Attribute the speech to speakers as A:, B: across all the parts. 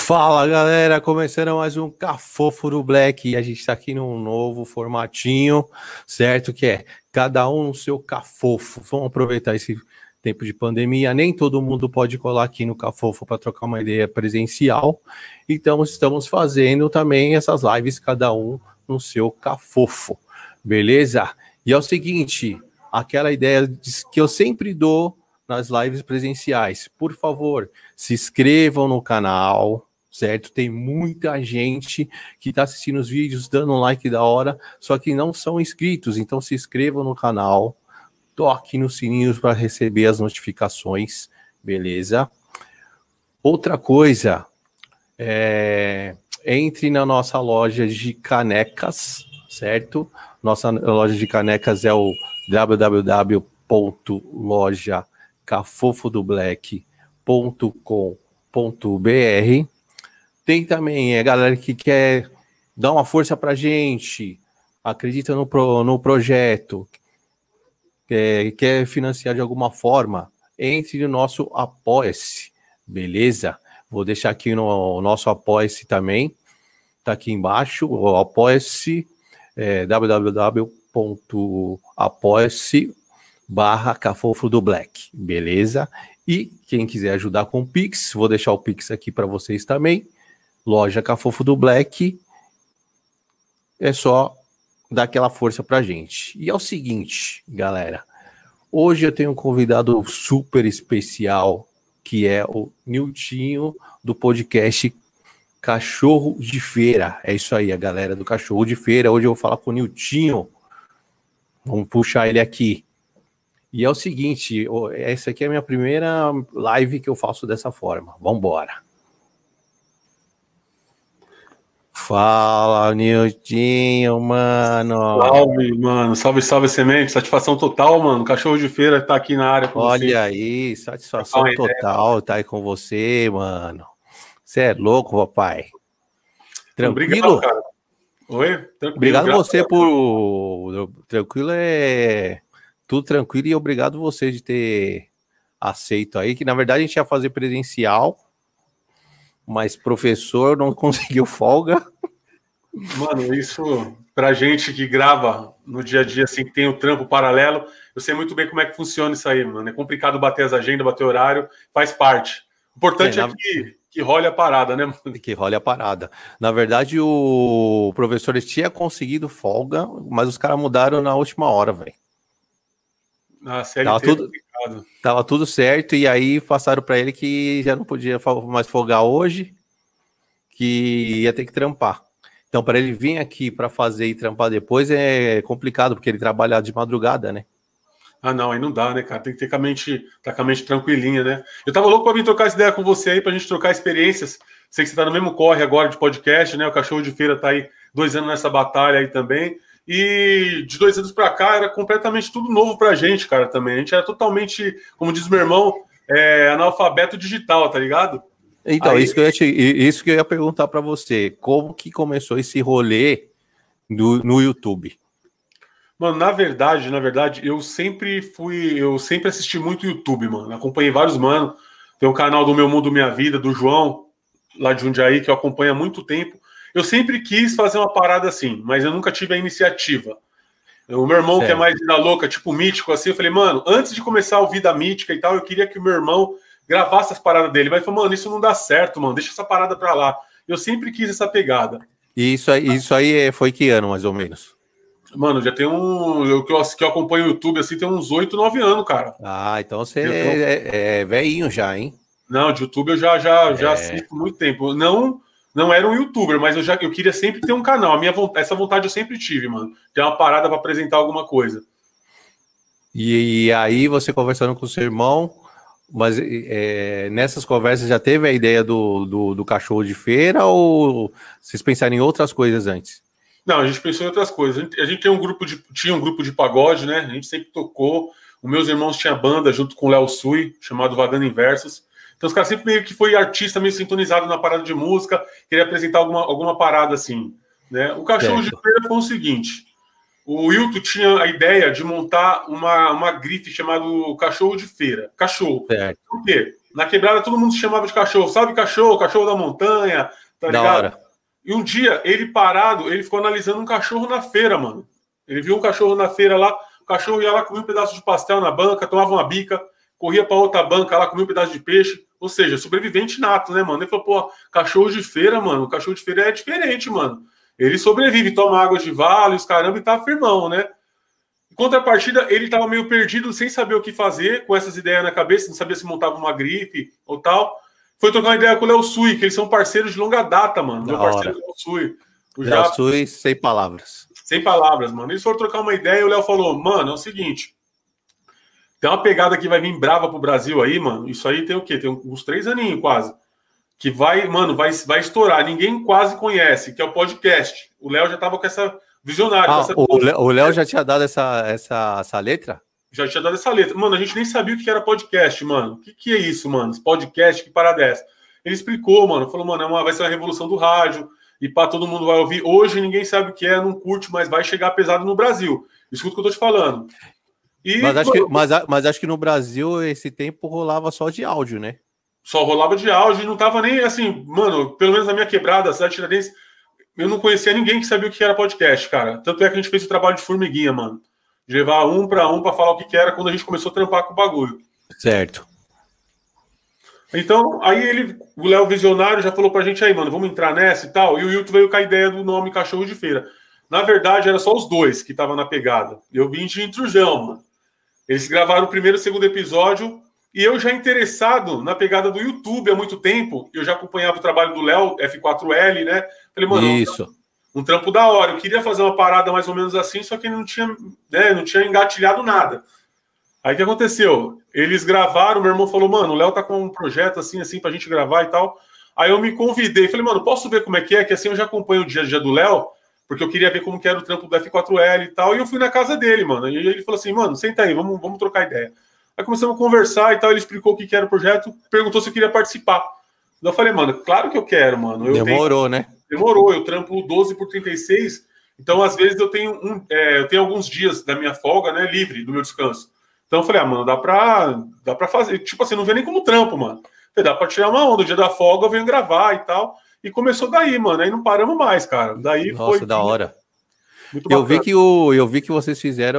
A: Fala galera, começando mais um Cafofo Black e a gente tá aqui num novo formatinho, certo? Que é cada um no seu cafofo. Vamos aproveitar esse tempo de pandemia, nem todo mundo pode colar aqui no Cafofo para trocar uma ideia presencial, então estamos fazendo também essas lives, cada um no seu cafofo, beleza? E é o seguinte, aquela ideia que eu sempre dou nas lives presenciais, por favor, se inscrevam no canal, certo? Tem muita gente que está assistindo os vídeos, dando um like da hora, só que não são inscritos, então se inscrevam no canal, toque nos sininhos para receber as notificações, beleza? Outra coisa, entre na nossa loja de canecas, certo? Nossa loja de canecas é o www.lojacafofodoblack.com.br. Tem também a galera que quer dar uma força pra gente, acredita no projeto, quer financiar de alguma forma, entre no nosso Apoia-se, beleza? Vou deixar aqui no nosso Apoia-se também, tá aqui embaixo, o Apoia-se, www.apoia-se/Cafofo do Black, beleza? E quem quiser ajudar com o Pix, vou deixar o Pix aqui para vocês também, loja Cafofo do Black, é só dar aquela força pra gente. E é o seguinte, galera, hoje eu tenho um convidado super especial, que é o Niltinho, do podcast Cachorro de Feira. É isso aí, a galera do Cachorro de Feira. Hoje eu vou falar com o Niltinho. Vamos puxar ele aqui. E é o seguinte, essa aqui é a minha primeira live que eu faço dessa forma. Vamos embora. Fala, Niltinho, mano.
B: Salve, mano. Salve, salve, semente. Satisfação total, mano. Cachorro de Feira tá aqui na área com você.
A: Olha aí, satisfação total tá aí com você, mano. Você é louco, papai. Tranquilo?
B: Obrigado, cara. Oi? Tranquilo.
A: Obrigado você por... Tranquilo é... Tudo tranquilo e obrigado você de ter aceito aí, que na verdade a gente ia fazer presencial, mas professor não conseguiu folga.
B: Mano, isso pra gente que grava no dia a dia, assim, que tem o trampo paralelo, eu sei muito bem como é que funciona isso aí, mano. É complicado bater as agendas, bater horário, faz parte. O importante é que role a parada, né, mano?
A: Que role a parada. Na verdade, o professor tinha conseguido folga, mas os caras mudaram na última hora, velho. Tava tudo certo, e aí passaram para ele que já não podia mais folgar hoje, que ia ter que trampar. Então, para ele vir aqui para fazer e trampar depois é complicado, porque ele trabalha de madrugada, né?
B: Ah, não, aí não dá, né, cara? Tem que ter com a mente tranquilinha, né? Eu tava louco pra vir trocar essa ideia com você aí, pra gente trocar experiências. Sei que você tá no mesmo corre agora de podcast, né? O Cachorro de Feira tá aí 2 anos nessa batalha aí também. E de 2 anos pra cá era completamente tudo novo pra gente, cara, também. A gente era totalmente, como diz meu irmão, analfabeto digital, tá ligado?
A: Então, aí... isso que eu ia perguntar pra você. Como que começou esse rolê no YouTube?
B: Mano, na verdade, eu sempre assisti muito YouTube, mano. Acompanhei vários mano. Tem o canal do Meu Mundo Minha Vida, do João, lá de Jundiaí, que eu acompanho há muito tempo. Eu sempre quis fazer uma parada assim, mas eu nunca tive a iniciativa. O meu irmão, certo, que é mais vida louca, tipo mítico, assim, eu falei, mano, antes de começar a Vida Mítica e tal, eu queria que o meu irmão gravasse as paradas dele. Mas ele falou, mano, isso não dá certo, mano, deixa essa parada pra lá. Eu sempre quis essa pegada.
A: E isso aí foi que ano, mais ou menos?
B: Mano, já tem que eu acompanho o YouTube, assim, tem uns 8, 9 anos, cara.
A: Ah, então você é velhinho já, hein?
B: Não, de YouTube eu já assisto há muito tempo. Não era um youtuber, mas eu queria sempre ter um canal. Essa vontade eu sempre tive, mano. Ter uma parada para apresentar alguma coisa.
A: E aí você conversando com o seu irmão, mas nessas conversas já teve a ideia do Cachorro de Feira ou vocês pensaram em outras coisas antes?
B: Não, a gente pensou em outras coisas. A gente tinha um grupo de pagode, né? A gente sempre tocou. Os meus irmãos tinham banda junto com o Léo Sui, chamado Vagando Inversos. Então os caras sempre meio que foi artista, meio sintonizado na parada de música, queria apresentar alguma parada assim, né? O Cachorro de Feira foi o seguinte: o Wilton tinha a ideia de montar uma grife chamada Cachorro de Feira. Cachorro.
A: Certo.
B: Por quê? Na quebrada todo mundo se chamava de cachorro. Sabe cachorro? Cachorro da montanha, tá
A: Da
B: ligado?
A: hora.
B: E um dia, ele parado, ele ficou analisando um cachorro na feira, mano. Ele viu um cachorro na feira lá, o cachorro ia lá, comia um pedaço de pastel na banca, tomava uma bica, corria pra outra banca lá, comia um pedaço de peixe. Ou seja, sobrevivente nato, né, mano? Ele falou, pô, cachorro de feira, mano, cachorro de feira é diferente, mano. Ele sobrevive, toma água de vale, os caramba, e tá firmão, né? Em contrapartida, ele tava meio perdido, sem saber o que fazer, com essas ideias na cabeça, não sabia se montava uma grife ou tal. Foi trocar uma ideia com o Léo Sui, que eles são parceiros de longa data, mano. Meu parceiro Léo Sui.
A: Léo Sui, sem palavras.
B: Sem palavras, mano. Eles foram trocar uma ideia e o Léo falou, mano, é o seguinte, tem uma pegada que vai vir brava pro Brasil aí, mano. Isso aí tem o quê? Tem uns 3 aninhos quase. Que vai, mano, vai estourar. Ninguém quase conhece, que é o podcast. O Léo já tava com essa visionária.
A: O Léo já tinha dado essa letra?
B: Já tinha dado essa letra. Mano, a gente nem sabia o que era podcast, mano. O que é isso, mano? Esse podcast, que parada é essa? Ele explicou, mano. Falou, mano, vai ser uma revolução do rádio. E pá, todo mundo vai ouvir. Hoje ninguém sabe o que é, não curte, mas vai chegar pesado no Brasil. Escuta o que eu tô te falando. E,
A: mas acho que no Brasil esse tempo rolava só de áudio, né?
B: Só rolava de áudio e não tava nem assim, mano, pelo menos na minha quebrada, a cidade Tiradentes, eu não conhecia ninguém que sabia o que era podcast, cara. Tanto é que a gente fez o trabalho de formiguinha, mano. De levar um para falar o que era quando a gente começou a trampar com o bagulho.
A: Certo.
B: Então, aí o Léo Visionário já falou pra gente aí, mano, vamos entrar nessa e tal. E o Hilton veio com a ideia do nome Cachorro de Feira. Na verdade, era só os dois que estavam na pegada. Eu vim de intrusão, mano. Eles gravaram o primeiro e o segundo episódio. E eu já interessado na pegada do YouTube há muito tempo. Eu já acompanhava o trabalho do Léo, F4L, né? Falei, mano,
A: isso.
B: Um trampo da hora. Eu queria fazer uma parada mais ou menos assim, só que ele não tinha, né, não tinha engatilhado nada. Aí o que aconteceu? Eles gravaram, meu irmão falou, mano, o Léo tá com um projeto assim pra gente gravar e tal. Aí eu me convidei, falei, mano, posso ver como é? Que assim eu já acompanho o dia a dia do Léo, porque eu queria ver como que era o trampo do F4L e tal. E eu fui na casa dele, mano. E ele falou assim, mano, senta aí, vamos trocar ideia. Aí começamos a conversar e tal, ele explicou o que era o projeto, perguntou se eu queria participar. Então eu falei, mano, claro que eu quero, mano.
A: Demorou, né?
B: Demorou, eu trampo 12 por 36, então às vezes eu tenho alguns dias da minha folga, né, livre, do meu descanso. Então eu falei, mano, dá pra fazer, tipo assim, não vê nem como trampo, mano. Falei, dá pra tirar uma onda, o dia da folga eu venho gravar e tal, e começou daí, mano, aí não paramos mais, cara. Daí
A: Nossa,
B: foi...
A: da hora.
B: Muito
A: eu vi que vocês fizeram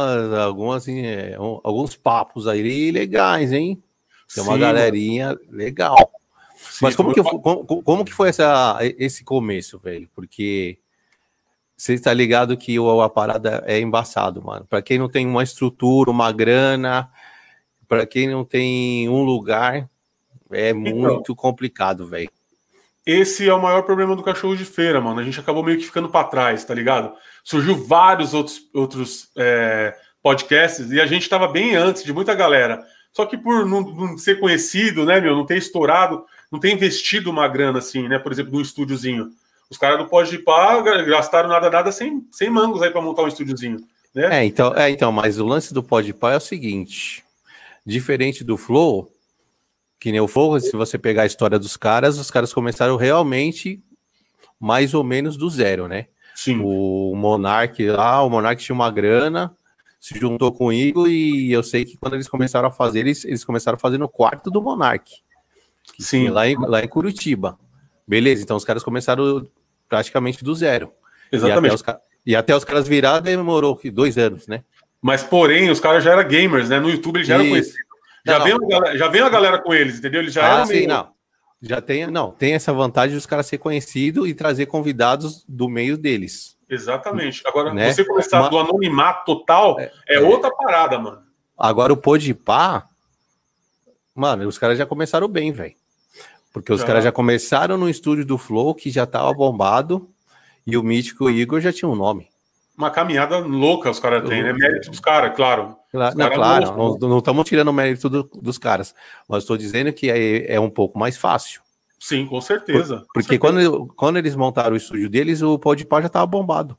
A: alguns papos aí legais, hein? Tem uma galerinha legal. Sim, mas como que foi esse começo, velho? Porque você está ligado que a parada é embaçado, mano. Para quem não tem uma estrutura, uma grana, para quem não tem um lugar, é muito complicado, velho.
B: Esse é o maior problema do Cachorro de Feira, mano. A gente acabou meio que ficando para trás, tá ligado? Surgiu vários outros podcasts e a gente estava bem antes de muita galera. Só que por não ser conhecido, né, meu, não ter estourado, não ter investido uma grana assim, né, por exemplo, num estúdiozinho. Os caras do Podpah gastaram nada sem mangos aí para montar um estúdiozinho, né?
A: Então, mas o lance do Podpah é o seguinte, diferente do Flow, que nem o Flow, se você pegar a história dos caras, os caras começaram realmente mais ou menos do zero, né?
B: Sim.
A: O Monark tinha uma grana, se juntou com o Igor e eu sei que quando eles começaram a fazer, eles começaram a fazer no quarto do Monark.
B: Sim.
A: Lá em Curitiba. Beleza, então os caras começaram praticamente do zero.
B: Exatamente.
A: E até os caras virar demorou 2 anos, né?
B: Mas, porém, os caras já eram gamers, né? No YouTube eles já eram conhecidos. Já vem a galera com eles, entendeu? Eles já eram
A: sim, não. Tem essa vantagem dos caras ser conhecidos e trazer convidados do meio deles.
B: Exatamente. Agora, né? Você começar do anonimato total é outra parada, mano.
A: Agora, o Podpah, mano, os caras já começaram bem, velho. Porque os caras já começaram no estúdio do Flow, que já tava bombado, e o Mítico Igor já tinha um nome.
B: Uma caminhada louca os caras têm, né? Mérito dos caras, claro.
A: Não estamos tirando o mérito dos caras, mas estou dizendo que é um pouco mais fácil.
B: Sim, com certeza.
A: Porque quando eles montaram o estúdio deles, o Podpah já tava bombado.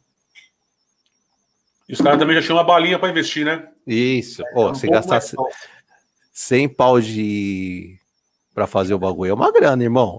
B: E os caras também já tinham uma balinha para investir, né?
A: Isso. Você gastar 100 pau para fazer o bagulho é uma grana, irmão.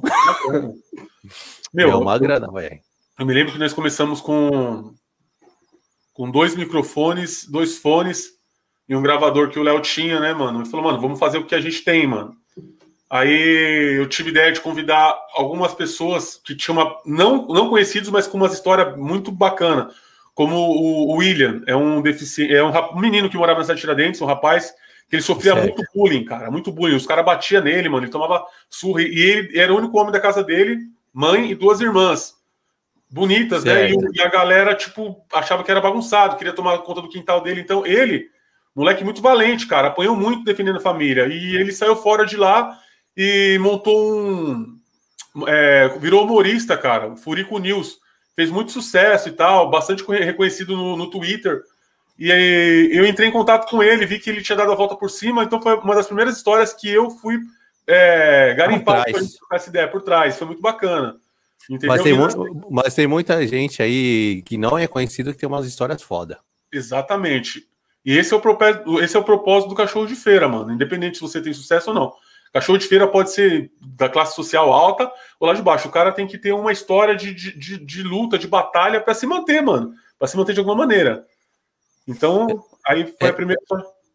A: É uma grana, velho.
B: Eu me lembro que nós começamos com 2 microfones, 2 fones e um gravador que o Léo tinha, né, mano? Ele falou, mano, vamos fazer o que a gente tem, mano. Aí eu tive ideia de convidar algumas pessoas que tinham não conhecidos, mas com uma história muito bacana. Como o William, é um deficiente, um menino que morava na cidade de Tiradentes, um rapaz que ele sofria muito bullying, cara, muito bullying. Os caras batiam nele, mano, ele tomava surra. E ele era o único homem da casa dele, mãe e 2 irmãs. Bonitas, certo, né? E a galera, tipo, achava que era bagunçado, queria tomar conta do quintal dele. Então, ele, moleque muito valente, cara, apanhou muito defendendo a família. E ele saiu fora de lá e montou virou humorista, cara, o Furico News. Fez muito sucesso e tal, bastante reconhecido no Twitter. E aí eu entrei em contato com ele, vi que ele tinha dado a volta por cima, então foi uma das primeiras histórias que eu fui garimpar essa ideia por trás. Foi muito bacana.
A: Mas tem muita gente aí que não é conhecido que tem umas histórias foda.
B: Exatamente. E esse é o propósito do Cachorro de Feira, mano. Independente se você tem sucesso ou não. Cachorro de Feira pode ser da classe social alta ou lá de baixo. O cara tem que ter uma história de luta, de batalha para se manter, mano. Para se manter de alguma maneira. Então, aí foi a primeira...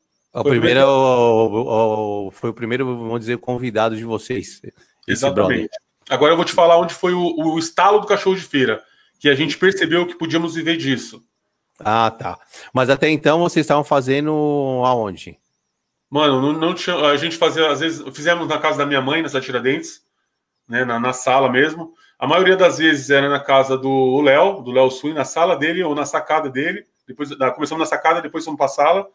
A: Foi o primeiro, vamos dizer, convidado de vocês.
B: Exatamente. Agora eu vou te falar onde foi o estalo do Cachorro de Feira, que a gente percebeu que podíamos viver disso.
A: Ah, tá. Mas até então vocês estavam fazendo aonde?
B: Mano, não tinha, a gente fazia, às vezes, fizemos na casa da minha mãe, nessa Tiradentes, né, na sala mesmo. A maioria das vezes era na casa do Léo Swing, na sala dele ou na sacada dele. Depois começamos na sacada, depois fomos para a sala.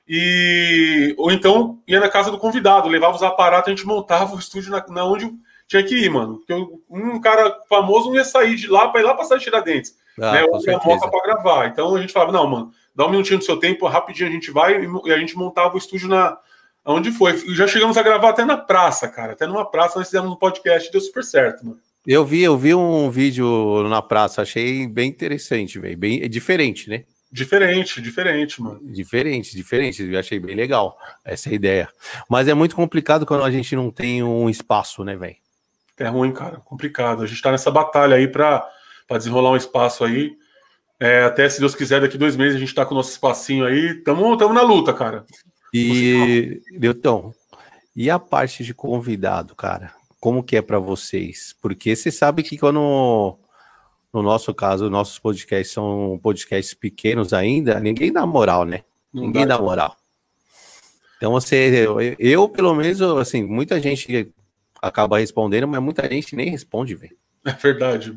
B: Ou então ia na casa do convidado, levava os aparatos, a gente montava o estúdio na onde tinha que ir, mano. Porque um cara famoso não ia sair de lá para ir lá passar de Tiradentes, né? Ou ia moca para gravar. Então a gente falava, não, mano, dá um minutinho do seu tempo, rapidinho a gente vai, e a gente montava o estúdio onde foi. Já chegamos a gravar até na praça, cara. Até numa praça nós fizemos um podcast, deu super certo, mano.
A: Eu vi um vídeo na praça, achei bem interessante, velho. Bem diferente, né?
B: Diferente, mano.
A: Diferente. Eu achei bem legal essa ideia. Mas é muito complicado quando a gente não tem um espaço, né, velho?
B: É ruim, cara. Complicado. A gente tá nessa batalha aí pra desenrolar um espaço aí. Até, se Deus quiser, daqui 2 meses a gente tá com o nosso espacinho aí. Tamo na luta, cara.
A: E, Leutão, e a parte de convidado, cara? Como que é pra vocês? Porque você sabe que quando... No nosso caso, nossos podcasts são podcasts pequenos ainda, ninguém dá moral, né? Ninguém dá moral. Então, eu, pelo menos, assim, muita gente acaba respondendo, mas muita gente nem responde, velho.
B: É verdade.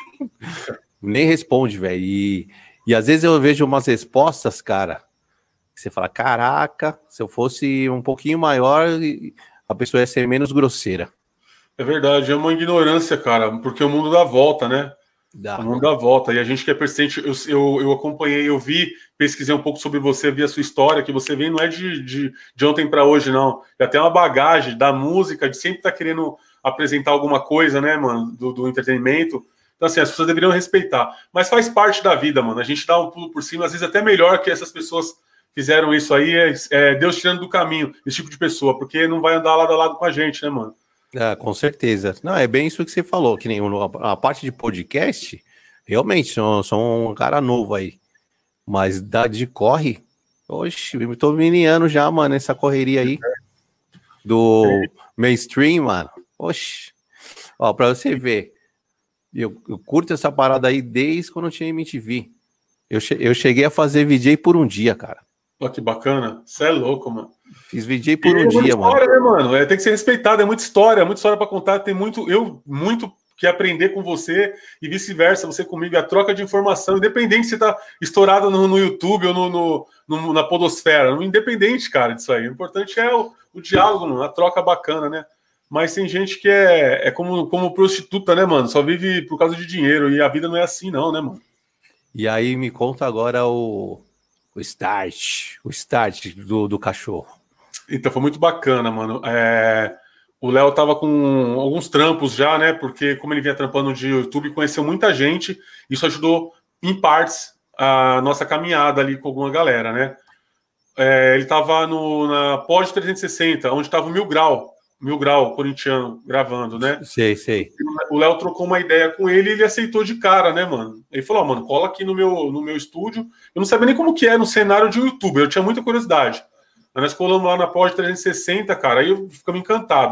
A: Nem responde, velho. E às vezes eu vejo umas respostas, cara, que você fala, caraca, se eu fosse um pouquinho maior, a pessoa ia ser menos grosseira.
B: É verdade, é uma ignorância, cara, porque o mundo dá volta, né? O mundo dá volta, e a gente que é persistente, eu acompanhei, eu vi, pesquisei um pouco sobre você, vi a sua história, que você vem não é de ontem para hoje, não. Já tem uma bagagem da música, de sempre estar querendo apresentar alguma coisa, né, mano, do entretenimento. Então, assim, as pessoas deveriam respeitar. Mas faz parte da vida, mano. A gente dá um pulo por cima, às vezes até melhor que essas pessoas fizeram isso aí, Deus tirando do caminho esse tipo de pessoa, porque não vai andar lado a lado com a gente, né, mano?
A: Com certeza. Não, é bem isso que você falou, que nem a parte de podcast, realmente, sou um cara novo aí. Mas de corre, oxe, eu tô miniando já, mano, essa correria aí do mainstream, mano. Oxe. Ó, pra você ver, eu curto essa parada aí desde quando tinha MTV. Eu cheguei a fazer VJ por um dia, cara.
B: Ó, que bacana. Você é louco, mano.
A: Fiz VJ por um dia,
B: história, né, mano? Tem que ser respeitado, é muita história para contar. Tem muito que aprender com você e vice-versa, você comigo. A troca de informação, independente se você tá estourado no YouTube ou na podosfera. Independente, cara, disso aí. O importante é o diálogo, mano, a troca bacana, né? Mas tem gente que é como prostituta, né, mano? Só vive por causa de dinheiro. E a vida não é assim, não, né, mano?
A: E aí me conta agora o start do cachorro.
B: Então, foi muito bacana, mano. O Léo tava com alguns trampos já, né? Porque como ele vinha trampando de YouTube, conheceu muita gente. Isso ajudou, em partes, a nossa caminhada ali com alguma galera, né? Ele tava na Pod 360, onde tava o Mil Grau, corintiano, gravando, né?
A: Sei.
B: O Léo trocou uma ideia com ele e ele aceitou de cara, né, mano? Ele falou, mano, cola aqui no meu estúdio. Eu não sabia nem como que é no cenário de YouTube, eu tinha muita curiosidade. Mas nós colamos lá na Pod 360, cara, aí eu ficamos encantados.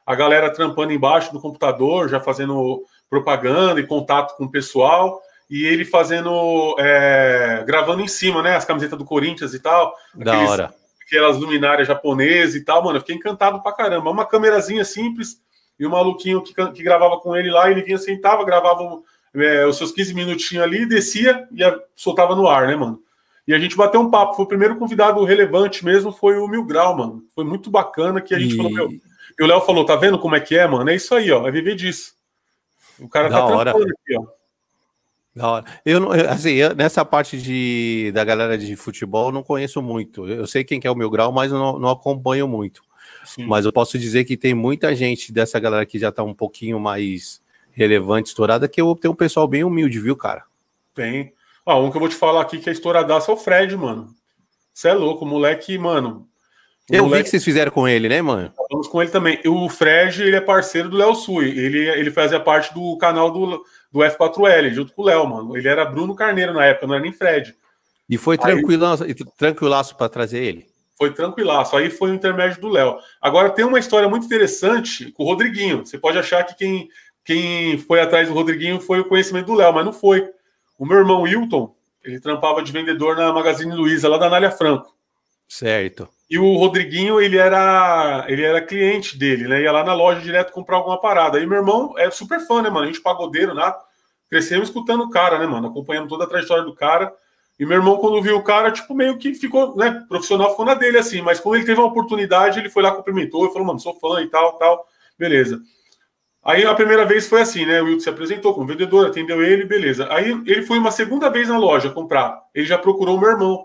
B: a galera trampando embaixo do computador, já fazendo propaganda e contato com o pessoal, e ele fazendo, gravando em cima, né? As camisetas do Corinthians e tal.
A: Da hora.
B: Aquelas luminárias japonesas e tal, mano. Eu fiquei encantado pra caramba. Uma câmerazinha simples e o maluquinho que gravava com ele lá, ele vinha, sentava, gravava os seus 15 minutinhos ali, descia e soltava no ar, né, mano? E a gente bateu um papo. Foi o primeiro convidado relevante mesmo, foi o Mil Grau, mano. Foi muito bacana que a gente falou, meu. E o Léo falou, tá vendo como é que é, mano? É isso aí, ó. É viver disso. O cara tá trampando aqui, ó.
A: Da hora. Nessa parte da galera de futebol, eu não conheço muito. Eu sei quem que é o Mil Grau, mas eu não acompanho muito. Sim. Mas eu posso dizer que tem muita gente dessa galera que já tá um pouquinho mais relevante, estourada, que eu tenho um pessoal bem humilde, viu, cara?
B: Tem. Um que eu vou te falar aqui que é estouradaço é o Fred, mano. Você é louco, o moleque, mano.
A: Vi que vocês fizeram com ele, né, mano?
B: Falamos com ele também. O Fred, ele é parceiro do Léo Sui. Ele fazia parte do canal do F4L, junto com o Léo, mano. Ele era Bruno Carneiro na época, não era nem Fred.
A: E foi tranquilaço para trazer ele?
B: Foi tranquilaço. Aí foi o intermédio do Léo. Agora, tem uma história muito interessante com o Rodriguinho. Você pode achar que quem foi atrás do Rodriguinho foi o conhecimento do Léo, mas não foi. O meu irmão Wilton, ele trampava de vendedor na Magazine Luiza, lá da Anália Franco.
A: Certo.
B: E o Rodriguinho, ele era cliente dele, né? Ia lá na loja direto comprar alguma parada. Aí meu irmão é super fã, né, mano? A gente pagodeiro, né? Crescemos escutando o cara, né, mano? Acompanhando toda a trajetória do cara. E meu irmão, quando viu o cara, tipo, meio que ficou, né? Profissional ficou na dele, assim. Mas quando ele teve uma oportunidade, ele foi lá, cumprimentou e falou, mano, sou fã e tal. Beleza. Aí a primeira vez foi assim, né? O Wilton se apresentou como vendedor, atendeu ele, beleza. Aí ele foi uma segunda vez na loja comprar. Ele já procurou o meu irmão.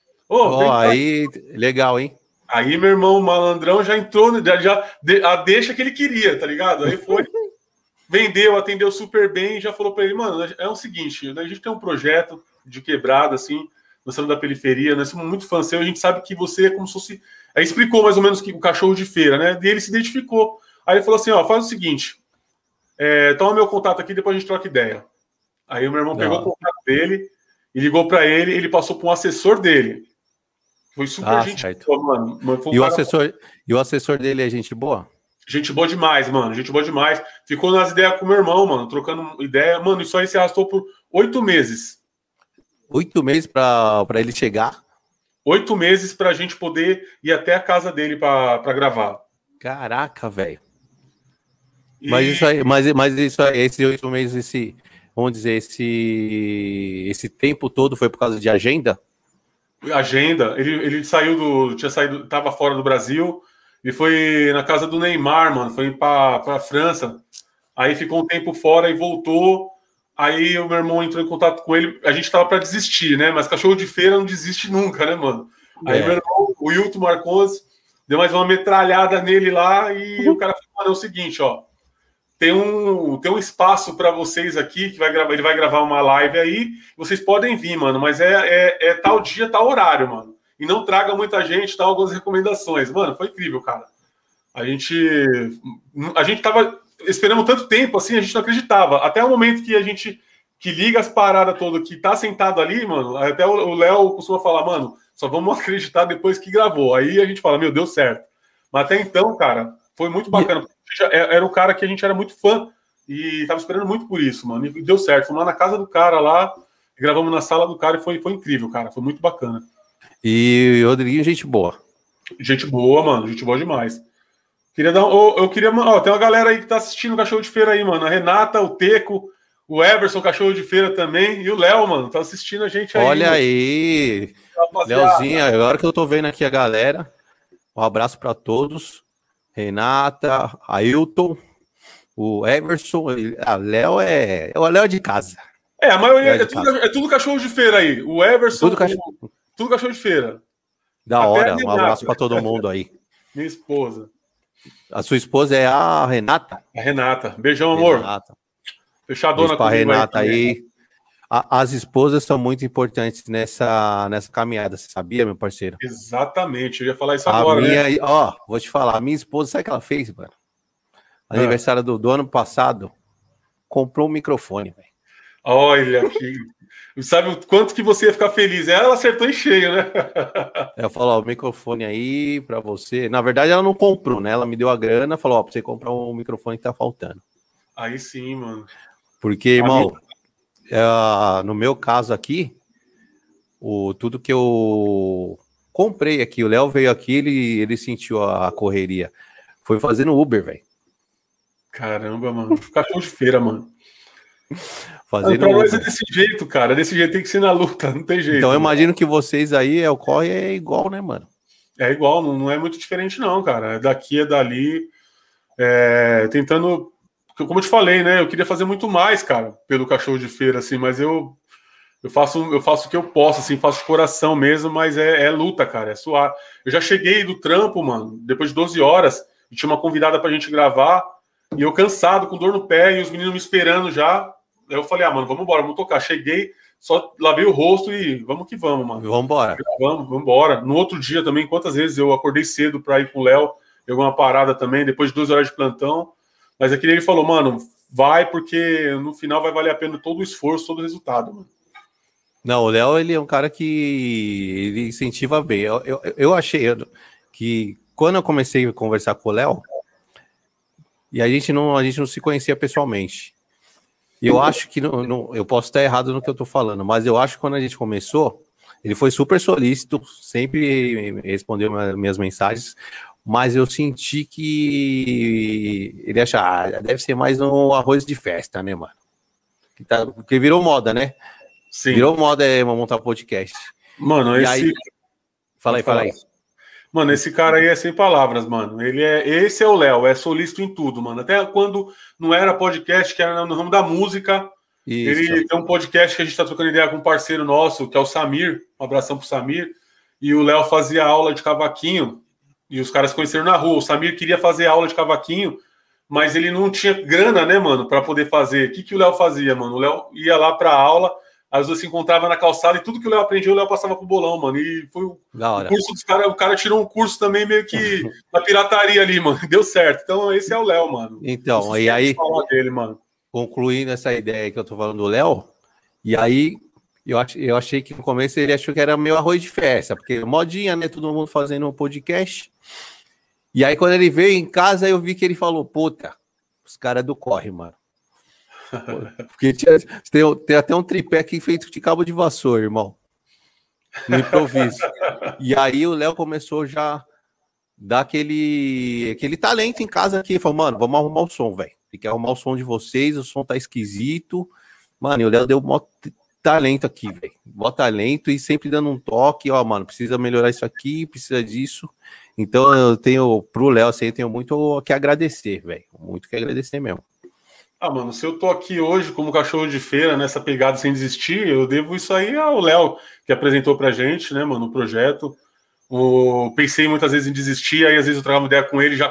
A: Aí, legal, hein?
B: Aí meu irmão malandrão já entrou, a deixa que ele queria, tá ligado? Aí foi, vendeu, atendeu super bem e já falou pra ele, mano, é o seguinte, né, a gente tem um projeto de quebrada, assim, nós somos da periferia, nós somos muito fãs seu, a gente sabe que você é como se fosse... Aí explicou mais ou menos que o cachorro de feira, né? E ele se identificou. Aí ele falou assim, ó, faz o seguinte, toma meu contato aqui, depois a gente troca ideia. Aí o meu irmão pegou o contato dele e ligou pra ele, ele passou pra um assessor dele. Foi super gente boa, mano.
A: E o assessor dele é gente boa?
B: Gente boa demais, mano. Gente boa demais. Ficou nas ideias com o meu irmão, mano. Trocando ideia. Mano, isso aí se arrastou por 8 meses.
A: 8 meses pra ele chegar?
B: 8 meses pra gente poder ir até a casa dele pra gravar.
A: Caraca, velho. Mas isso aí, esses 8 meses, vamos dizer, esse tempo todo foi por causa de agenda?
B: Agenda, ele tava fora do Brasil e foi na casa do Neymar, mano, foi pra França, aí ficou um tempo fora e voltou, aí o meu irmão entrou em contato com ele, a gente tava pra desistir, né, mas cachorro de feira não desiste nunca, né, mano, aí meu irmão, o Hilton Marcondes, deu mais uma metralhada nele lá e o cara falou, mano, é o seguinte, ó, tem um espaço para vocês aqui, que ele vai gravar uma live aí, vocês podem vir, mano, mas é tal dia, tal horário, mano. E não traga muita gente, dá algumas recomendações. Mano, foi incrível, cara. A gente tava esperando tanto tempo, assim, a gente não acreditava. Até o momento que liga as paradas todas, que tá sentado ali, mano, até o Léo costuma falar, mano, só vamos acreditar depois que gravou. Aí a gente fala, meu, deu certo. Mas até então, cara, foi muito bacana. Era o cara que a gente era muito fã e tava esperando muito por isso, mano. E deu certo. Fomos lá na casa do cara lá, gravamos na sala do cara e foi incrível, cara. Foi muito bacana.
A: E o Rodriguinho, gente boa.
B: Gente boa, mano. Gente boa demais. Queria dar. Tem uma galera aí que tá assistindo o Cachorro de Feira aí, mano. A Renata, o Teco, o Everson, Cachorro de Feira também. E o Léo, mano, tá assistindo a gente aí.
A: Olha aí. Léozinho, agora que eu tô vendo aqui a galera. Um abraço para todos. Renata, Ailton, o Everson, a Léo o Léo de casa.
B: A maioria é tudo cachorro de feira aí. O Everson, tudo cachorro de feira.
A: Da hora, um abraço para todo mundo aí.
B: Minha esposa.
A: A sua esposa é a Renata?
B: A Renata. Beijão, amor.
A: Renata.
B: Fechadona
A: com a Renata aí. As esposas são muito importantes nessa caminhada, você sabia, meu parceiro?
B: Exatamente, eu ia falar isso agora,
A: né? Ó, vou te falar, a minha esposa, sabe o que ela fez, mano? Aniversário do ano passado, comprou um microfone, velho.
B: Olha que. Sabe o quanto que você ia ficar feliz? Ela acertou em cheio, né?
A: Eu falo, ó, o microfone aí pra você. Na verdade, ela não comprou, né? Ela me deu a grana, falou, ó, pra você comprar um microfone que tá faltando.
B: Aí sim, mano.
A: Porque, irmão, no meu caso aqui, tudo que eu comprei aqui, o Léo veio aqui, ele sentiu a correria. Foi fazendo Uber, velho.
B: Caramba, mano. Cachorro de feira, mano.
A: Fazendo
B: Pra nós é
A: Uber.
B: desse jeito, cara. Desse jeito tem que ser na luta, não tem jeito.
A: Então eu
B: Mano.
A: imagino que vocês aí, o corre é igual, né, mano?
B: É igual, não é muito diferente, não, cara. É daqui, é dali. Tentando. Como eu te falei, né? Eu queria fazer muito mais, cara, pelo cachorro de feira, assim, mas eu faço o que eu posso, assim, faço de coração mesmo, mas é luta, cara, é suar. Eu já cheguei do trampo, mano, depois de 12 horas, e tinha uma convidada pra gente gravar, e eu cansado, com dor no pé, e os meninos me esperando já. Aí eu falei, mano, vamos embora, vamos tocar. Cheguei, só lavei o rosto e vamos que vamos, mano.
A: Vamos embora.
B: Vamos embora. No outro dia também, quantas vezes eu acordei cedo pra ir com o Léo, pegou uma parada também, depois de 12 horas de plantão. Mas aqui ele falou, mano, vai, porque no final vai valer a pena todo o esforço, todo o resultado, mano.
A: Não, o Léo, ele é um cara que ele incentiva bem. Eu achei que quando eu comecei a conversar com o Léo, e a gente não se conhecia pessoalmente. Eu acho que eu posso estar errado no que eu estou falando, mas eu acho que quando a gente começou, ele foi super solícito, sempre respondeu minhas mensagens, mas eu senti que ele acha, deve ser mais um arroz de festa, né, mano? Porque virou moda, né?
B: Sim.
A: Virou moda montar podcast.
B: Mano,
A: Fala aí.
B: Mano, esse cara aí é sem palavras, mano. Esse é o Léo, é solícito em tudo, mano. Até quando não era podcast, que era no ramo da música. Isso. Ele tem um podcast que a gente tá trocando ideia com um parceiro nosso, que é o Samir. Um abração pro Samir. E o Léo fazia aula de cavaquinho. E os caras se conheceram na rua. O Samir queria fazer aula de cavaquinho, mas ele não tinha grana, né, mano, pra poder fazer. O que o Léo fazia, mano? O Léo ia lá pra aula. Às vezes se encontrava na calçada e tudo que o Léo aprendia, o Léo passava pro bolão, mano. E foi o curso dos caras. O cara tirou um curso também meio que na pirataria ali, mano. Deu certo. Então, esse é o Léo, mano.
A: Então, e aí,
B: dele, mano.
A: Concluindo essa ideia que eu tô falando do Léo, e aí eu achei que no começo ele achou que era meio arroz de festa, porque modinha, né? Todo mundo fazendo um podcast. E aí, quando ele veio em casa, eu vi que ele falou: puta, os caras do corre, mano. Porque tem até um tripé aqui feito de cabo de vassoura, irmão. No improviso. E aí o Léo começou já a dar aquele talento em casa aqui. Falou, mano, vamos arrumar o som, velho. Tem que arrumar o som de vocês, o som tá esquisito. Mano, e o Léo deu mó talento aqui, velho. Mó talento e sempre dando um toque. Ó, mano, precisa melhorar isso aqui, precisa disso. Então eu tenho, pro Léo, assim, eu tenho muito que agradecer, velho. Muito que agradecer mesmo.
B: Mano, se eu tô aqui hoje como cachorro de feira, nessa pegada sem desistir, eu devo isso aí ao Léo, que apresentou pra gente, né, mano, o projeto. Pensei muitas vezes em desistir, aí às vezes eu trocava uma ideia com ele,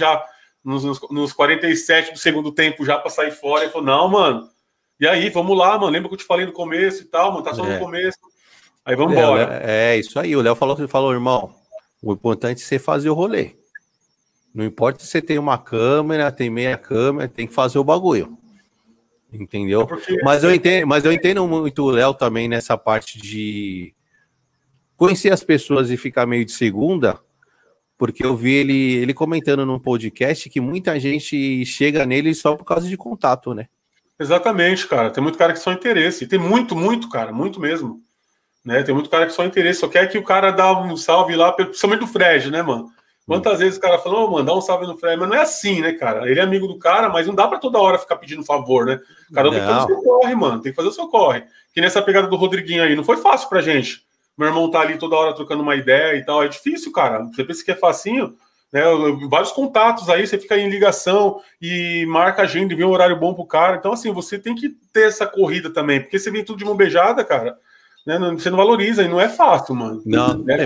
B: nos 47 do segundo tempo, já pra sair fora, ele falou, não, mano, e aí, vamos lá, mano, lembra que eu te falei no começo e tal, mano, tá só no começo. Aí vamos embora.
A: É isso aí, o Léo falou, irmão, o importante é você fazer o rolê. Não importa se você tem uma câmera, tem meia câmera, tem que fazer o bagulho. Entendeu? Mas eu entendo muito o Léo também nessa parte de conhecer as pessoas e ficar meio de segunda, porque eu vi ele comentando num podcast que muita gente chega nele só por causa de contato, né?
B: Exatamente, cara. Tem muito cara que só interesse. Tem muito, cara, muito mesmo. Né? Tem muito cara que só interesse, só quer que o cara dá um salve lá, principalmente do Fred, né, mano? Quantas vezes o cara falou, mano, dá um salve no Fred, mas não é assim, né, cara? Ele é amigo do cara, mas não dá pra toda hora ficar pedindo favor, né? Cada um tem que fazer o seu corre, mano. Tem que fazer o seu corre. Que nessa pegada do Rodriguinho aí, não foi fácil pra gente. Meu irmão tá ali toda hora trocando uma ideia e tal. É difícil, cara. Você pensa que é facinho, né? Vários contatos aí, você fica em ligação e marca a agenda e vê um horário bom pro cara. Então, assim, você tem que ter essa corrida também, porque você vem tudo de mão beijada, cara. Né? Você não valoriza e não é fácil, mano.
A: Não,
B: né?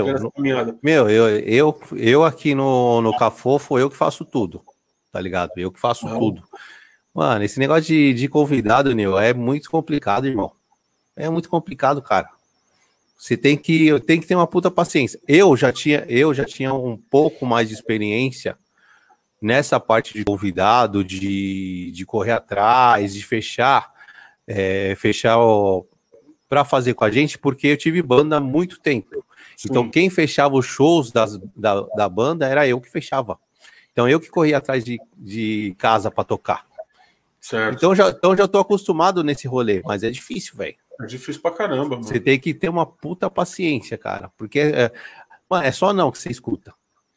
A: eu aqui no Cafofo, eu que faço tudo, tá ligado? Eu que faço tudo. Mano, esse negócio de convidado, Nil, é muito complicado, irmão. É muito complicado, cara. Você tem que ter uma puta paciência. Eu já tinha um pouco mais de experiência nessa parte de convidado, de correr atrás, de fechar. fechar para fazer com a gente, porque eu tive banda há muito tempo. Então, quem fechava os shows da banda era eu que fechava. Então, eu que corria atrás de casa para tocar.
B: Certo.
A: Então, já tô acostumado nesse rolê, mas é difícil, velho.
B: É difícil pra caramba, mano.
A: Você tem que ter uma puta paciência, cara, porque mano, é só não que você escuta.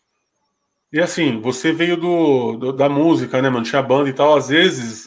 B: E assim, você veio da música, né, mano? Tinha banda e tal. Às vezes,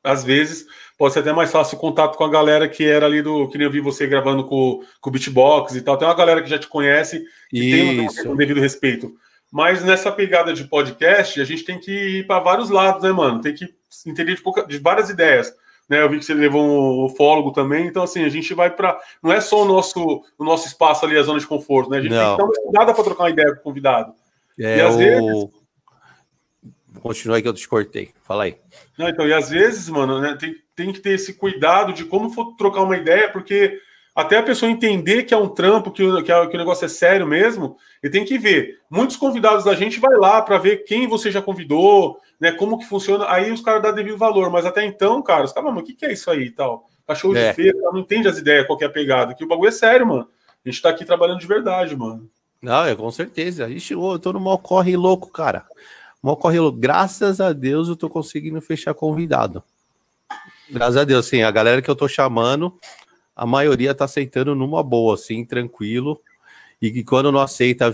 B: pode ser até mais fácil o contato com a galera que era ali que nem eu vi você gravando com o beatbox e tal. Tem uma galera que já te conhece, que tem um devido respeito. Mas nessa pegada de podcast, a gente tem que ir para vários lados, né, mano? Tem que entender de várias ideias. Né, eu vi que você levou um ufólogo também, então assim, a gente vai para. Não é só o nosso espaço ali, a zona de conforto, né? A gente tem que dar uma estudada para trocar uma ideia com o convidado.
A: E às vezes. Continua aí que eu te cortei. Fala aí.
B: Não, então, e às vezes, mano, né, tem que ter esse cuidado de como for trocar uma ideia, porque até a pessoa entender que é um trampo, que o negócio é sério mesmo, e tem que ver. Muitos convidados da gente vai lá para ver quem você já convidou, né, como que funciona, aí os caras dão devido valor, mas até então, cara, os caras, mano, o que é isso aí e tal? Cachorro de feira, não entende as ideias, qual que é a pegada, que o bagulho é sério, mano. A gente tá aqui trabalhando de verdade, mano.
A: Não, com certeza. Ixi, eu tô no mal corre louco, cara. Mal corre louco. Graças a Deus eu tô conseguindo fechar convidado. Graças a Deus, sim. A galera que eu tô chamando, a maioria tá aceitando numa boa, assim, tranquilo. E que quando não aceita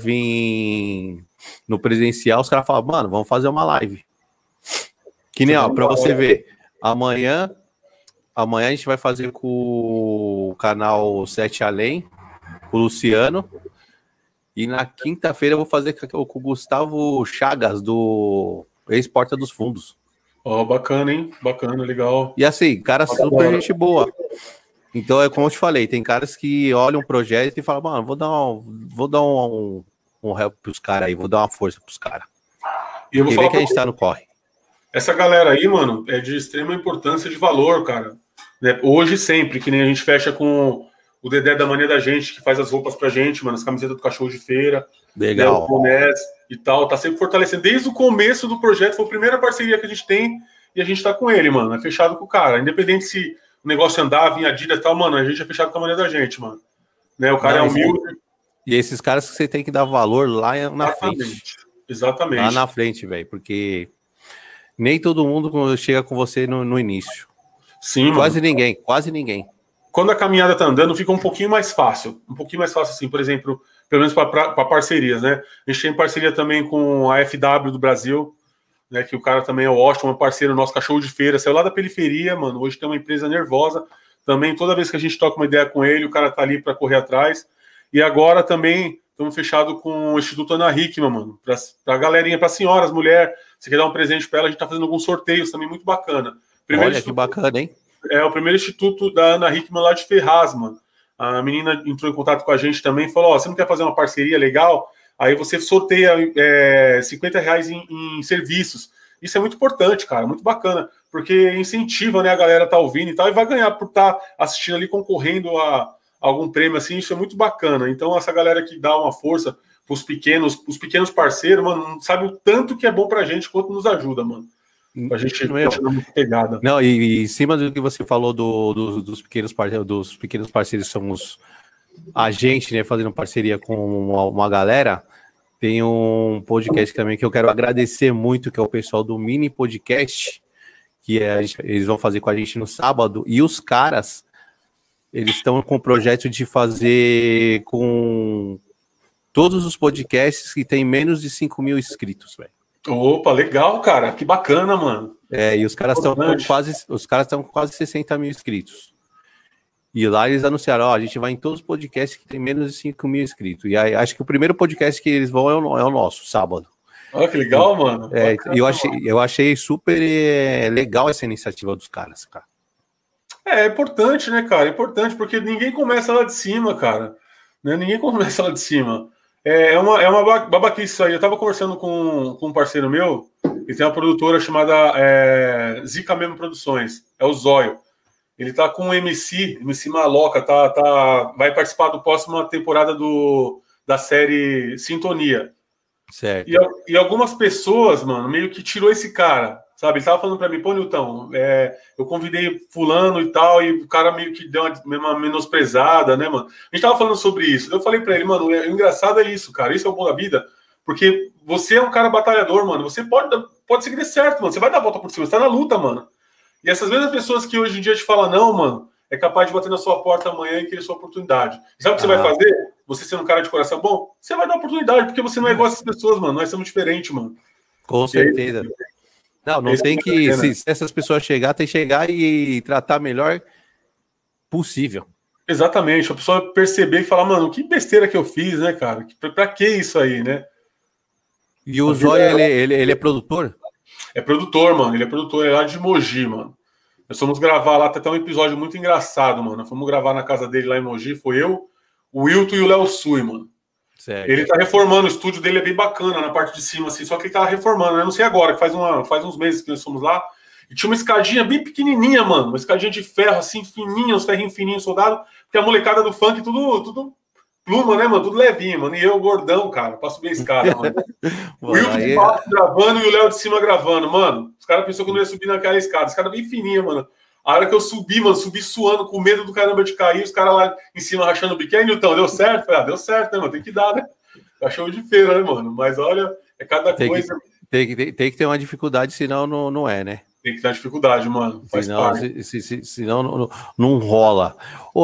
A: vir no presencial, os caras falam, mano, vamos fazer uma live. Que nem, ó, pra você ver, amanhã a gente vai fazer com o canal 7 Além, com o Luciano. E na quinta-feira eu vou fazer com o Gustavo Chagas, do ex-Porta dos Fundos.
B: Ó, bacana, hein? Bacana, legal.
A: E assim, cara super gente boa. Então é como eu te falei, tem caras que olham o projeto e falam, mano, vou dar um help pros caras aí, vou dar uma força pros caras.
B: E eu vou falar
A: que a gente tá no corre.
B: Essa galera aí, mano, é de extrema importância de valor, cara. Né? Hoje sempre, que nem a gente fecha com o Dedé da Mania da Gente, que faz as roupas pra gente, mano, as camisetas do Cachorro de Feira.
A: Legal.
B: Né, o Bonés e tal, tá sempre fortalecendo. Desde o começo do projeto, foi a primeira parceria que a gente tem e a gente tá com ele, mano. É fechado com o cara. Independente se o negócio andar, vir Adidas e tal, mano, a gente é fechado com a Mania da Gente, mano. Né, o cara é humilde.
A: E esses caras que você tem que dar valor lá na frente.
B: Exatamente.
A: Lá na frente, velho, porque nem todo mundo chega com você no início.
B: Sim,
A: quase ninguém.
B: Quando a caminhada tá andando, fica um pouquinho mais fácil. Um pouquinho mais fácil, assim, por exemplo, pelo menos para parcerias, né? A gente tem parceria também com a FW do Brasil, né? Que o cara também é o Austin, um parceiro nosso, Cachorro de Feira, saiu lá da periferia, mano. Hoje tem uma empresa nervosa. Também, toda vez que a gente toca uma ideia com ele, o cara tá ali para correr atrás. E agora também estamos fechados com o Instituto Ana Hickman, mano. Pra galerinha, pra senhoras, mulher, se quer dar um presente para ela, a gente tá fazendo alguns sorteios também muito bacana.
A: Olha que bacana, hein?
B: É o primeiro instituto da Ana Hickman lá de Ferraz, mano. A menina entrou em contato com a gente também e falou, ó, você não quer fazer uma parceria legal? Aí você sorteia R$50 em serviços. Isso é muito importante, cara, muito bacana, porque incentiva, né, a galera tá ouvindo e tal, e vai ganhar por estar assistindo ali, concorrendo a algum prêmio, assim, isso é muito bacana. Então, essa galera que dá uma força os pequenos parceiros, mano, não sabe o tanto que é bom pra gente, quanto nos ajuda, mano. A gente continua muito pegada.
A: Não, e em cima do que você falou dos pequenos parceiros, somos a gente, né, fazendo parceria com uma galera, tem um podcast também que eu quero agradecer muito, que é o pessoal do Mini Podcast, que eles vão fazer com a gente no sábado, e os caras, eles estão com o projeto de fazer com todos os podcasts que tem menos de 5 mil inscritos, velho.
B: Opa, legal, cara. Que bacana, mano.
A: E os caras estão com quase 60 mil inscritos. E lá eles anunciaram, ó, a gente vai em todos os podcasts que tem menos de 5 mil inscritos. E aí, acho que o primeiro podcast que eles vão é o nosso, sábado.
B: Olha que legal, mano. Bacana,
A: eu achei super legal essa iniciativa dos caras, cara.
B: É importante, né, cara? É importante, porque ninguém começa lá de cima, cara. Né? Ninguém começa lá de cima. É uma babaquice isso aí. Eu tava conversando com um parceiro meu, que tem uma produtora chamada Zica Mesmo Produções, é o Zóio. Ele tá com um MC Maloca, vai participar do próxima temporada da série Sintonia.
A: Certo.
B: E algumas pessoas, mano, meio que tirou esse cara, sabe? Ele tava falando para mim, pô, Nilton, eu convidei fulano e tal, e o cara meio que deu uma menosprezada, né, mano? A gente tava falando sobre isso. Eu falei para ele, mano, o engraçado é isso, cara, isso é o bom da vida, porque você é um cara batalhador, mano, você pode ser que dê certo, mano, você vai dar a volta por cima, você tá na luta, mano. E essas mesmas pessoas que hoje em dia te falam, não, mano, é capaz de bater na sua porta amanhã e querer sua oportunidade. E sabe o que você vai fazer? Você sendo um cara de coração bom, você vai dar oportunidade, porque você não é igual a essas pessoas, mano. Nós somos diferentes, mano.
A: Com certeza. Não tem que... Se essas pessoas chegar, tem que chegar e tratar melhor possível.
B: Exatamente. A pessoa perceber e falar, mano, que besteira que eu fiz, né, cara? Pra que isso aí, né?
A: E o Zóio, ele é produtor?
B: É produtor, mano. Ele é produtor, é lá de Mogi, mano. Nós fomos gravar lá, tá até um episódio muito engraçado, mano. Nós fomos gravar na casa dele lá em Mogi, foi eu, o Wilton e o Léo Sui, mano.
A: Certo.
B: Ele tá reformando, o estúdio dele é bem bacana na parte de cima, assim, só que ele tá reformando, né? Não sei agora, que faz uns meses que nós fomos lá. E tinha uma escadinha bem pequenininha, mano. Uma escadinha de ferro, assim, fininha, uns ferrinhos fininhos, soldado. Porque a molecada do funk, tudo pluma, né, mano? Tudo levinho, mano. E eu, gordão, cara, pra subir a escada, mano. O Wilton de baixo gravando e o Léo de cima gravando, mano. Os caras pensaram que eu não ia subir naquela escada. Escada bem fininha, mano. A hora que eu subi, mano, subi suando, com medo do caramba de cair, os caras lá em cima rachando o bico. E aí, Nilton, deu certo? Falei, deu certo, né, mano? Tem que dar, né? Cachorro de feira, né, mano? Mas olha, é cada coisa.
A: Tem que ter uma dificuldade, senão não é, né?
B: Tem que ter dificuldade, mano. Faz parte.
A: Senão não rola.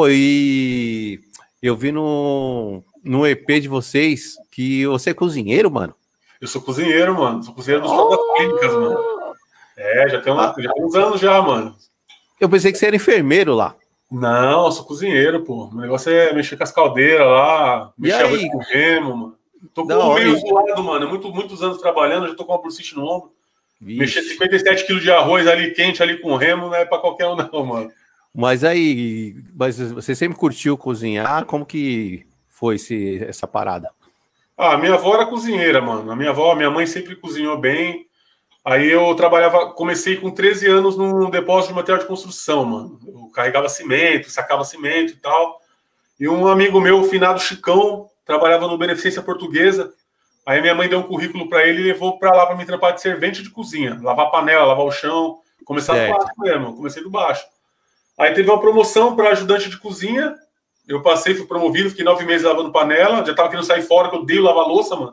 A: E eu vi no EP de vocês que você é cozinheiro, mano.
B: Eu sou cozinheiro, mano. Sou cozinheiro dos Fraldas Clínicas, mano. Já tem uns anos já, mano.
A: Eu pensei que você era enfermeiro lá.
B: Não, eu sou cozinheiro, pô. O negócio é mexer com as caldeiras lá, mexer com remo, mano. Tô com o meio zoado, mano. Muitos anos trabalhando, já tô com uma bursite no ombro. Vixe. Mexer 57 quilos de arroz ali quente, ali com remo, não é pra qualquer um, não, mano.
A: Mas você sempre curtiu cozinhar? Como que foi essa parada?
B: Minha avó era cozinheira, mano. Minha mãe sempre cozinhou bem. Aí eu comecei com 13 anos num depósito de material de construção, mano. Eu carregava cimento, sacava cimento e tal. E um amigo meu, o finado Chicão, trabalhava no Beneficência Portuguesa. Aí minha mãe deu um currículo para ele e levou para lá para me trampar de servente de cozinha. Lavar panela, lavar o chão. Começar do baixo mesmo, comecei do baixo. Aí teve uma promoção para ajudante de cozinha. Eu passei, fui promovido, fiquei 9 meses lavando panela. Já tava querendo sair fora, que eu odeio lavar louça, mano.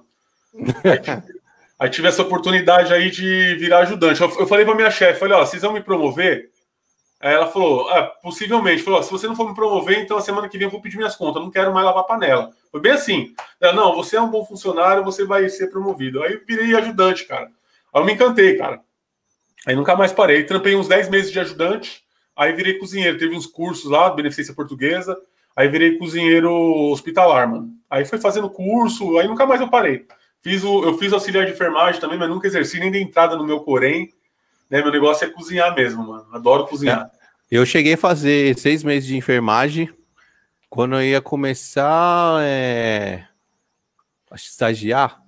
B: Aí tive essa oportunidade aí de virar ajudante. Eu falei pra minha chefe, falei, vocês vão me promover? Aí ela falou, possivelmente. Falou, se você não for me promover, então a semana que vem eu vou pedir minhas contas. Eu não quero mais lavar panela. Foi bem assim. Ela, não, você é um bom funcionário, você vai ser promovido. Aí eu virei ajudante, cara. Aí eu me encantei, cara. Aí nunca mais parei. Trampei uns 10 meses de ajudante. Aí virei cozinheiro. Teve uns cursos lá, Beneficência Portuguesa. Aí virei cozinheiro hospitalar, mano. Aí foi fazendo curso, aí nunca mais eu parei. Eu fiz auxiliar de enfermagem também, mas nunca exerci nem de entrada no meu Corém. Né? Meu negócio é cozinhar mesmo, mano. Adoro cozinhar.
A: Eu cheguei a fazer 6 meses de enfermagem. Quando eu ia começar a estagiar,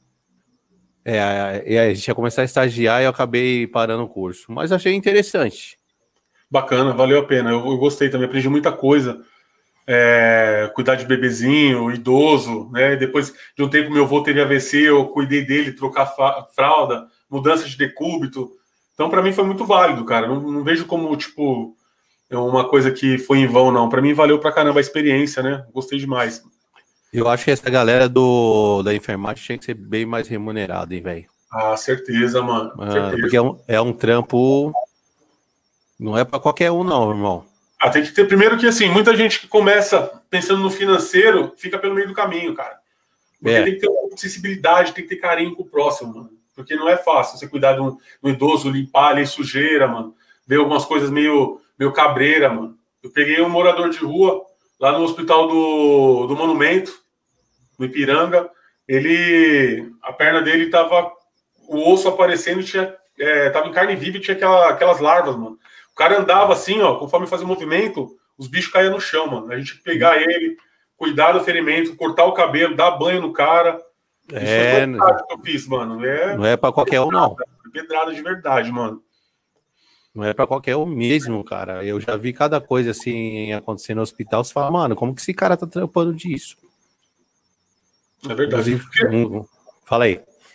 A: a gente ia começar a estagiar e eu acabei parando o curso. Mas achei interessante.
B: Bacana, valeu a pena. Eu gostei também, aprendi muita coisa. Cuidar de bebezinho, idoso, né? Depois de um tempo meu avô teve AVC, eu cuidei dele, trocar fralda, mudança de decúbito. Então, para mim foi muito válido, cara. Não vejo como, tipo, uma coisa que foi em vão, não. Para mim valeu pra caramba a experiência, né? Gostei demais.
A: Eu acho que essa galera da enfermagem tinha que ser bem mais remunerada, hein, velho?
B: Certeza, mano. Certeza.
A: Porque é um trampo... Não é para qualquer um, não, irmão.
B: Tem que ter, primeiro que, assim, muita gente que começa pensando no financeiro fica pelo meio do caminho, cara. Porque tem que ter uma sensibilidade, tem que ter carinho com o próximo, mano. Porque não é fácil você cuidar de um idoso, limpar ali sujeira, mano. Ver algumas coisas meio cabreira, mano. Eu peguei um morador de rua lá no hospital do Monumento, no Ipiranga. A perna dele tava, o osso aparecendo, tava em carne viva e tinha aquelas larvas, mano. O cara andava assim, ó, conforme fazia o movimento, os bichos caíam no chão, mano. A gente tinha que pegar ele, cuidar do ferimento, cortar o cabelo, dar banho no cara. Isso foi que eu fiz, mano.
A: Não é pra qualquer um, não.
B: Pedrada de verdade, mano.
A: Não é pra qualquer um mesmo, cara. Eu já vi cada coisa assim acontecer no hospital. Você fala, mano, como que esse cara tá trampando disso?
B: É verdade.
A: Fala aí.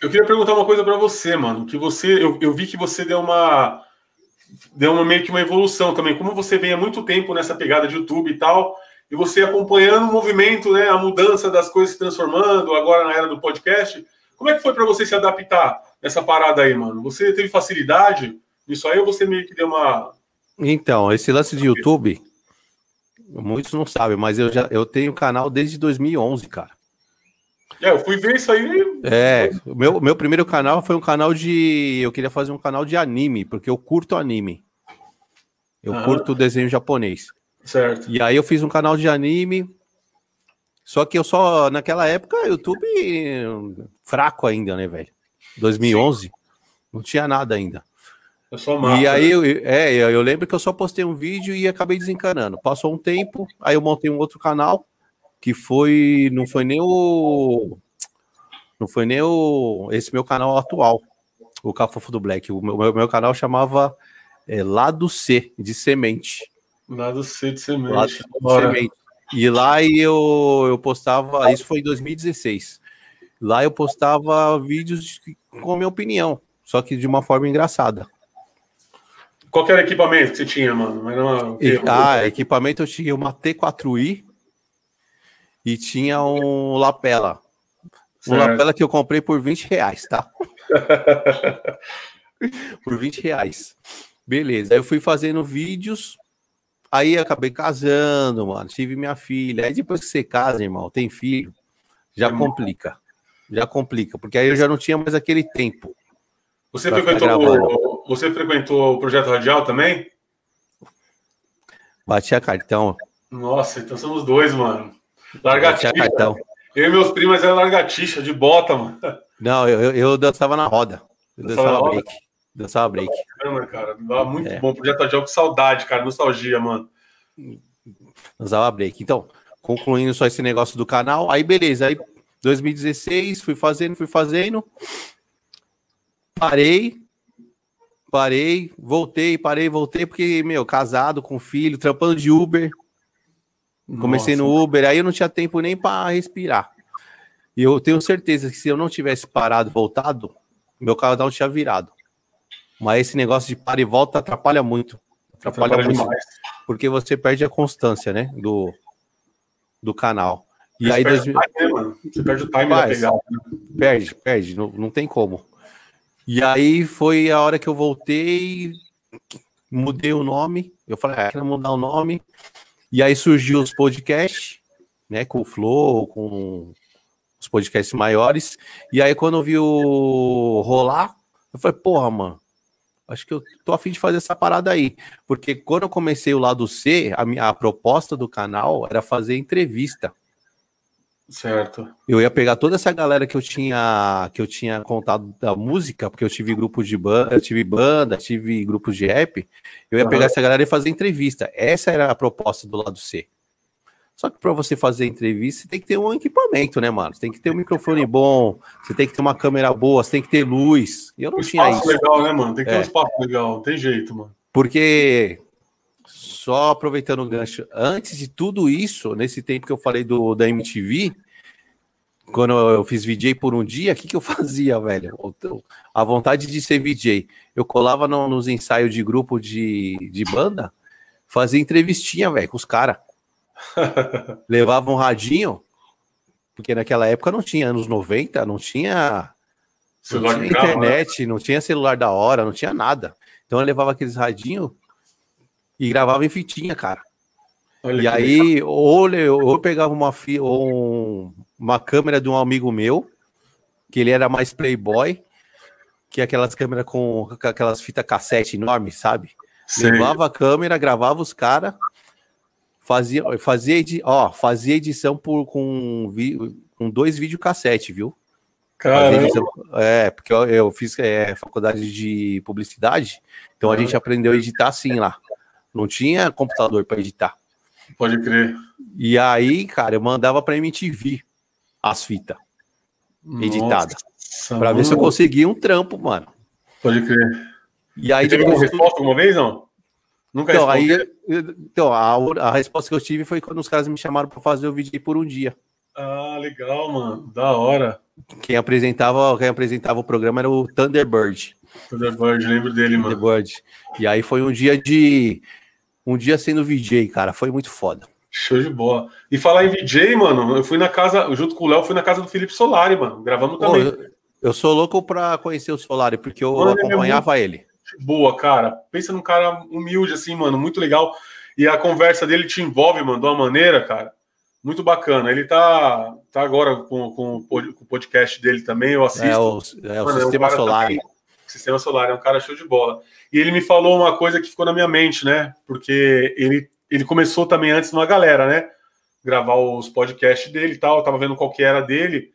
B: Eu queria perguntar uma coisa para você, mano. Que eu vi que você deu uma meio que uma evolução também. Como você vem há muito tempo nessa pegada de YouTube e tal, e você acompanhando o movimento, né, a mudança das coisas se transformando, agora na era do podcast, como é que foi para você se adaptar nessa parada aí, mano? Você teve facilidade nisso aí ou você meio que deu uma...
A: Então, esse lance de YouTube, muitos não sabem, mas eu tenho canal desde 2011, cara.
B: Eu fui ver isso aí.
A: Meu primeiro canal foi um canal eu queria fazer um canal de anime, porque eu curto anime. Eu curto desenho japonês.
B: Certo.
A: E aí eu fiz um canal de anime, só que naquela época, YouTube fraco ainda, né, velho? 2011, sim. Não tinha nada ainda.
B: Eu sou massa,
A: e aí eu lembro que eu só postei um vídeo e acabei desencanando. Passou um tempo, aí eu montei um outro canal, que não foi nem esse meu canal atual, o Cafofo do Black. O meu canal chamava Lado C, de semente.
B: Lado C de semente.
A: Lado C de semente. E lá eu postava, isso foi em 2016. Lá eu postava vídeos com a minha opinião, só que de uma forma engraçada.
B: Qual que era o equipamento que você tinha, mano?
A: Equipamento eu tinha uma T4i e tinha um lapela. Um lapela que eu comprei por R$20, tá? Por R$20. Beleza, aí eu fui fazendo vídeos, aí acabei casando, mano, tive minha filha. Aí depois que você casa, irmão, tem filho, já complica, porque aí eu já não tinha mais aquele tempo.
B: Você frequentou o Projeto Radial também?
A: Batia cartão.
B: Nossa, então somos dois, mano. Largatixa.
A: Cartão.
B: Eu e meus primos eram largatixa, de bota, mano.
A: Não, eu dançava na roda. Eu dançava break.
B: Caramba, cara, muito bom. Projeto Radial, com saudade, cara, nostalgia, mano.
A: Dançava break. Então, concluindo só esse negócio do canal, aí beleza, aí 2016, fui fazendo. Parei, voltei, porque, casado, com filho, trampando de Uber. Comecei no Uber, aí eu não tinha tempo nem para respirar. E eu tenho certeza que se eu não tivesse parado e voltado, meu canal tinha virado. Mas esse negócio de para e volta atrapalha muito. Atrapalha muito. Demais. Porque você perde a constância, né? Do canal. E aí
B: você perde o time da pegada.
A: Perde, não tem como. E aí foi a hora que eu voltei, mudei o nome. Eu falei, quero mudar o nome. E aí surgiu os podcasts, né? Com o Flow, com os podcasts maiores. E aí quando eu vi rolar, eu falei, porra, mano, acho que eu tô a fim de fazer essa parada aí. Porque quando eu comecei o Lado C, a proposta do canal era fazer entrevista.
B: Certo.
A: Eu ia pegar toda essa galera que eu tinha contado da música, porque eu tive grupos de banda, tive grupos de rap. Eu ia pegar essa galera e fazer entrevista. Essa era a proposta do Lado C. Só que para você fazer entrevista, você tem que ter um equipamento, né, mano? Você tem que ter um microfone bom, você tem que ter uma câmera boa, você tem que ter luz. E eu não tinha isso.
B: Espaço legal, né, mano? Tem que ter um espaço legal, não tem jeito, mano.
A: Porque, só aproveitando o gancho, antes de tudo isso, nesse tempo que eu falei da MTV, quando eu fiz VJ por um dia, o que eu fazia, velho? A vontade de ser VJ. Eu colava nos ensaios de grupo de banda, fazia entrevistinha, velho, com os caras. Levava um radinho, porque naquela época não tinha, anos 90, não tinha internet, não tinha celular da hora, não tinha nada. Então eu levava aqueles radinhos e gravava em fitinha, cara. Olha, e aí, legal. ou eu pegava uma câmera de um amigo meu, que ele era mais playboy, que é aquelas câmeras com aquelas fitas cassete enormes, sabe? Sim. Levava a câmera, gravava os caras, fazia edição com 2 videocassete, viu? Porque eu fiz faculdade de publicidade, então a gente aprendeu a editar assim lá. Não tinha computador para editar.
B: Pode crer.
A: E aí, cara, eu mandava pra MTV as fitas editadas. Pra ver se eu conseguia um trampo, mano.
B: Pode crer.
A: E aí,
B: teve uma resposta alguma vez, não? Nunca
A: Então, a resposta que eu tive foi quando os caras me chamaram pra fazer o vídeo por um dia.
B: Ah, legal, mano. Da hora.
A: Quem apresentava o programa era o Thunderbird.
B: Thunderbird, lembro dele, mano.
A: Thunderbird. E aí foi um dia sendo VJ, cara. Foi muito foda.
B: Show de bola. E falar em VJ, mano, eu fui na casa, junto com o Léo, fui na casa do Felipe Solari, mano. Gravamos também.
A: Eu sou louco pra conhecer o Solari, porque eu
B: mano,
A: acompanhava ele.
B: Boa, cara. Pensa num cara humilde, assim, mano, muito legal. E a conversa dele te envolve, mano, de uma maneira, cara, muito bacana. Ele tá agora com o podcast dele também, eu assisto.
A: O Sistema Solar.
B: Sistema Solar, é um cara show de bola. E ele me falou uma coisa que ficou na minha mente, né? Porque ele começou também antes numa galera, né? Gravar os podcasts dele e tal, eu tava vendo qual que era dele.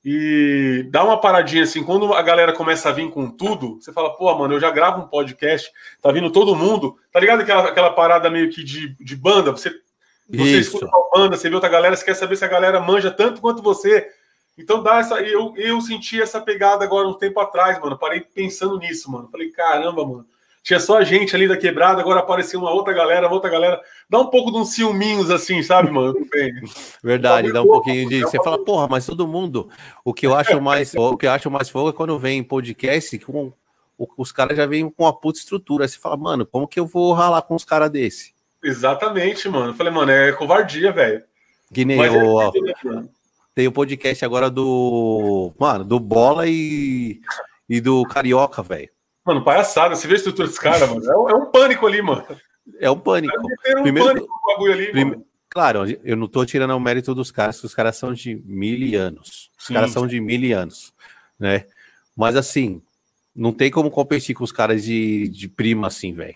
B: E dá uma paradinha assim, quando a galera começa a vir com tudo, você fala, pô, mano, eu já gravo um podcast, tá vindo todo mundo, tá ligado aquela parada meio que de banda, você escuta uma banda, você vê outra galera, você quer saber se a galera manja tanto quanto você. Então dá essa. Eu senti essa pegada agora um tempo atrás, mano. Parei pensando nisso, mano. Falei, caramba, mano. Tinha só a gente ali da quebrada, agora apareceu uma outra galera. Dá um pouco de uns ciúminhos assim, sabe, mano?
A: Verdade, dá um pouquinho de. Você fala, porra, mas todo mundo. O que eu acho mais fogo é quando vem em podcast com os caras já vêm com uma puta estrutura. Aí você fala, mano, como que eu vou ralar com uns caras desse?
B: Exatamente, mano. Eu falei, mano, é covardia, velho.
A: Que nem tem o podcast agora do Bola e do Carioca, velho.
B: Mano, palhaçada. Você vê a estrutura dos caras, mano. É um pânico ali, mano.
A: É um pânico.
B: Pânico no bagulho ali, mano.
A: Claro, eu não tô tirando o mérito dos caras, os caras são de 1000 anos. Os caras são de 1000 anos, né? Mas assim, não tem como competir com os caras de prima assim, velho.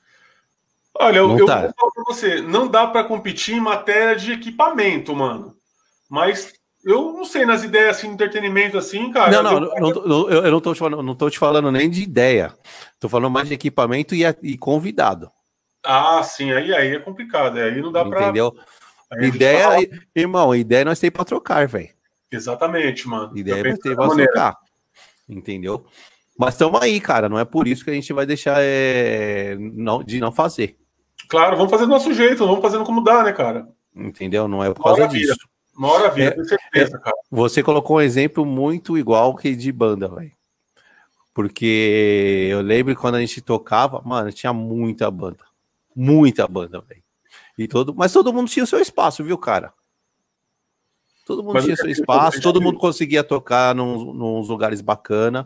B: Olha, eu vou falar pra você, não dá pra competir em matéria de equipamento, mano. Mas eu não sei, nas ideias assim, de entretenimento assim, cara.
A: Eu não tô te falando nem de ideia. Tô falando mais de equipamento e convidado.
B: Ah, sim, aí é complicado. Aí não dá pra.
A: Entendeu? Irmão, ideia nós temos pra trocar, velho.
B: Exatamente, mano.
A: Ideia nós temos pra trocar. Entendeu? Mas estamos aí, cara. Não é por isso que a gente vai deixar de não fazer.
B: Claro, vamos fazer do nosso jeito, vamos fazendo como dá, né, cara?
A: Entendeu? Não é por causa disso.
B: Uma hora vira, com certeza, cara.
A: Você colocou um exemplo muito igual que de banda, velho. Porque eu lembro quando a gente tocava, mano, tinha muita banda. Muita banda, velho. Mas todo mundo tinha o seu espaço, viu, cara? Todo mundo tinha seu espaço, todo mundo conseguia tocar nos lugares bacanas.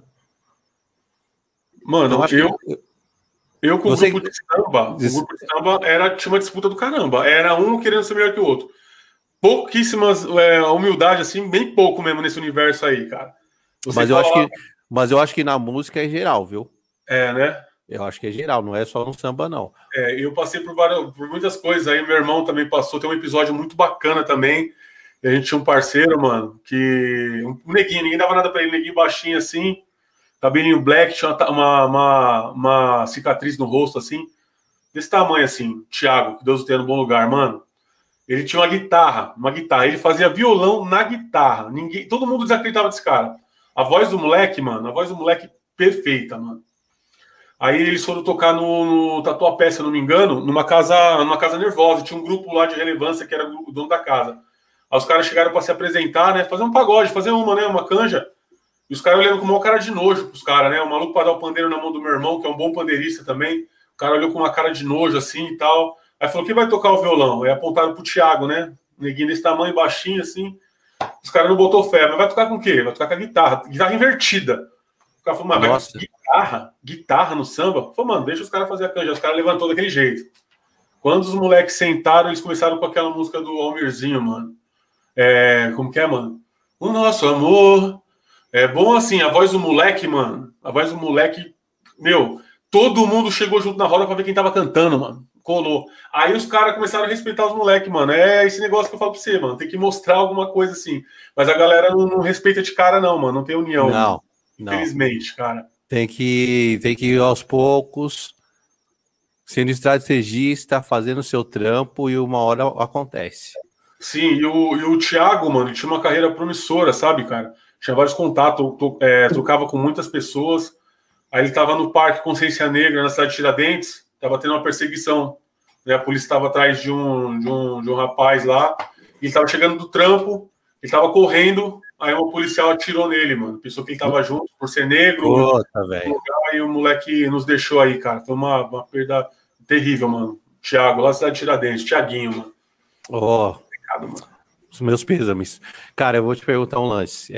B: Mano, então, eu com o grupo de samba, tinha uma disputa do caramba. Era um querendo ser melhor que o outro. Pouquíssimas humildade, assim, bem pouco mesmo nesse universo aí, cara.
A: Mas eu acho que na música é geral, viu?
B: É, né?
A: Eu acho que é geral, não é só no samba, não.
B: Eu passei por muitas coisas aí, meu irmão também passou, tem um episódio muito bacana também. E a gente tinha um parceiro, mano, um neguinho, ninguém dava nada pra ele, neguinho baixinho assim, cabelinho black, tinha uma cicatriz no rosto, assim, desse tamanho, assim, Thiago, que Deus o tenha no bom lugar, mano. Ele tinha uma guitarra, ele fazia violão na guitarra. Todo mundo desacreditava desse cara. A voz do moleque, perfeita, mano. Aí eles foram tocar no Tatuapé, se eu não me engano, numa casa nervosa. Tinha um grupo lá de relevância que era o dono da casa. Aí os caras chegaram para se apresentar, né? Fazer um pagode, fazer uma canja. E os caras olhando com uma cara de nojo pros caras, né? O maluco para dar o pandeiro na mão do meu irmão, que é um bom pandeirista também. O cara olhou com uma cara de nojo assim e tal. Aí falou, quem vai tocar o violão? Aí apontaram pro Thiago, né? Neguinho desse tamanho, baixinho, assim. Os caras não botou fé. Mas vai tocar com o quê? Vai tocar com a guitarra. Guitarra invertida. O cara falou, mas guitarra no samba? Falei, mano, deixa os caras fazer a canja. Os caras levantou daquele jeito. Quando os moleques sentaram, eles começaram com aquela música do Almirzinho, mano. Como que é, mano? O nosso amor. É bom assim, a voz do moleque, mano. A voz do moleque, meu, todo mundo chegou junto na roda pra ver quem tava cantando, mano. Colou. Aí os caras começaram a respeitar os moleques, mano. É esse negócio que eu falo pra você, mano. Tem que mostrar alguma coisa assim. Mas a galera não respeita de cara, não, mano. Não tem união.
A: Não.
B: Infelizmente, cara.
A: Tem que ir aos poucos, sendo estrategista, fazendo o seu trampo e uma hora acontece.
B: Sim, e o Thiago, mano, ele tinha uma carreira promissora, sabe, cara? Tinha vários contatos, trocava com muitas pessoas. Aí ele tava no Parque Consciência Negra, na cidade de Tiradentes. Tava tendo uma perseguição, né? A polícia estava atrás de um rapaz lá, e ele estava chegando do trampo, Ele tava correndo, aí uma policial atirou nele, mano. Pensou que ele tava junto, por ser negro.
A: Puta, velho.
B: E o moleque nos deixou aí, cara. Foi uma perda terrível, mano. Thiago, lá da cidade de Tiradentes. Thiaguinho, mano.
A: Ó, os meus pêsames. Cara, eu vou te perguntar um lance.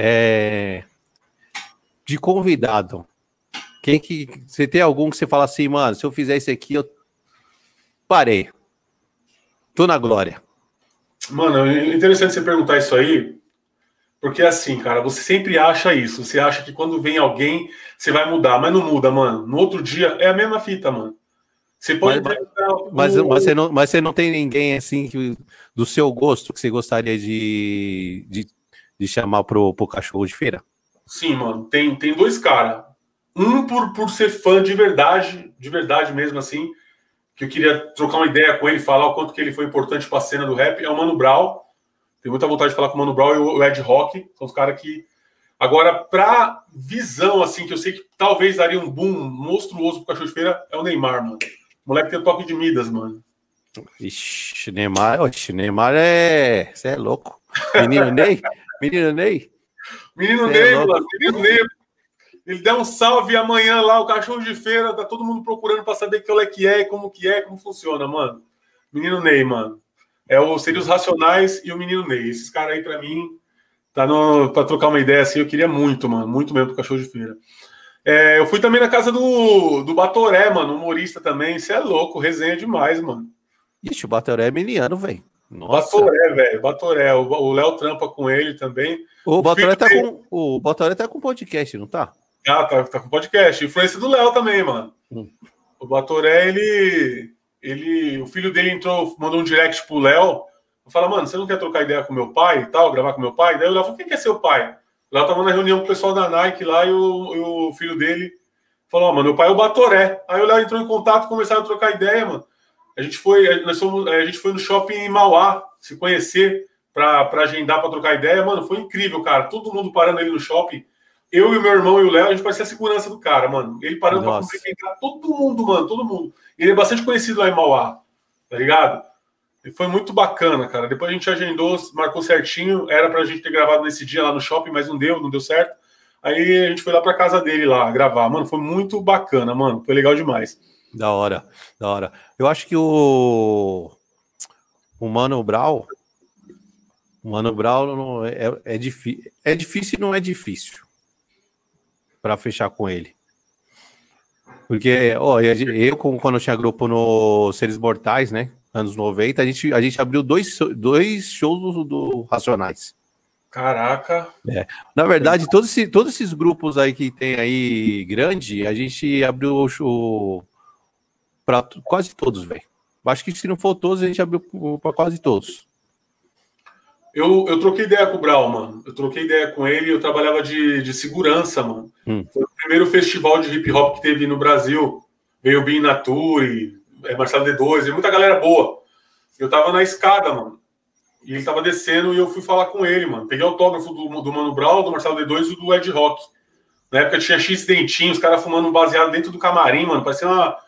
A: De convidado, quem que... Você tem algum que você fala assim, mano, se eu fizer isso aqui, eu parei. Tô na glória.
B: Mano, é interessante você perguntar isso aí, porque assim, cara, você sempre acha isso. Você acha que quando vem alguém, você vai mudar, mas não muda, mano. No outro dia é a mesma fita, mano. Você pode
A: mas você não tem ninguém assim do seu gosto que você gostaria de chamar pro cachorro de feira?
B: Sim, mano. Tem dois caras. Um por ser fã de verdade mesmo, assim, que eu queria trocar uma ideia com ele, falar o quanto que ele foi importante para a cena do rap, é o Mano Brown. Tenho muita vontade de falar com o Mano Brown e o Ed Rock. São os caras que... Agora, pra visão, assim, que eu sei que talvez daria um boom monstruoso pro cachorro de feira, é o Neymar, mano. O moleque tem toque de Midas, mano.
A: Ixi, Neymar é... Você é louco. Menino Ney?
B: Menino Ney, mano. Menino Ney. Ele der um salve amanhã lá, o cachorro de feira, tá todo mundo procurando pra saber que é e como funciona, mano. Menino Ney, mano. Seria os Racionais e o Menino Ney. Esses caras aí, pra mim, pra trocar uma ideia assim, eu queria muito, mano. Muito mesmo pro cachorro de feira. Eu fui também na casa do Batoré, mano, humorista também. Isso é louco, resenha demais, mano.
A: Ixi, o Batoré é miliano, velho.
B: Batoré, velho, Batoré. O Léo trampa com ele também.
A: O Batoré tá com podcast, não tá?
B: Tá com podcast. Influência do Léo também, mano. O Batoré, o filho dele mandou um direct pro Léo. Fala, mano, você não quer trocar ideia com meu pai e tal, gravar com meu pai? Daí o Léo falou, quem que é seu pai? O Léo tava na reunião com o pessoal da Nike lá e o filho dele falou, mano, meu pai é o Batoré. Aí o Léo entrou em contato, começaram a trocar ideia, mano. A gente foi no shopping em Mauá se conhecer pra agendar, pra trocar ideia. Mano, foi incrível, cara. Todo mundo parando ele no shopping. Eu e o meu irmão e o Léo, a gente parecia a segurança do cara, mano. Ele parando pra cumprimentar todo mundo, mano, todo mundo. Ele é bastante conhecido lá em Mauá, tá ligado? E foi muito bacana, cara. Depois a gente agendou, marcou certinho. Era pra gente ter gravado nesse dia lá no shopping, mas não deu certo. Aí a gente foi lá pra casa dele lá gravar. Mano, foi muito bacana, mano. Foi legal demais.
A: Da hora. Eu acho que o Mano Brown não é difícil. É difícil e não é difícil para fechar com ele. Porque, quando eu tinha grupo no Seres Mortais, né? Anos 90, a gente abriu dois shows do Racionais.
B: Caraca.
A: Na verdade, todos esses grupos aí que tem aí grande, a gente abriu o show para quase todos, velho. Acho que se não for todos, a gente abriu para quase todos.
B: Eu troquei ideia com o Brau, mano. Eu troquei ideia com ele, eu trabalhava de segurança, mano. Foi o primeiro festival de hip hop que teve no Brasil. Veio o Bin Nature, Marcelo D2, e muita galera boa. Eu tava na escada, mano. E ele tava descendo e eu fui falar com ele, mano. Peguei autógrafo do Mano Brau, do Marcelo D2 e do Ed Rock. Na época tinha X Dentinho, os caras fumando um baseado dentro do camarim, mano. Parecia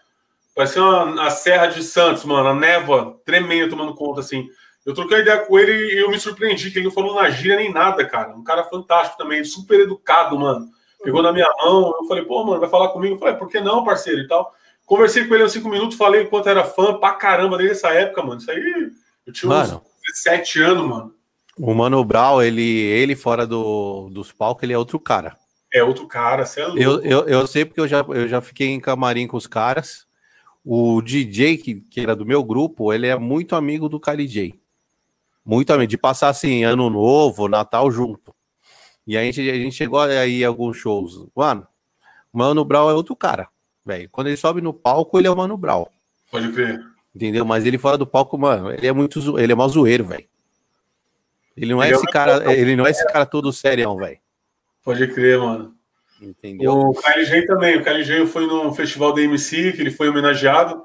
B: uma Serra de Santos, mano. A névoa tremenda tomando conta, assim. Eu troquei ideia com ele e eu me surpreendi, que ele não falou na gíria nem nada, cara. Um cara fantástico também, super educado, mano. Pegou na minha mão, eu falei, pô, mano, vai falar comigo? Eu falei, por que não, parceiro, e tal. Conversei com ele uns 5 minutos, falei o quanto era fã pra caramba desde essa época, mano. Isso aí, eu tinha uns 17 anos, mano.
A: O Mano Brown, ele fora dos palcos, ele é outro cara.
B: É outro cara, você é louco.
A: Eu sei porque eu já fiquei em camarim com os caras. O DJ, que era do meu grupo, ele é muito amigo do KLJ. Muito amigo, de passar assim, ano novo, Natal junto. E aí a gente chegou aí a alguns shows. Mano, o Mano Brown é outro cara, velho. Quando ele sobe no palco, ele é o Mano Brown.
B: Pode crer.
A: Entendeu? Mas ele fora do palco, mano, ele é mó zoeiro, velho. Ele não é esse cara todo serião, velho.
B: Pode crer, mano.
A: Entendeu?
B: O KLJ também. O KLJ foi num festival da MC, que ele foi homenageado.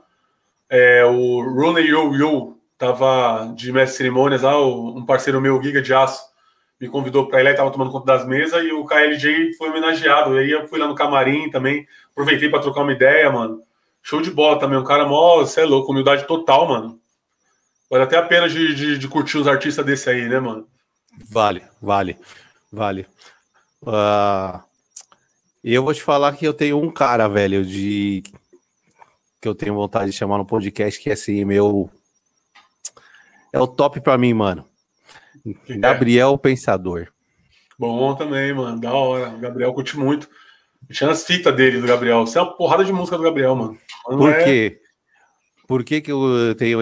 B: O Ronnie Yo tava de mestre de cerimônias lá, um parceiro meu, o Giga de Aço, me convidou para ir lá e tava tomando conta das mesas, e o KLJ foi homenageado. Aí eu fui lá no camarim também, aproveitei para trocar uma ideia, mano. Show de bola também, um cara mó, você é louco, humildade total, mano. Vale até a pena de curtir uns artistas desse aí, né, mano?
A: Vale. Eu vou te falar que eu tenho um cara, velho, que eu tenho vontade de chamar no podcast, que é assim, é o top pra mim, mano. Gabriel Pensador.
B: Bom também, mano. Da hora. O Gabriel curte muito. Tinha as fitas dele, do Gabriel. Você é uma porrada de música do Gabriel, mano.
A: Por quê? Por que que eu tenho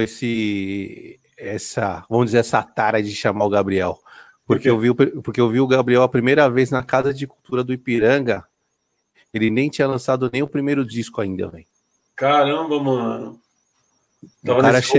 A: vamos dizer, essa tara de chamar o Gabriel? Porque eu vi o Gabriel a primeira vez na Casa de Cultura do Ipiranga. Ele nem tinha lançado nem o primeiro disco ainda, velho.
B: Caramba, mano.
A: Não,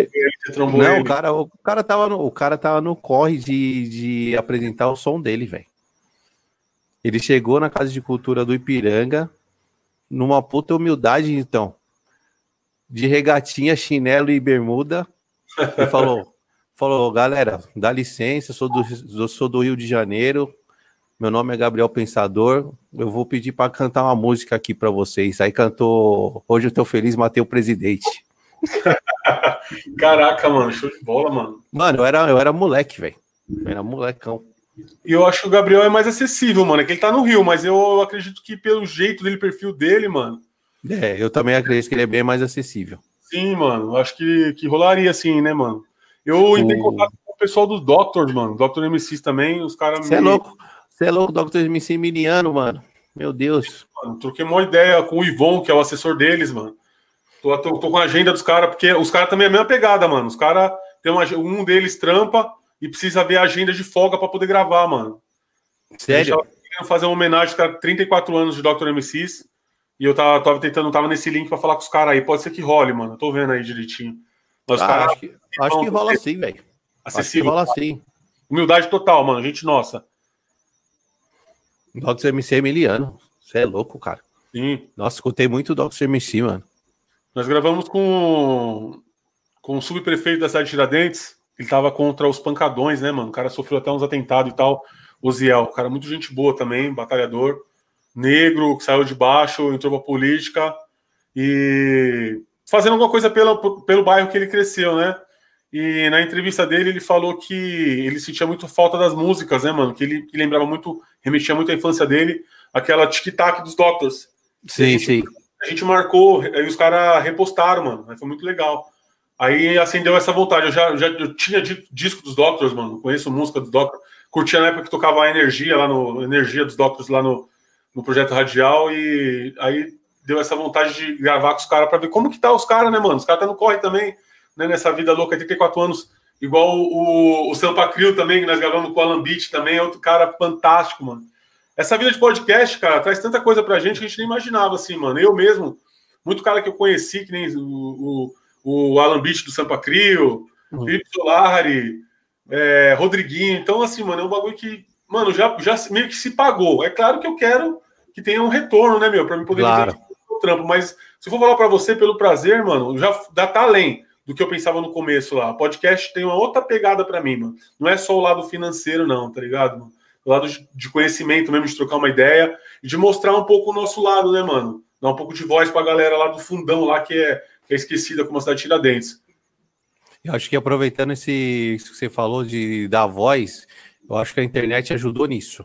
A: o cara tava no corre de apresentar o som dele, velho. Ele chegou na Casa de Cultura do Ipiranga numa puta humildade, então, de regatinha, chinelo e bermuda, e falou, galera, dá licença, sou do Rio de Janeiro, meu nome é Gabriel Pensador, eu vou pedir para cantar uma música aqui para vocês. Aí cantou Hoje Eu Tô Feliz, Matei o Presidente.
B: Caraca, mano, show de bola, mano.
A: Mano, eu era moleque, velho. Era molecão.
B: E eu acho que o Gabriel é mais acessível, mano. É que ele tá no Rio, mas eu acredito que pelo jeito dele, perfil dele, mano.
A: Eu também acredito que ele é bem mais acessível.
B: Sim, mano. Acho que rolaria assim, né, mano? Eu entrei em contato com o pessoal dos Doctors, mano. Dr. MCs também, os caras.
A: Você é louco, Dr. MC Miliano, mano. Meu Deus.
B: Mano, troquei uma ideia com o Ivon, que é o assessor deles, mano. Tô com a agenda dos caras, porque os caras também é a mesma pegada, mano. Os caras tem um deles trampa e precisa ver a agenda de folga pra poder gravar, mano.
A: Sério?
B: Eu queria fazer uma homenagem aos caras 34 anos de Dr. MCs. E eu tava nesse link pra falar com os caras aí. Pode ser que role, mano. Eu tô vendo aí direitinho. Mas
A: acho que rola sim, velho. Acho que rola sim.
B: Humildade total, mano. Gente nossa.
A: Dr. MC Emiliano. Você é louco, cara.
B: Sim.
A: Nossa, escutei muito o Dr. MC, mano.
B: Nós gravamos com o subprefeito da cidade de Tiradentes. Ele tava contra os pancadões, né, mano? O cara sofreu até uns atentados e tal. O Ziel, cara, muito gente boa também, batalhador. Negro, que saiu de baixo, entrou pra política e fazendo alguma coisa pelo bairro que ele cresceu, né? E na entrevista dele, ele falou que ele sentia muito falta das músicas, né, mano? Que ele lembrava muito, remetia muito à infância dele, aquela tic-tac dos Doctors.
A: Sim, sim.
B: A gente marcou, aí os caras repostaram, mano. Aí foi muito legal. Aí acendeu essa vontade. Eu tinha disco dos Doctors, mano. Conheço música dos Doctors. Curtia na época que tocava a Energia Energia dos Doctors lá no Projeto Radial. E aí deu essa vontade de gravar com os caras pra ver como que tá os caras, né, mano? Os caras tá no corre também, né? Nessa vida louca, 34 anos. Igual o Sampa Crio também, que nós gravamos com o Alan Beach também. É outro cara fantástico, mano. Essa vida de podcast, cara, traz tanta coisa pra gente que a gente nem imaginava, assim, mano. Eu mesmo, muito cara que eu conheci, que nem o Alan Beach do Sampa Crio, Felipe Solari, Rodriguinho. Então, assim, mano, é um bagulho que, mano, já meio que se pagou. É claro que eu quero que tenha um retorno, né, meu, pra mim poder
A: fazer
B: o trampo. Mas se eu for falar pra você pelo prazer, mano, já tá além do que eu pensava no começo lá. O podcast tem uma outra pegada pra mim, mano. Não é só o lado financeiro, não, tá ligado, mano? O lado de conhecimento mesmo, de trocar uma ideia e de mostrar um pouco o nosso lado, né, mano? Dar um pouco de voz pra galera lá do fundão, lá que é esquecida como a cidade de Tiradentes.
A: Eu acho que aproveitando isso que você falou de dar voz, eu acho que a internet ajudou nisso.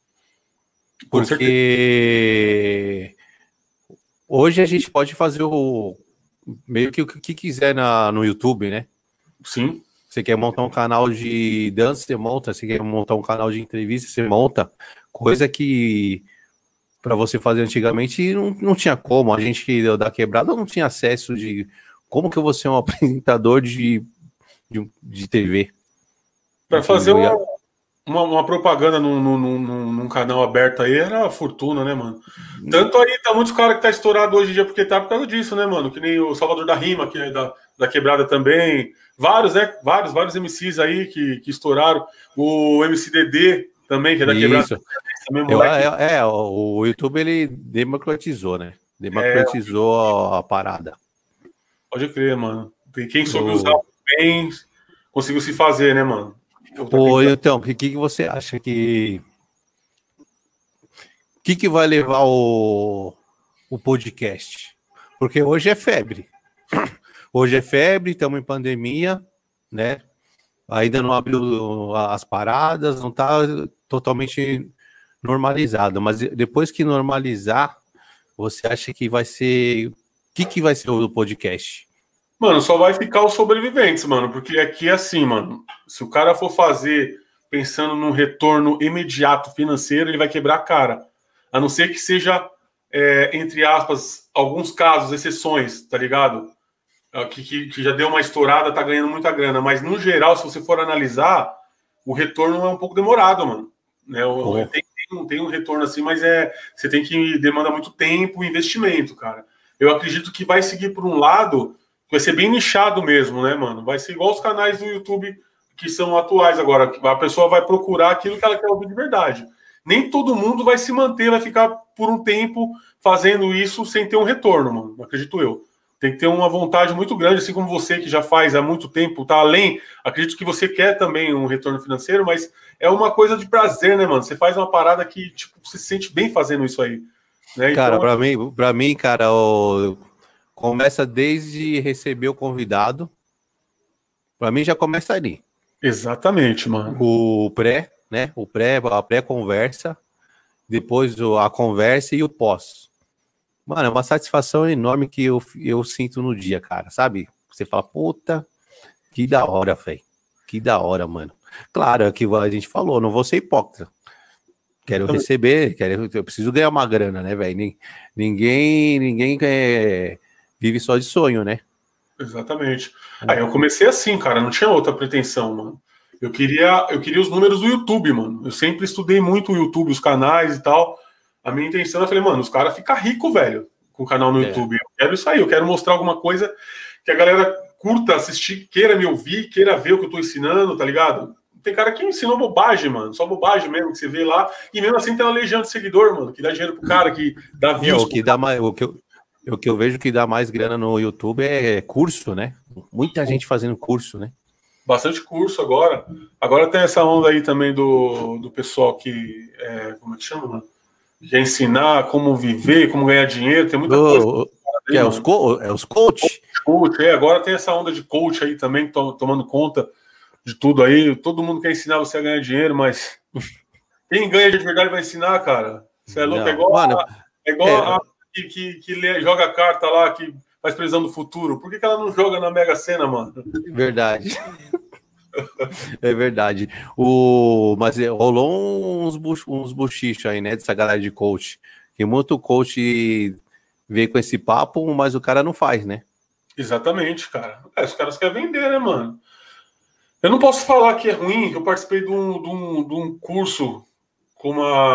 A: Porque hoje a gente pode fazer meio que o que quiser no YouTube, né?
B: Sim.
A: Você quer montar um canal de dança, você monta. Você quer montar um canal de entrevista, você monta. Coisa que para você fazer antigamente não tinha como. A gente da quebrada não tinha acesso de como que eu vou ser um apresentador de TV.
B: Para fazer uma propaganda num canal aberto aí era fortuna, né, mano? Tanto aí tá muitos caras que tá estourado hoje em dia porque tá por causa disso, né, mano? Que nem o Salvador da Rima, que é da quebrada também. Vários, né? Vários MCs aí que estouraram. O MC Dedê também, que é da quebrada.
A: Também, o YouTube ele democratizou, né? Democratizou a parada.
B: Pode crer, mano. Quem soube usar bem conseguiu se fazer, né, mano?
A: Então, o que você acha que vai levar o podcast? Porque hoje é febre. Hoje é febre, estamos em pandemia, né? Ainda não abriu as paradas, não está totalmente normalizado. Mas depois que normalizar, você acha que vai ser... O que vai ser o podcast?
B: Mano, só vai ficar os sobreviventes, mano, porque aqui é assim, mano. Se o cara for fazer pensando num retorno imediato financeiro, ele vai quebrar a cara. A não ser que seja, entre aspas, alguns casos, exceções, tá ligado? Que já deu uma estourada, tá ganhando muita grana. Mas, no geral, se você for analisar, o retorno é um pouco demorado, mano. Né? Tem um retorno assim, mas você tem que demanda muito tempo e investimento, cara. Eu acredito que vai seguir por um lado, vai ser bem nichado mesmo, né, mano? Vai ser igual os canais do YouTube que são atuais agora. A pessoa vai procurar aquilo que ela quer ouvir de verdade. Nem todo mundo vai se manter, vai ficar por um tempo fazendo isso sem ter um retorno, mano. Acredito eu. Tem que ter uma vontade muito grande, assim como você que já faz há muito tempo, tá além. Acredito que você quer também um retorno financeiro, mas é uma coisa de prazer, né, mano? Você faz uma parada que, tipo, você se sente bem fazendo isso aí. Né?
A: Cara,
B: Então,
A: pra mim, cara, começa desde receber o convidado. Pra mim já começa ali.
B: exatamente, mano.
A: O pré, né? A pré-conversa, depois a conversa e o pós. Mano, é uma satisfação enorme que eu sinto no dia, cara, sabe? Você fala, puta, que da hora, velho. Que da hora, mano. Claro, é que a gente falou, não vou ser hipócrita. Quero receber, eu preciso ganhar uma grana, né, velho? Ninguém vive só de sonho, né?
B: Exatamente. Aí eu comecei assim, cara, não tinha outra pretensão, mano. Eu queria os números do YouTube, mano. Eu sempre estudei muito o YouTube, os canais e tal. A minha intenção, eu falei, mano, os caras ficam ricos, velho, com o canal no YouTube. Eu quero isso aí, eu quero mostrar alguma coisa que a galera curta, assistir, queira me ouvir, queira ver o que eu tô ensinando, tá ligado? Tem cara que ensinou bobagem, mano. Só bobagem mesmo que você vê lá. E mesmo assim tem uma legião de seguidor, mano, que dá dinheiro pro cara, que dá views.
A: O que eu vejo que dá mais grana no YouTube é curso, né? Muita gente fazendo curso, né?
B: Bastante curso agora. Agora tem essa onda aí também do pessoal que. Como é que chama, mano? Que é ensinar como viver, como ganhar dinheiro. Tem muita coisa.
A: Aí, os coach?
B: Coach, agora tem essa onda de coach aí também, tomando conta de tudo aí. Todo mundo quer ensinar você a ganhar dinheiro, mas quem ganha de verdade vai ensinar, cara. Você é louco? É igual a que joga carta lá, que faz previsão do futuro. Por que ela não joga na Mega Sena, mano?
A: Verdade. É verdade. Mas rolou uns bochichos aí, né? Dessa galera de coach. Que muito coach veio com esse papo, mas o cara não faz, né?
B: Exatamente, cara. Os caras querem vender, né, mano? Eu não posso falar que é ruim. Eu participei de um curso com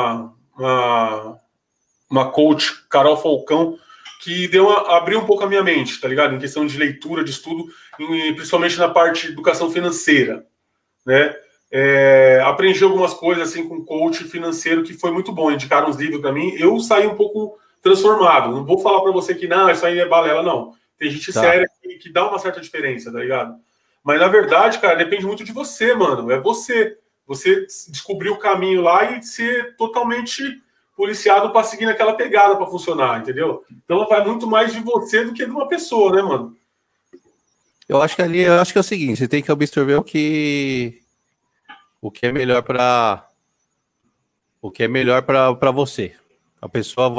B: uma coach, Carol Falcão, que abriu um pouco a minha mente, tá ligado? Em questão de leitura, de estudo, principalmente na parte de educação financeira, né? Aprendi algumas coisas assim com coach financeiro que foi muito bom. Indicaram uns livros para mim. Eu saí um pouco transformado. Não vou falar para você que não, isso aí é balela, não. Tem gente séria que dá uma certa diferença, tá ligado? Mas na verdade, cara, depende muito de você, mano. É você. Você descobrir o caminho lá e ser totalmente policiado para seguir naquela pegada para funcionar, entendeu? Então vai muito mais de você do que de uma pessoa, né, mano?
A: Eu acho que é o seguinte, você tem que absorver o que é melhor para você. A pessoa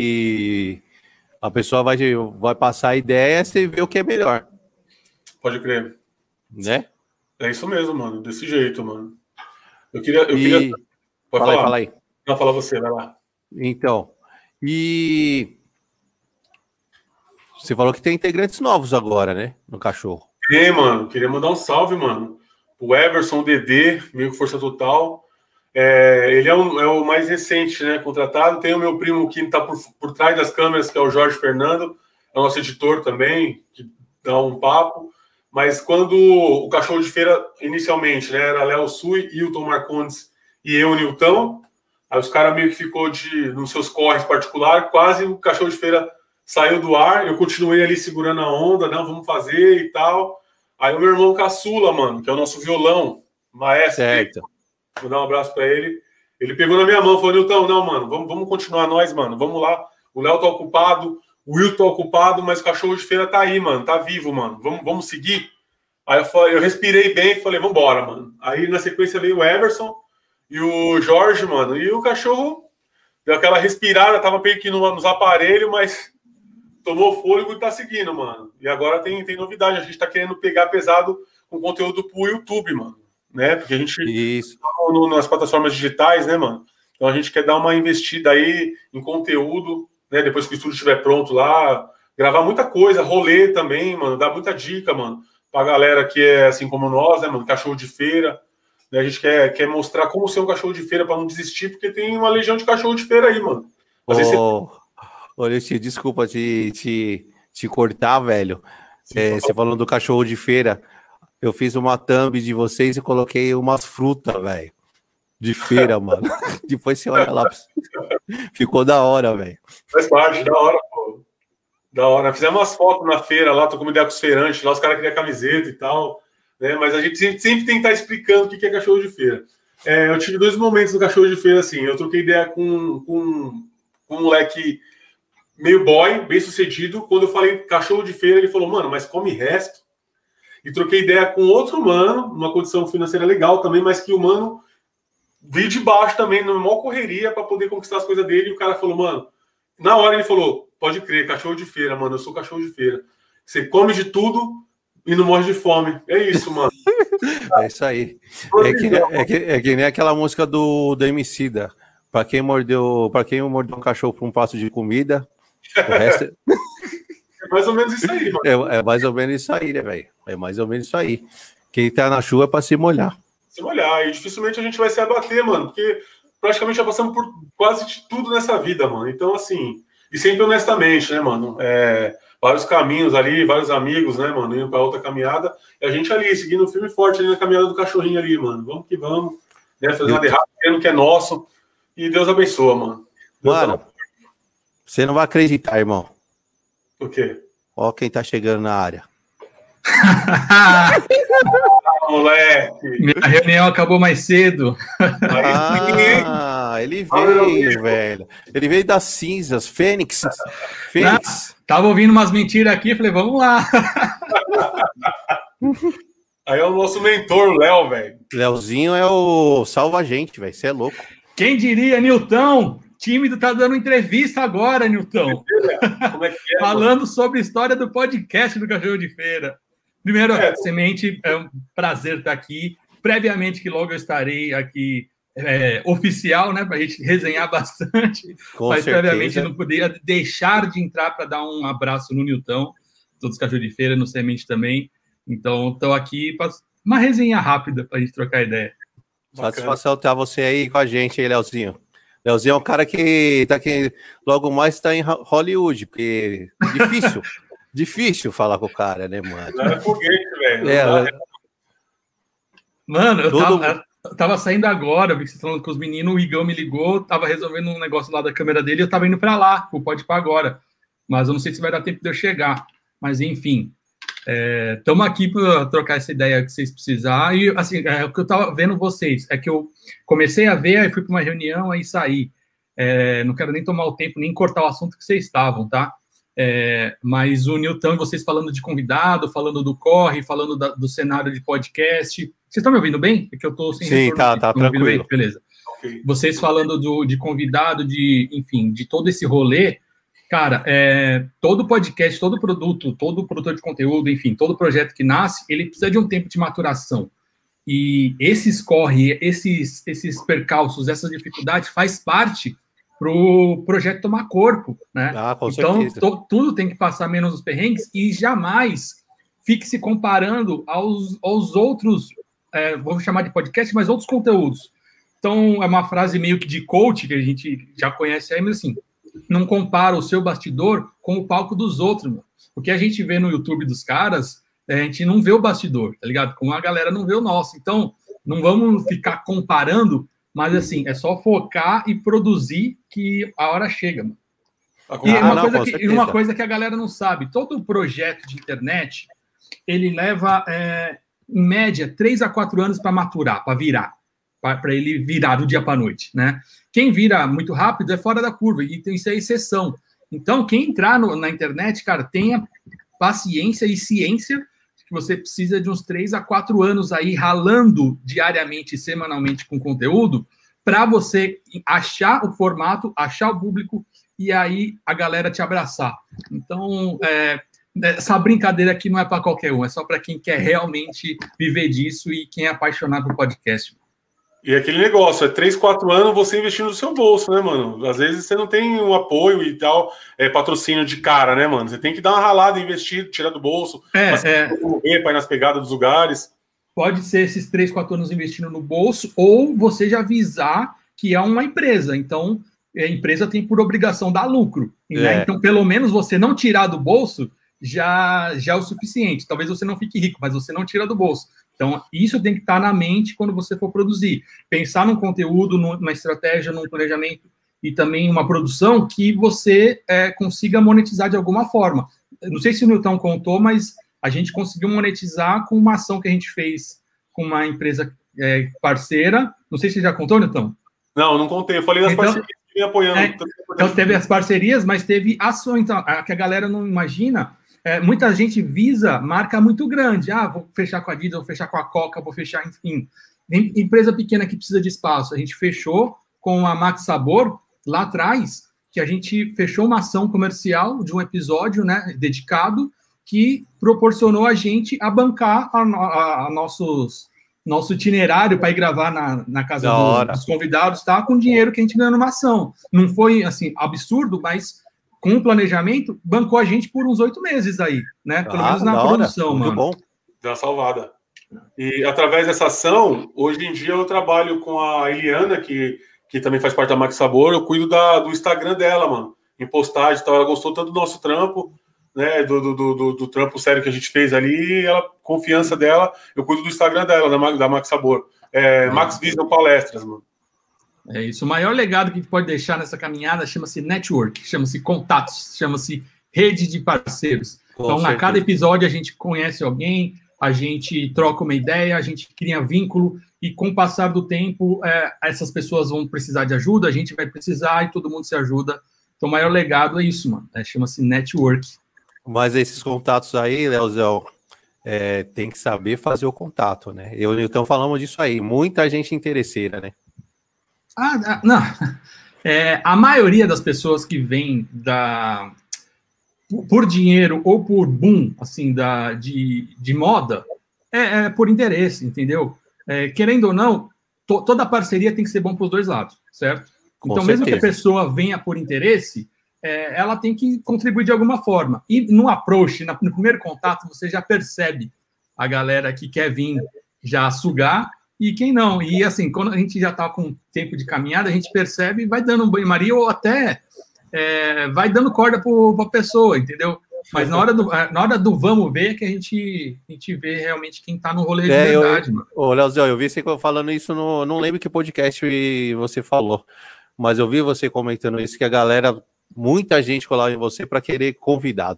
A: vai passar a ideia, você vê o que é melhor.
B: Pode crer.
A: Né?
B: É isso mesmo, mano. Desse jeito, mano. Eu queria...
A: Pode falar. Fala aí.
B: Não, fala você, vai lá.
A: Então, e você falou que tem integrantes novos agora, né? No Cachorro.
B: Mano. Queria mandar um salve, mano. O Everson, o Dedê, meio Força Total. Ele é o mais recente, né? Contratado. Tem o meu primo que tá por trás das câmeras, que é o Jorge Fernando. É o nosso editor também, que dá um papo. Mas quando o Cachorro de Feira, inicialmente, né? Era Léo Sui, Hilton Marcondes e eu, Nilton. Aí os caras meio que ficou nos seus corres particulares, quase o Cachorro de Feira saiu do ar, eu continuei ali segurando a onda, não, vamos fazer e tal. Aí o meu irmão Caçula, mano, que é o nosso violão, maestro,
A: certo.
B: Vou dar um abraço pra ele. Ele pegou na minha mão e falou, Nilton, não, mano, vamos continuar nós, mano, vamos lá. O Léo tá ocupado, o Will tá ocupado, mas o Cachorro de Feira tá aí, mano, tá vivo, mano. Vamos seguir. Aí eu respirei bem e falei, vambora, mano. Aí na sequência veio o Everson e o Jorge, mano. E o cachorro deu aquela respirada, tava meio que nos aparelhos, mas tomou fôlego e tá seguindo, mano. E agora tem novidade, a gente tá querendo pegar pesado com conteúdo pro YouTube, mano. Né? Porque a gente
A: Isso.
B: tá nas plataformas digitais, né, mano? Então a gente quer dar uma investida aí em conteúdo, né? Depois que o estúdio estiver pronto lá, gravar muita coisa, rolê também, mano, dar muita dica, mano, pra galera que é assim como nós, né, mano, cachorro de feira. Né? A gente quer mostrar como ser um cachorro de feira pra não desistir, porque tem uma legião de cachorro de feira aí, mano. Às vezes
A: Olha, desculpa te cortar, velho. Você falando do cachorro de feira, eu fiz uma thumb de vocês e coloquei umas frutas, velho. De feira, mano. Depois você olha lá. Ficou da hora, velho.
B: Faz parte, da hora, pô. Da hora. Fizemos umas fotos na feira lá, tô com uma ideia com os feirantes, lá os caras queriam camiseta e tal. Né? Mas a gente sempre tem que estar explicando o que é cachorro de feira. Eu tive 2 momentos no cachorro de feira, assim. Eu troquei ideia com um moleque meio boy, bem sucedido. Quando eu falei cachorro de feira, ele falou, mano, mas come resto. E troquei ideia com outro mano, numa condição financeira legal também, mas que o mano veio de baixo também, numa maior correria para poder conquistar as coisas dele. E o cara falou, mano, na hora ele falou, pode crer, cachorro de feira, mano, eu sou cachorro de feira. Você come de tudo e não morre de fome. É isso, mano.
A: É isso aí. É que nem aquela música do Emicida. Para quem mordeu um cachorro por um passo de comida, o resto
B: é mais ou menos isso aí, mano.
A: É mais ou menos isso aí, né, velho? É mais ou menos isso aí. Quem tá na chuva é para se molhar.
B: Se molhar. E dificilmente a gente vai se abater, mano, porque praticamente já passamos por quase de tudo nessa vida, mano. Então, assim, e sempre honestamente, né, mano? Vários caminhos ali, vários amigos, né, mano, indo pra outra caminhada. E a gente ali, seguindo firme e forte ali na caminhada do cachorrinho ali, mano. Vamos que vamos, né? Fazer nada errado, querendo que é nosso. E Deus abençoa, mano.
A: Mano, você não vai acreditar, irmão.
B: O quê?
A: Ó quem tá chegando na área.
B: Moleque.
C: Minha reunião acabou mais cedo.
A: Ele veio, velho. Ele veio das cinzas, Fênix.
C: Tava ouvindo umas mentiras aqui, falei, vamos lá.
B: Aí é o nosso mentor, o Léo, velho.
A: Léozinho é o salva-gente, velho. Você é louco.
C: Quem diria, Nilton? Tímido tá dando entrevista agora, Nilton.
B: Como é que é,
C: falando
B: mano?
C: sobre a história do podcast do Cachorro de Feira. Primeiro, Semente, é um prazer estar aqui. Previamente, que logo eu estarei aqui oficial, né, para a gente resenhar bastante. Mas previamente não poderia deixar de entrar para dar um abraço no Nilton, todos os Cachorros de Feira, no Semente também. Então, estou aqui para uma resenha rápida para a gente trocar ideia.
A: Satisfação ter você aí com a gente, aí, Léozinho. Léozinho é um cara que tá aqui, logo mais está em Hollywood, porque difícil falar com o cara, né, mano?
B: Não é foguete, velho.
C: Mano, eu tava saindo agora, vi que vocês falando com os meninos, o Igão me ligou, tava resolvendo um negócio lá da câmera dele, eu tava indo pra lá, pode ir pra agora. Mas eu não sei se vai dar tempo de eu chegar. Mas, enfim, estamos aqui para trocar essa ideia que vocês precisarem. E, assim, o que eu tava vendo vocês, é que eu comecei a ver, aí fui para uma reunião, aí saí. Não quero nem tomar o tempo, nem cortar o assunto que vocês estavam, tá? Mas o Nilton, vocês falando de convidado, falando do corre, falando do cenário de podcast. Vocês estão me ouvindo bem? É que eu tô sem
A: Sim, tá tranquilo.
C: Bem? Beleza. Okay. Vocês falando de convidado, enfim, de todo esse rolê, cara, todo podcast, todo produtor de conteúdo, enfim, todo projeto que nasce, ele precisa de um tempo de maturação. E esses percalços, essas dificuldades faz parte para o projeto tomar corpo, né? Então, tudo tem que passar menos os perrengues e jamais fique se comparando aos outros, vou chamar de podcast, mas outros conteúdos. Então, é uma frase meio que de coach, que a gente já conhece aí, mas assim, não compara o seu bastidor com o palco dos outros, mano. O que a gente vê no YouTube dos caras, a gente não vê o bastidor, tá ligado? Como a galera não vê o nosso. Então, não vamos ficar comparando, mas assim, é só focar e produzir que a hora chega, mano. E uma coisa que a galera não sabe, todo projeto de internet, ele leva, em média, 3 a 4 anos para maturar, para virar. Para ele virar do dia para a noite, né? Quem vira muito rápido é fora da curva, e isso é exceção. Então, quem entrar na internet, cara, tenha paciência e ciência você precisa de uns 3 a 4 anos aí ralando diariamente, semanalmente com conteúdo, para você achar o formato, achar o público e aí a galera te abraçar. Então, essa brincadeira aqui não é para qualquer um, é só para quem quer realmente viver disso e quem é apaixonado por podcast.
B: E aquele negócio, 3, 4 anos você investindo no seu bolso, né, mano? Às vezes você não tem um apoio e tal, patrocínio de cara, né, mano? Você tem que dar uma ralada, investir, tirar do bolso, para ir nas pegadas dos lugares.
C: Pode ser esses 3, 4 anos investindo no bolso, ou você já avisar que é uma empresa. Então, a empresa tem por obrigação dar lucro. Né? Então, pelo menos você não tirar do bolso já é o suficiente. Talvez você não fique rico, mas você não tira do bolso. Então, isso tem que estar na mente quando você for produzir. Pensar num conteúdo, numa estratégia, num planejamento e também uma produção que você consiga monetizar de alguma forma. Não sei se o Nilton contou, mas a gente conseguiu monetizar com uma ação que a gente fez com uma empresa parceira. Não sei se você já contou, Nilton?
B: Não contei. Eu falei das parcerias que vem apoiando.
C: Então, teve as parcerias, mas teve ações. Então, que a galera não imagina. Muita gente visa marca muito grande. Vou fechar com a Adidas, vou fechar com a Coca, vou fechar, enfim. Empresa pequena que precisa de espaço. A gente fechou com a Max Sabor, lá atrás, que a gente fechou uma ação comercial de um episódio, né, dedicado, que proporcionou a gente a bancar nosso itinerário para ir gravar na casa dos convidados, tá? Com dinheiro que a gente ganhou numa ação. Não foi, assim, absurdo, mas com o planejamento, bancou a gente por uns 8 meses aí, né? Pelo menos na produção,
A: muito
C: mano.
A: Bom.
B: Deu uma salvada. E através dessa ação, hoje em dia eu trabalho com a Eliana, que também faz parte da Max Sabor, eu cuido do Instagram dela, mano. Em postagem e tal, ela gostou tanto do nosso trampo, né, do trampo sério que a gente fez ali, confiança dela, eu cuido do Instagram dela, da Max Sabor. Max Vision Palestras, mano.
C: É isso. O maior legado que a gente pode deixar nessa caminhada chama-se network, chama-se contatos, chama-se rede de parceiros. Então, a cada episódio a gente conhece alguém, a gente troca uma ideia, a gente cria vínculo e com o passar do tempo, essas pessoas vão precisar de ajuda, a gente vai precisar e todo mundo se ajuda. Então, o maior legado é isso, mano. Chama-se network.
A: Mas esses contatos aí, Leozão, tem que saber fazer o contato, né? Eu e o Nilton falamos disso aí. Muita gente interesseira, né?
C: Não. A maioria das pessoas que vem por dinheiro ou por boom, assim, de moda, é por interesse, entendeu? Querendo ou não, toda parceria tem que ser bom para os dois lados, certo? Então, mesmo que a pessoa venha por interesse, ela tem que contribuir de alguma forma. E no approach, no primeiro contato, você já percebe a galera que quer vir já sugar e quem não. E assim, quando a gente já está com tempo de caminhada, a gente percebe e vai dando um banho-maria ou até vai dando corda para a pessoa, entendeu? Mas na hora do vamos ver que a gente vê realmente quem está no rolê de verdade, mano.
A: Ô, Leozão, eu vi você falando isso não lembro que podcast você falou, mas eu vi você comentando isso, que a galera, muita gente colava em você para querer convidado.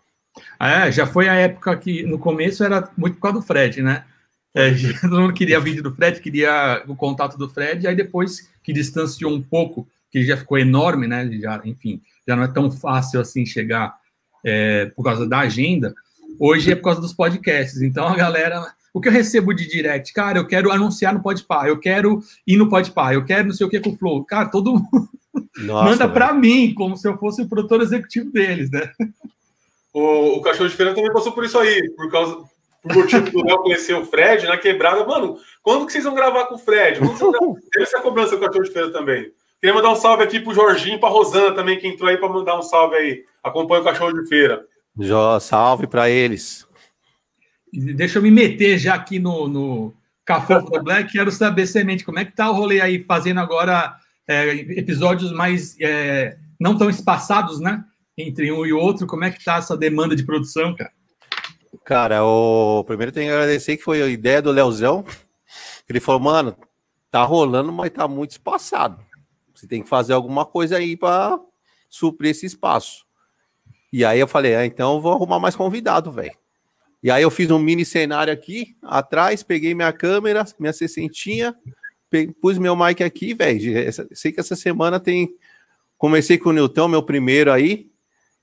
C: Já foi a época que, no começo, era muito por causa do Fred, né? Todo mundo queria vídeo do Fred, queria o contato do Fred, aí depois que distanciou um pouco, que já ficou enorme, né? Enfim, já não é tão fácil assim chegar por causa da agenda. Hoje é por causa dos podcasts. Então a galera, o que eu recebo de direct, cara, eu quero anunciar no Podpah, eu quero ir no Podpah, eu quero não sei o que com o Flow. Cara, todo mundo manda para mim, como se eu fosse o produtor executivo deles, né?
B: O Cachorro de Feira também passou por isso aí, por motivo do Léo conhecer o Fred na quebrada. Mano, quando que vocês vão gravar com o Fred? Teve essa cobrança do Cachorro de Feira também. Queria mandar um salve aqui pro Jorginho e pra Rosana também, que entrou aí para mandar um salve aí. Acompanha o Cachorro de Feira.
A: Salve para eles.
C: Deixa eu me meter já aqui no Cafofo do Black. Quero saber, Semente, como é que tá o rolê aí, fazendo agora episódios mais não tão espaçados, né? Entre um e outro. Como é que tá essa demanda de produção, cara?
A: Cara, primeiro tenho que agradecer que foi a ideia do Leozão. Ele falou, mano, tá rolando, mas tá muito espaçado. Você tem que fazer alguma coisa aí para suprir esse espaço. E aí eu falei, então eu vou arrumar mais convidado, velho. E aí eu fiz um mini cenário aqui, atrás, peguei minha câmera, minha 60, pus meu mic aqui, velho. Sei que essa semana comecei com o Nilton, meu primeiro aí,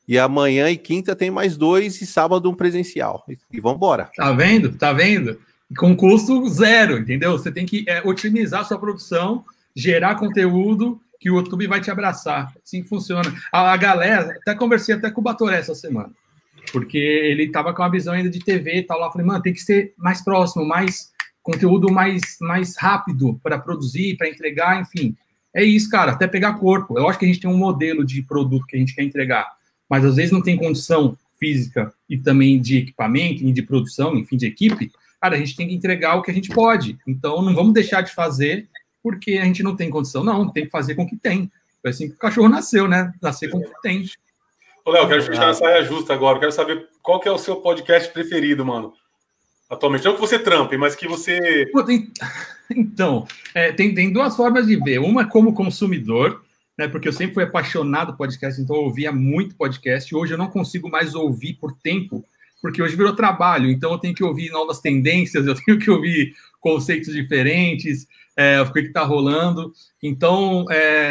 A: E amanhã e quinta tem mais 2 e sábado um presencial. E vamos embora.
C: Tá vendo? Tá vendo? Com custo zero, entendeu? Você tem que otimizar a sua produção, gerar conteúdo que o YouTube vai te abraçar. Assim que funciona. A galera, até conversei até com o Batoré essa semana, porque ele tava com uma visão ainda de TV e tal lá. Falei, mano, tem que ser mais próximo, mais conteúdo mais rápido para produzir, para entregar, enfim. É isso, cara, até pegar corpo. Eu acho que a gente tem um modelo de produto que a gente quer entregar, mas às vezes não tem condição física e também de equipamento e de produção, enfim, de equipe. Cara, a gente tem que entregar o que a gente pode. Então, não vamos deixar de fazer porque a gente não tem condição. Não, tem que fazer com o que tem. Foi assim que o cachorro nasceu, né? Nascer com o que tem.
B: Ô, Léo, quero fechar essa saia justa agora. Quero saber qual que é o seu podcast preferido, mano. Atualmente. Não que você trampe, mas que você...
C: Então, tem 2 formas de ver. Uma como consumidor, né? Porque eu sempre fui apaixonado por podcast, então eu ouvia muito podcast. Hoje eu não consigo mais ouvir por tempo, porque hoje virou trabalho, então eu tenho que ouvir novas tendências, eu tenho que ouvir conceitos diferentes, o que está rolando. Então,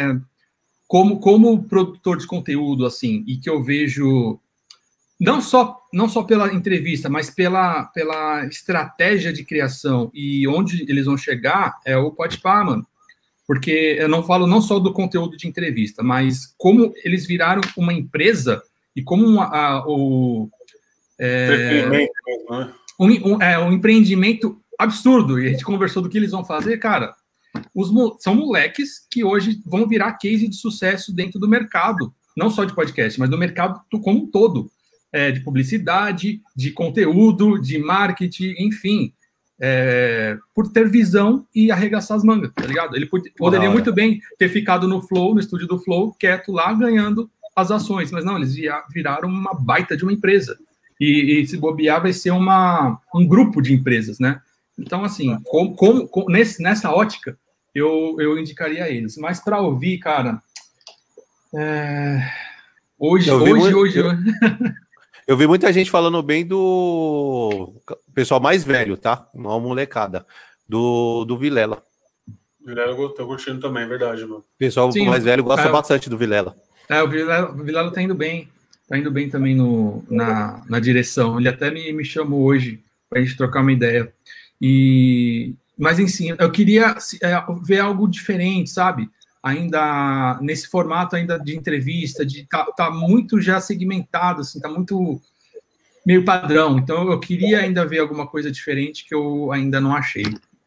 C: como produtor de conteúdo, assim, e que eu vejo, não só pela entrevista, mas pela estratégia de criação e onde eles vão chegar, é o Podpah, mano. Porque eu não falo não só do conteúdo de entrevista, mas como eles viraram uma empresa e como um empreendimento absurdo. E a gente conversou do que eles vão fazer, cara. São moleques que hoje vão virar case de sucesso dentro do mercado, não só de podcast, mas do mercado como um todo, de publicidade, de conteúdo, de marketing, enfim, por ter visão e arregaçar as mangas, tá ligado? Ele poderia muito bem ter ficado no Flow, no estúdio do Flow, quieto lá, ganhando as ações, mas não, eles viraram uma baita de uma empresa. E se bobear, vai ser um grupo de empresas, né? Então, assim, nessa ótica, eu indicaria eles. Mas para ouvir, cara, hoje...
A: Eu vi muita gente falando bem do pessoal mais velho, tá? Não a molecada. Do Vilela.
B: Vilela eu tô curtindo também, é verdade, mano.
A: O pessoal mais velho gosta bastante do Vilela.
C: O Vilela tá indo bem. Tá indo bem também na direção. Ele até me chamou hoje pra gente trocar uma ideia. Mas, enfim, eu queria ver algo diferente, sabe? Ainda nesse formato ainda de entrevista, tá muito já segmentado, assim, tá muito meio padrão. Então, eu queria ainda ver alguma coisa diferente que eu ainda não achei.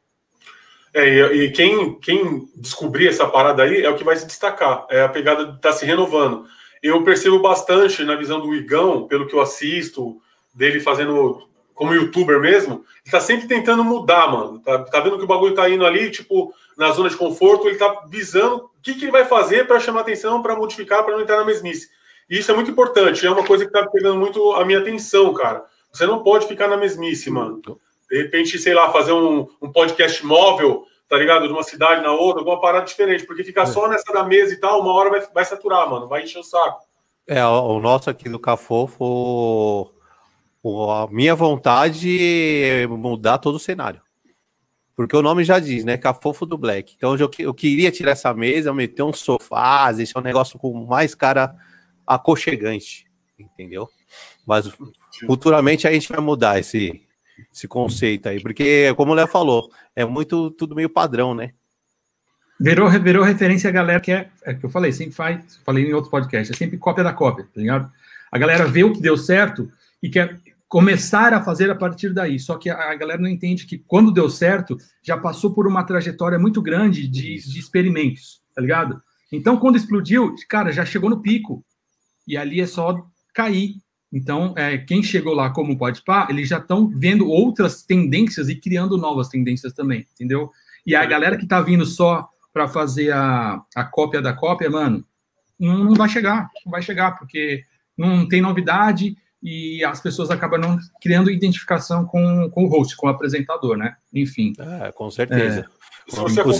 B: E quem descobrir essa parada aí é o que vai se destacar. É a pegada de estar se renovando. Eu percebo bastante na visão do Igão, pelo que eu assisto, dele fazendo como youtuber mesmo, ele tá sempre tentando mudar, mano. Tá vendo que o bagulho tá indo ali, tipo, na zona de conforto, ele tá visando o que ele vai fazer para chamar atenção, para modificar, para não entrar na mesmice. E isso é muito importante, é uma coisa que tá pegando muito a minha atenção, cara. Você não pode ficar na mesmice, mano. De repente, sei lá, fazer um podcast móvel, tá ligado? De uma cidade na outra, alguma parada diferente, porque ficar só nessa da mesa e tal, uma hora vai saturar, mano, vai encher o saco.
A: O nosso aqui do Cafofo, a minha vontade é mudar todo o cenário. Porque o nome já diz, né? Cafofo do Black. Então eu queria tirar essa mesa, meter um sofá, deixar um negócio com mais cara aconchegante, entendeu? Mas futuramente a gente vai mudar esse conceito aí, porque, como o Léo falou, é muito tudo meio padrão, né?
C: Virou referência a galera que que eu falei, sempre falei em outros podcasts, é sempre cópia da cópia, tá ligado? A galera vê o que deu certo e quer começar a fazer a partir daí, só que a galera não entende que quando deu certo, já passou por uma trajetória muito grande de experimentos, tá ligado? Então, quando explodiu, cara, já chegou no pico, e ali é só cair. Então, quem chegou lá como Podpah, eles já estão vendo outras tendências e criando novas tendências também, entendeu? E a galera que tá vindo só para fazer a cópia da cópia, mano, não vai chegar, porque não tem novidade e as pessoas acabam não criando identificação com o host, com o apresentador, né? Enfim.
A: Com certeza.
B: Se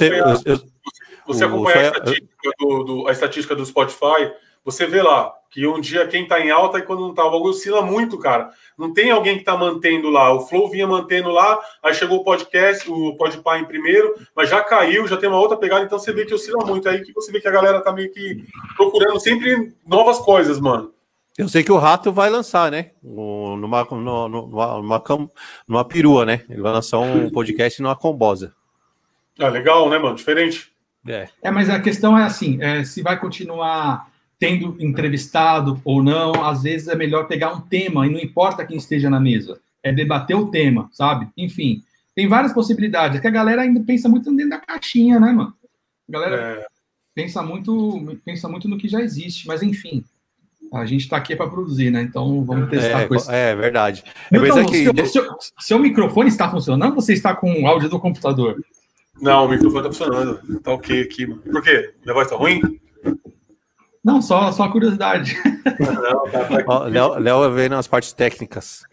B: você acompanhar a estatística do Spotify, você vê lá que um dia quem tá em alta e quando não tá, o bagulho oscila muito, cara. Não tem alguém que tá mantendo lá. O Flow vinha mantendo lá, aí chegou o podcast, o Podpah em primeiro, mas já caiu, já tem uma outra pegada, então você vê que oscila muito. Aí que você vê que a galera tá meio que procurando sempre novas coisas, mano.
A: Eu sei que o Rato vai lançar, né? Numa perua, né? Ele vai lançar um podcast numa combosa.
B: Ah, legal, né, mano? Diferente.
C: Mas a questão é assim, se vai continuar tendo entrevistado ou não, às vezes é melhor pegar um tema, e não importa quem esteja na mesa, é debater o tema, sabe? Enfim, tem várias possibilidades, é que a galera ainda pensa muito dentro da caixinha, né, mano? A galera pensa muito no que já existe, mas enfim, a gente tá aqui para produzir, né? Então vamos testar coisas.
A: É verdade.
C: Milton, seu microfone está funcionando ou você está com o áudio do computador?
B: Não, o microfone tá funcionando. Tá ok aqui, mano. Por quê? Minha voz tá ruim?
C: Não, só a curiosidade.
A: Não, Léo vem nas partes técnicas.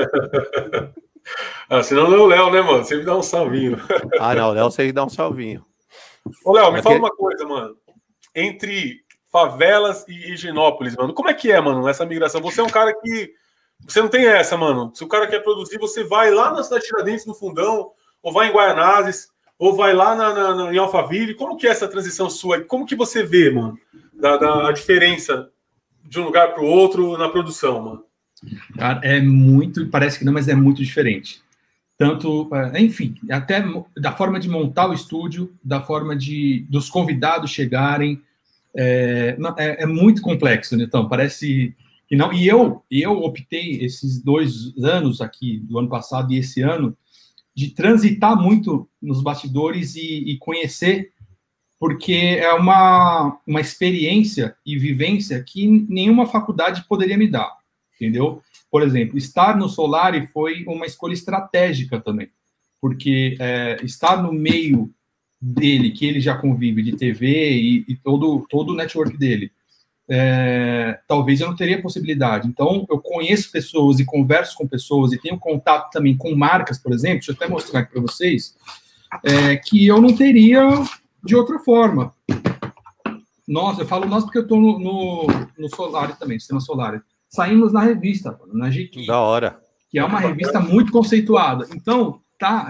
B: Senão não é o Léo, né, mano? Sempre dá um salvinho.
A: Não, o Léo sempre dá um salvinho.
B: Ô, Léo, me fala uma coisa, mano. Entre favelas e Higienópolis, mano, como é que é, mano, essa migração? Você é um cara que... Você não tem essa, mano. Se o cara quer produzir, você vai lá na cidade de Tiradentes, no Fundão, ou vai em Guaianazes, ou vai lá em Alphaville. Como que é essa transição sua? Como que você vê, mano, a diferença de um lugar para o outro na produção, mano?
C: Cara, parece que não, mas é muito diferente. Tanto, enfim, até da forma de montar o estúdio, da forma dos convidados chegarem, é muito complexo, né? Então, parece que não. E eu optei esses 2 anos aqui, do ano passado e esse ano, de transitar muito nos bastidores e conhecer, porque é uma experiência e vivência que nenhuma faculdade poderia me dar, entendeu? Por exemplo, estar no Solari foi uma escolha estratégica também, porque estar no meio dele, que ele já convive de TV e todo o network dele, talvez eu não teria possibilidade. Então, eu conheço pessoas e converso com pessoas e tenho contato também com marcas, por exemplo, deixa eu até mostrar aqui para vocês, que eu não teria de outra forma. Nossa, eu falo nós porque eu estou no Solari também, Sistema Solari. Saímos na revista, na GQ.
A: Da hora.
C: Que é uma revista muito conceituada. Então,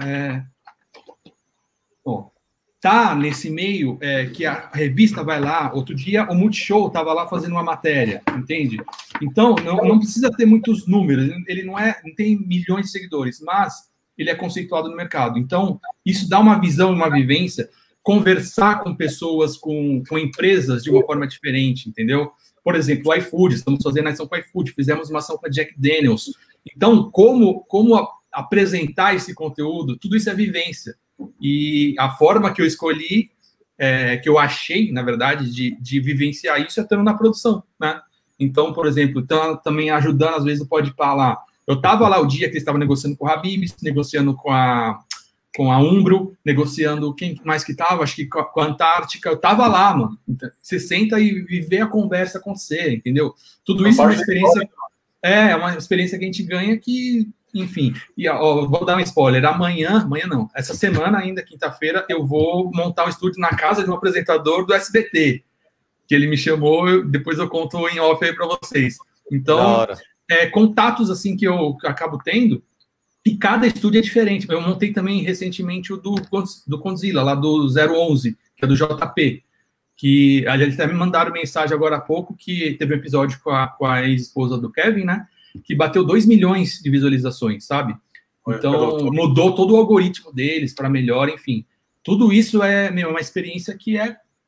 C: tá nesse meio que a revista vai lá. Outro dia, o Multishow estava lá fazendo uma matéria, entende? Então, não precisa ter muitos números. Ele não tem milhões de seguidores, mas ele é conceituado no mercado. Então, isso dá uma visão, uma vivência. Conversar com pessoas, com empresas de uma forma diferente, entendeu? Por exemplo, o iFood, estamos fazendo ação com o iFood, fizemos uma ação com a Jack Daniels. Então, como apresentar esse conteúdo, tudo isso é vivência. E a forma que eu escolhi, que eu achei, na verdade, de vivenciar isso é estando na produção, né? Então, por exemplo, também ajudando, às vezes, o Podpah lá. Eu estava lá o dia que eles estavam negociando com o Habib's, negociando com a Umbro, negociando quem mais que estava, acho que com a Antártica, eu estava lá, mano. Então, você senta e vê a conversa acontecer, entendeu? Tudo isso é uma experiência... É uma experiência que a gente ganha que, enfim... E, vou dar um spoiler, amanhã não, essa semana ainda, quinta-feira, eu vou montar um estúdio na casa de um apresentador do SBT, que ele me chamou, depois eu conto em off aí para vocês. Então, contatos assim que eu acabo tendo, e cada estúdio é diferente. Eu montei também recentemente o do Condzilla, lá do 011, que é do JP, que eles até me mandaram mensagem agora há pouco, que teve um episódio com a ex-esposa do Kevin, né, que bateu 2 milhões de visualizações, sabe? Então, mudou todo o algoritmo deles para melhor, enfim. Tudo isso é uma experiência que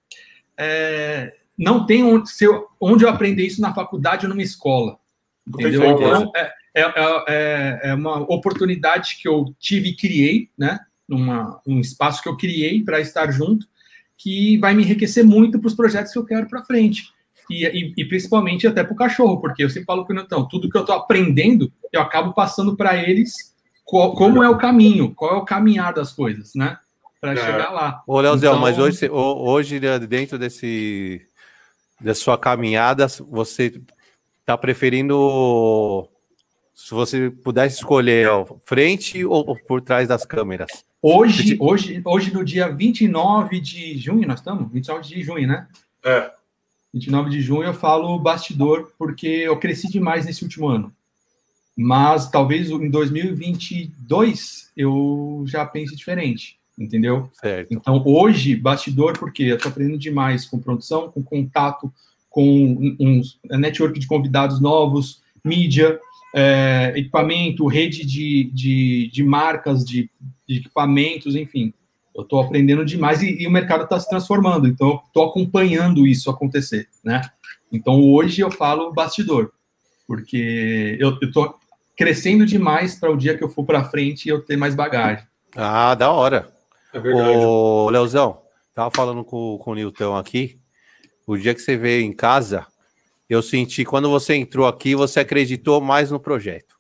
C: não tem onde eu aprender isso na faculdade ou numa escola, entendeu? Então, é uma oportunidade que eu tive e criei, né? Um espaço que eu criei para estar junto, que vai me enriquecer muito para os projetos que eu quero para frente. E principalmente até para o cachorro, porque eu sempre falo com o Newton, tudo que eu estou aprendendo, eu acabo passando para eles como é o caminho, qual é o caminhar das coisas, né? Para chegar lá.
A: Ô, Leozão, então... mas hoje dentro da sua caminhada, você está preferindo... Se você pudesse escolher frente ou por trás das câmeras?
C: Hoje, no dia 29 de junho, nós estamos? 29 de junho, né? 29 de junho eu falo bastidor, porque eu cresci demais nesse último ano. Mas talvez em 2022 eu já pense diferente, entendeu?
A: Certo.
C: Então hoje, bastidor, porque eu estou aprendendo demais com produção, com contato com um network de convidados novos, mídia, equipamento, rede de marcas, de equipamentos, enfim. Eu estou aprendendo demais e o mercado está se transformando, então eu estou acompanhando isso acontecer, né? Então, hoje eu falo bastidor, porque eu estou crescendo demais para o dia que eu for para frente e eu ter mais bagagem.
A: Ah, da hora.
B: É verdade.
A: Ô, Leozão, tava falando com o Nilton aqui, o dia que você veio em casa, eu senti, quando você entrou aqui, você acreditou mais no projeto.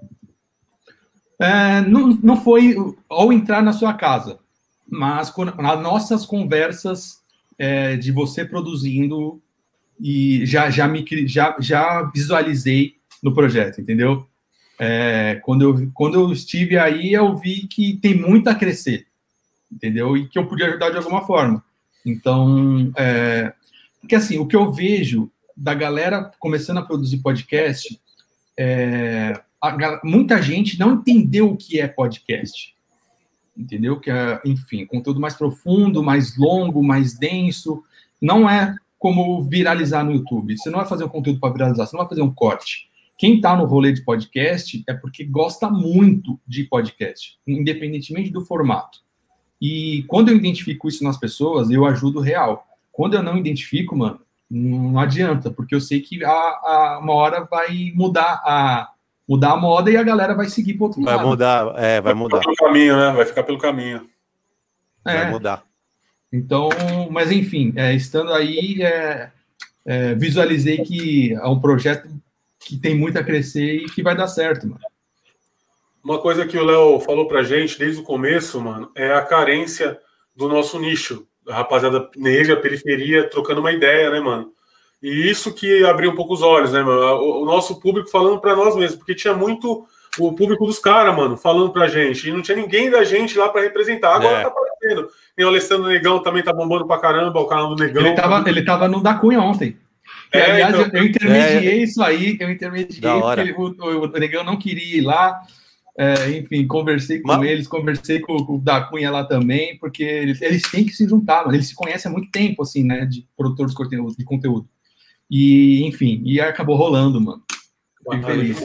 C: Não foi ao entrar na sua casa, mas nas nossas conversas de você produzindo, e já visualizei no projeto, entendeu? Quando eu estive aí, eu vi que tem muito a crescer, entendeu? E que eu podia ajudar de alguma forma. Então, porque assim, o que eu vejo da galera começando a produzir podcast, muita gente não entendeu o que é podcast, entendeu? Que enfim, conteúdo mais profundo, mais longo, mais denso, não é como viralizar no YouTube. Você não vai fazer um conteúdo para viralizar, você não vai fazer um corte. Quem está no rolê de podcast é porque gosta muito de podcast, independentemente do formato. E quando eu identifico isso nas pessoas, eu ajudo real. Quando eu não identifico, mano, não adianta, porque eu sei que uma hora vai mudar a moda e a galera vai seguir para outro lado.
A: Vai mudar.
B: Vai ficar pelo caminho, né? Vai ficar pelo caminho.
A: Vai mudar.
C: Então, mas enfim, estando aí, visualizei que é um projeto que tem muito a crescer e que vai dar certo, mano.
B: Uma coisa que o Léo falou pra gente desde o começo, mano, é a carência do nosso nicho. A rapaziada negra, periferia, trocando uma ideia, né, mano? E isso que abriu um pouco os olhos, né, mano? O nosso público falando pra nós mesmos, porque tinha muito o público dos caras, mano, falando pra gente. E não tinha ninguém da gente lá pra representar. Agora tá aparecendo. E o Alessandro Negão também tá bombando pra caramba, o canal do Negão.
C: Ele tava no Da Cunha ontem. Aliás, então, eu intermediei isso aí, porque o Negão não queria ir lá. Enfim, conversei com eles, conversei com o Da Cunha lá também, porque eles têm que se juntar, mano. Eles se conhecem há muito tempo, assim, né, de produtores de conteúdo. E, enfim, acabou rolando, mano. Fico feliz.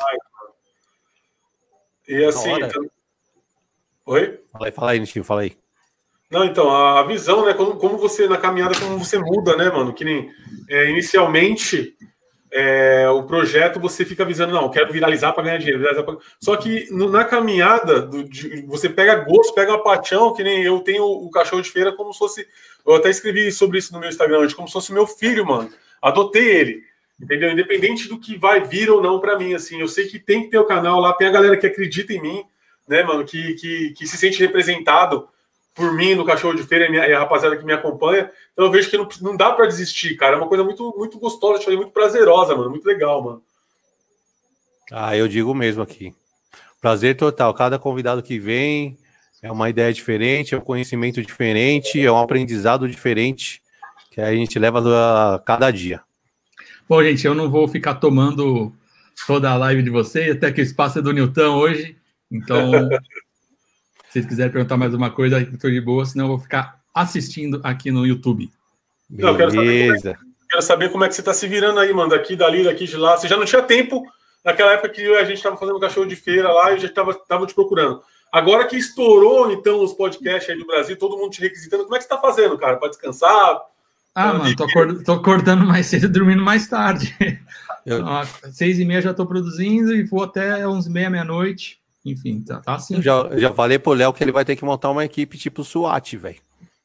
B: E assim... Então... Oi?
A: Fala aí, Nitinho, fala aí.
B: Não, então, a visão, né, como você, na caminhada, como você muda, né, mano, que nem, inicialmente, o projeto, você fica avisando, não, quero viralizar para ganhar dinheiro, só que na caminhada, você pega gosto, pega uma paixão, que nem eu tenho o cachorro de feira como se fosse, eu até escrevi sobre isso no meu Instagram, como se fosse meu filho, mano, adotei ele, entendeu? Independente do que vai vir ou não para mim, assim, eu sei que tem que ter o canal lá, tem a galera que acredita em mim, né, mano, que se sente representado por mim, no cachorro de feira, e a rapaziada que me acompanha. Então eu vejo que não dá para desistir, cara. É uma coisa muito, muito gostosa, muito prazerosa, mano. Muito legal, mano.
A: Eu digo mesmo aqui. Prazer total. Cada convidado que vem é uma ideia diferente, é um conhecimento diferente, é um aprendizado diferente que a gente leva a cada dia.
C: Bom, gente, eu não vou ficar tomando toda a live de vocês, até que o espaço é do Nilton hoje. Então... Se vocês quiserem perguntar mais uma coisa, estou de boa, senão eu vou ficar assistindo aqui no YouTube.
A: Beleza.
B: Quero saber como é que você está se virando aí, mano. Daqui, dali, daqui, de lá. Você já não tinha tempo naquela época que a gente estava fazendo cachorro de feira lá e já estava te procurando. Agora que estourou, então, os podcasts aí do Brasil, todo mundo te requisitando, como é que você está fazendo, cara? Para descansar?
C: Mano, tô acordando mais cedo e dormindo mais tarde. Às 6h30 já estou produzindo e vou até 11h30, meia-noite. Enfim, tá assim.
A: Já falei pro Léo que ele vai ter que montar uma equipe tipo SWAT, velho.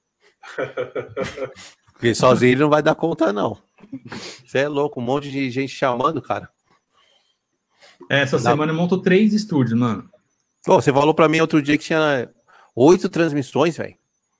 A: Porque sozinho ele não vai dar conta, não. Você é louco, um monte de gente chamando, cara.
C: Essa semana eu monto 3 estúdios, mano.
A: Você falou pra mim outro dia que tinha 8 transmissões, velho.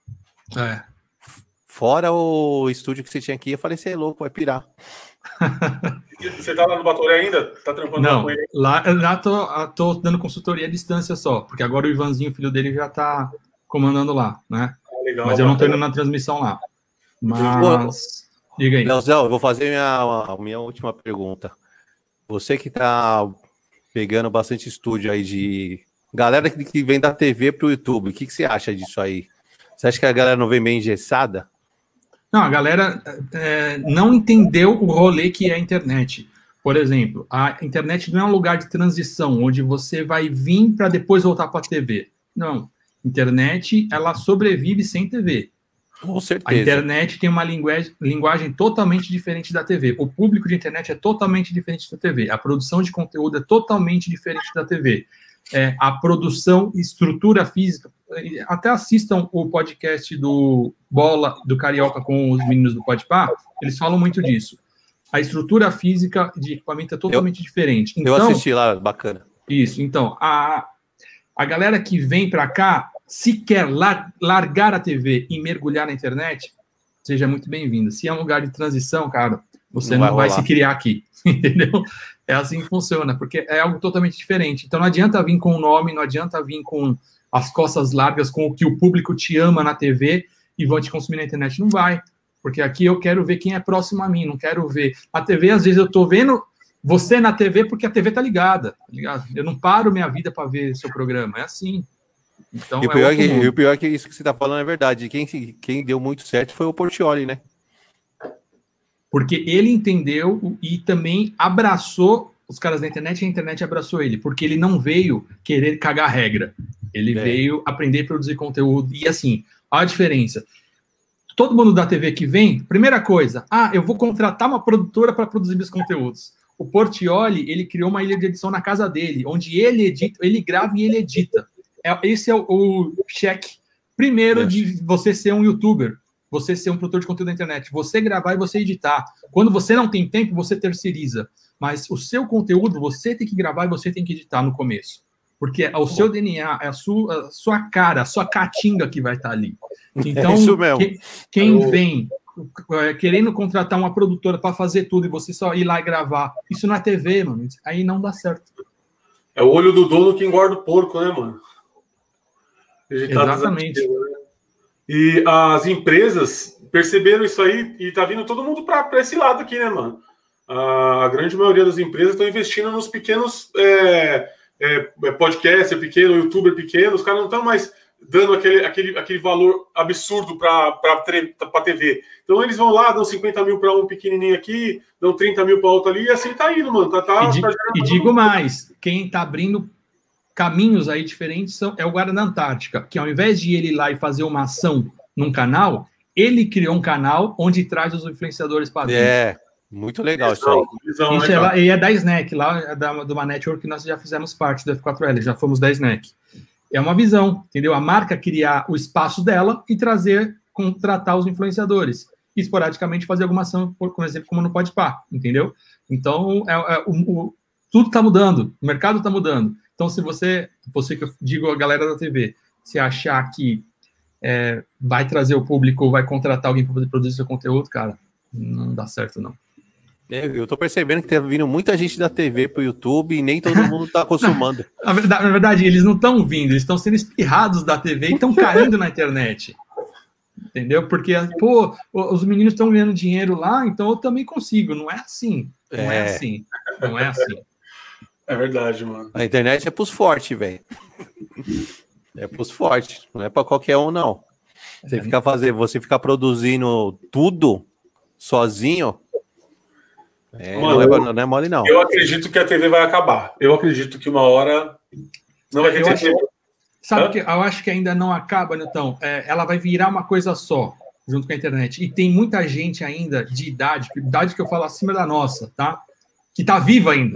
A: Fora o estúdio que você tinha aqui, eu falei, você é louco, vai pirar.
B: Você tá lá no Batoré ainda? Tá trampando
C: lá
B: com ele?
C: Lá tô dando consultoria à distância só, porque agora o Ivanzinho, filho dele, já tá comandando lá, né?
B: Legal,
C: mas eu não tô indo na transmissão lá. Mas... Diga aí.
A: Leozão, eu vou fazer a minha última pergunta. Você que tá pegando bastante estúdio aí de... Galera que vem da TV pro YouTube, o que você acha disso aí? Você acha que a galera não vem bem engessada?
C: Não, a galera não entendeu o rolê que é a internet. Por exemplo, a internet não é um lugar de transição, onde você vai vir para depois voltar para a TV. Não. Internet, ela sobrevive sem TV.
A: Com certeza.
C: A internet tem uma linguagem totalmente diferente da TV. O público de internet é totalmente diferente da TV. A produção de conteúdo é totalmente diferente da TV. A produção, estrutura física. Até assistam o podcast do Bola, do Carioca, com os meninos do Podpah, eles falam muito disso. A estrutura física de equipamento é totalmente diferente.
A: Então, eu assisti lá, bacana.
C: Isso, então, a galera que vem para cá, se quer largar a TV e mergulhar na internet, seja muito bem-vindo. Se é um lugar de transição, cara, você não vai se criar aqui, entendeu? É assim que funciona, porque é algo totalmente diferente. Então não adianta vir com o nome, não adianta vir com as costas largas, com o que o público te ama na TV e vão te consumir na internet. Não vai, porque aqui eu quero ver quem é próximo a mim, não quero ver. A TV, às vezes, eu tô vendo você na TV porque a TV tá ligada, tá ligado? Eu não paro minha vida para ver seu programa, é assim. Então,
A: e o pior é que isso que você tá falando é verdade. Quem deu muito certo foi o Portiolli, né?
C: Porque ele entendeu e também abraçou os caras da internet e a internet abraçou ele. Porque ele não veio querer cagar a regra. Ele veio aprender a produzir conteúdo. E assim, olha a diferença. Todo mundo da TV que vem, primeira coisa, eu vou contratar uma produtora para produzir meus conteúdos. O Portiolli, ele criou uma ilha de edição na casa dele, onde ele edita, ele grava e ele edita. Esse é o cheque primeiro de você ser um youtuber, você ser um produtor de conteúdo na internet, você gravar e você editar. Quando você não tem tempo, você terceiriza. Mas o seu conteúdo, você tem que gravar e você tem que editar no começo. Porque é o seu DNA, é a sua cara, a sua caatinga que vai estar ali. Então,
A: isso mesmo.
C: Quem vem querendo contratar uma produtora para fazer tudo e você só ir lá e gravar, isso não é TV, mano. Aí não dá certo.
B: É o olho do dono que engorda o porco, né, mano?
C: Exatamente.
B: E as empresas perceberam isso aí e tá vindo todo mundo para esse lado aqui, né, mano? A grande maioria das empresas estão investindo nos pequenos podcaster pequeno, youtuber pequeno, os caras não estão mais dando aquele valor absurdo para TV. Então eles vão lá, dão 50 mil para um pequenininho aqui, dão 30 mil para outro ali, e assim tá indo, mano.
C: E digo mais, quem tá abrindo caminhos aí diferentes é o Guarda Antártica, que ao invés de ele ir lá e fazer uma ação num canal, ele criou um canal onde traz os influenciadores para dentro.
A: Muito legal isso aí.
C: Isso é da Snack, lá de uma network que nós já fizemos parte do F4L, já fomos da Snack. É uma visão, entendeu? A marca criar o espaço dela e contratar os influenciadores. E, esporadicamente, fazer alguma ação, por exemplo, como no Podpah, entendeu? Então, tudo está mudando, o mercado está mudando. Então, se você que eu digo a galera da TV, se achar que vai trazer o público ou vai contratar alguém para poder produzir seu conteúdo, cara, não dá certo, não.
A: Eu tô percebendo que tá vindo muita gente da TV pro YouTube e nem todo mundo tá consumando.
C: Na verdade, eles não estão vindo, eles estão sendo espirrados da TV e estão caindo na internet. Entendeu? Porque, os meninos estão ganhando dinheiro lá, então eu também consigo. Não é assim. Não é assim. Não é assim.
B: É verdade, mano.
A: A internet é pros fortes, velho. É pros fortes. Não é pra qualquer um, não. Você ficar produzindo tudo sozinho...
B: Mano,
A: não é mole, não.
B: Eu acredito que a TV vai acabar. Eu acredito que uma hora não vai ter TV.
C: Sabe que eu acho que ainda não acaba, Nilton? Ela vai virar uma coisa só, junto com a internet. E tem muita gente ainda de idade que eu falo acima da nossa, tá? Que tá viva ainda.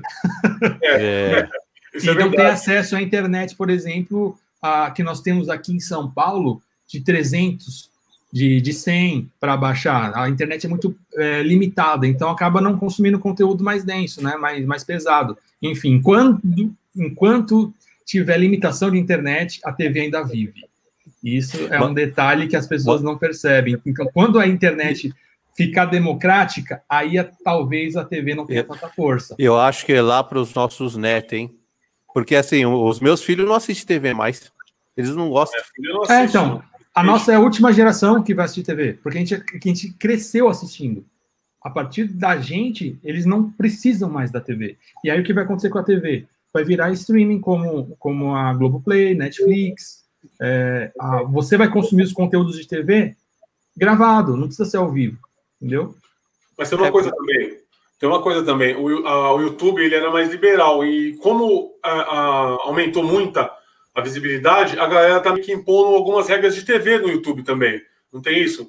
B: Isso
C: então tem acesso à internet, por exemplo, que nós temos aqui em São Paulo, de 300 de 100 para baixar. A internet é muito limitada, então acaba não consumindo conteúdo mais denso, né? mais pesado. Enfim, enquanto tiver limitação de internet, a TV ainda vive. Isso é um detalhe que as pessoas não percebem. Então, quando a internet ficar democrática, aí talvez a TV não tenha tanta força.
A: Eu acho que é lá para os nossos netos, hein? Porque assim, os meus filhos não assistem TV mais. Eles não gostam.
C: Então... A nossa é a última geração que vai assistir TV, porque a gente cresceu assistindo. A partir da gente, eles não precisam mais da TV. E aí o que vai acontecer com a TV? Vai virar streaming como a Globoplay, Netflix. Você vai consumir os conteúdos de TV gravado, não precisa ser ao vivo, entendeu?
B: Mas tem uma coisa também, o YouTube ele era mais liberal, e como aumentou muito a visibilidade, a galera tá meio que impondo algumas regras de TV no YouTube também, não tem isso?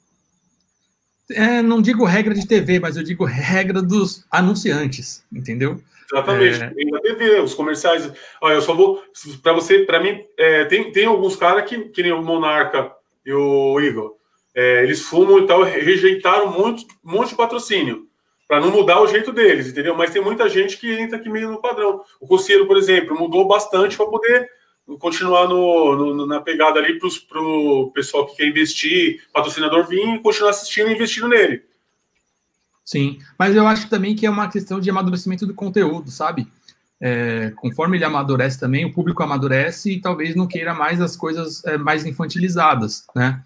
C: Não digo regra de TV, mas eu digo regra dos anunciantes, entendeu?
B: Exatamente, tem na TV, os comerciais. Olha, eu só vou. Para mim, tem alguns caras que nem o Monarca e o Igor. Eles fumam e tal, rejeitaram um monte de patrocínio, para não mudar o jeito deles, entendeu? Mas tem muita gente que entra aqui meio no padrão. O Coceiro, por exemplo, mudou bastante para poder continuar na pegada ali pro pessoal que quer investir, patrocinador vir e continuar assistindo e investindo nele.
C: Sim, mas eu acho também que é uma questão de amadurecimento do conteúdo, sabe? Conforme ele amadurece também, o público amadurece e talvez não queira mais as coisas mais infantilizadas, né?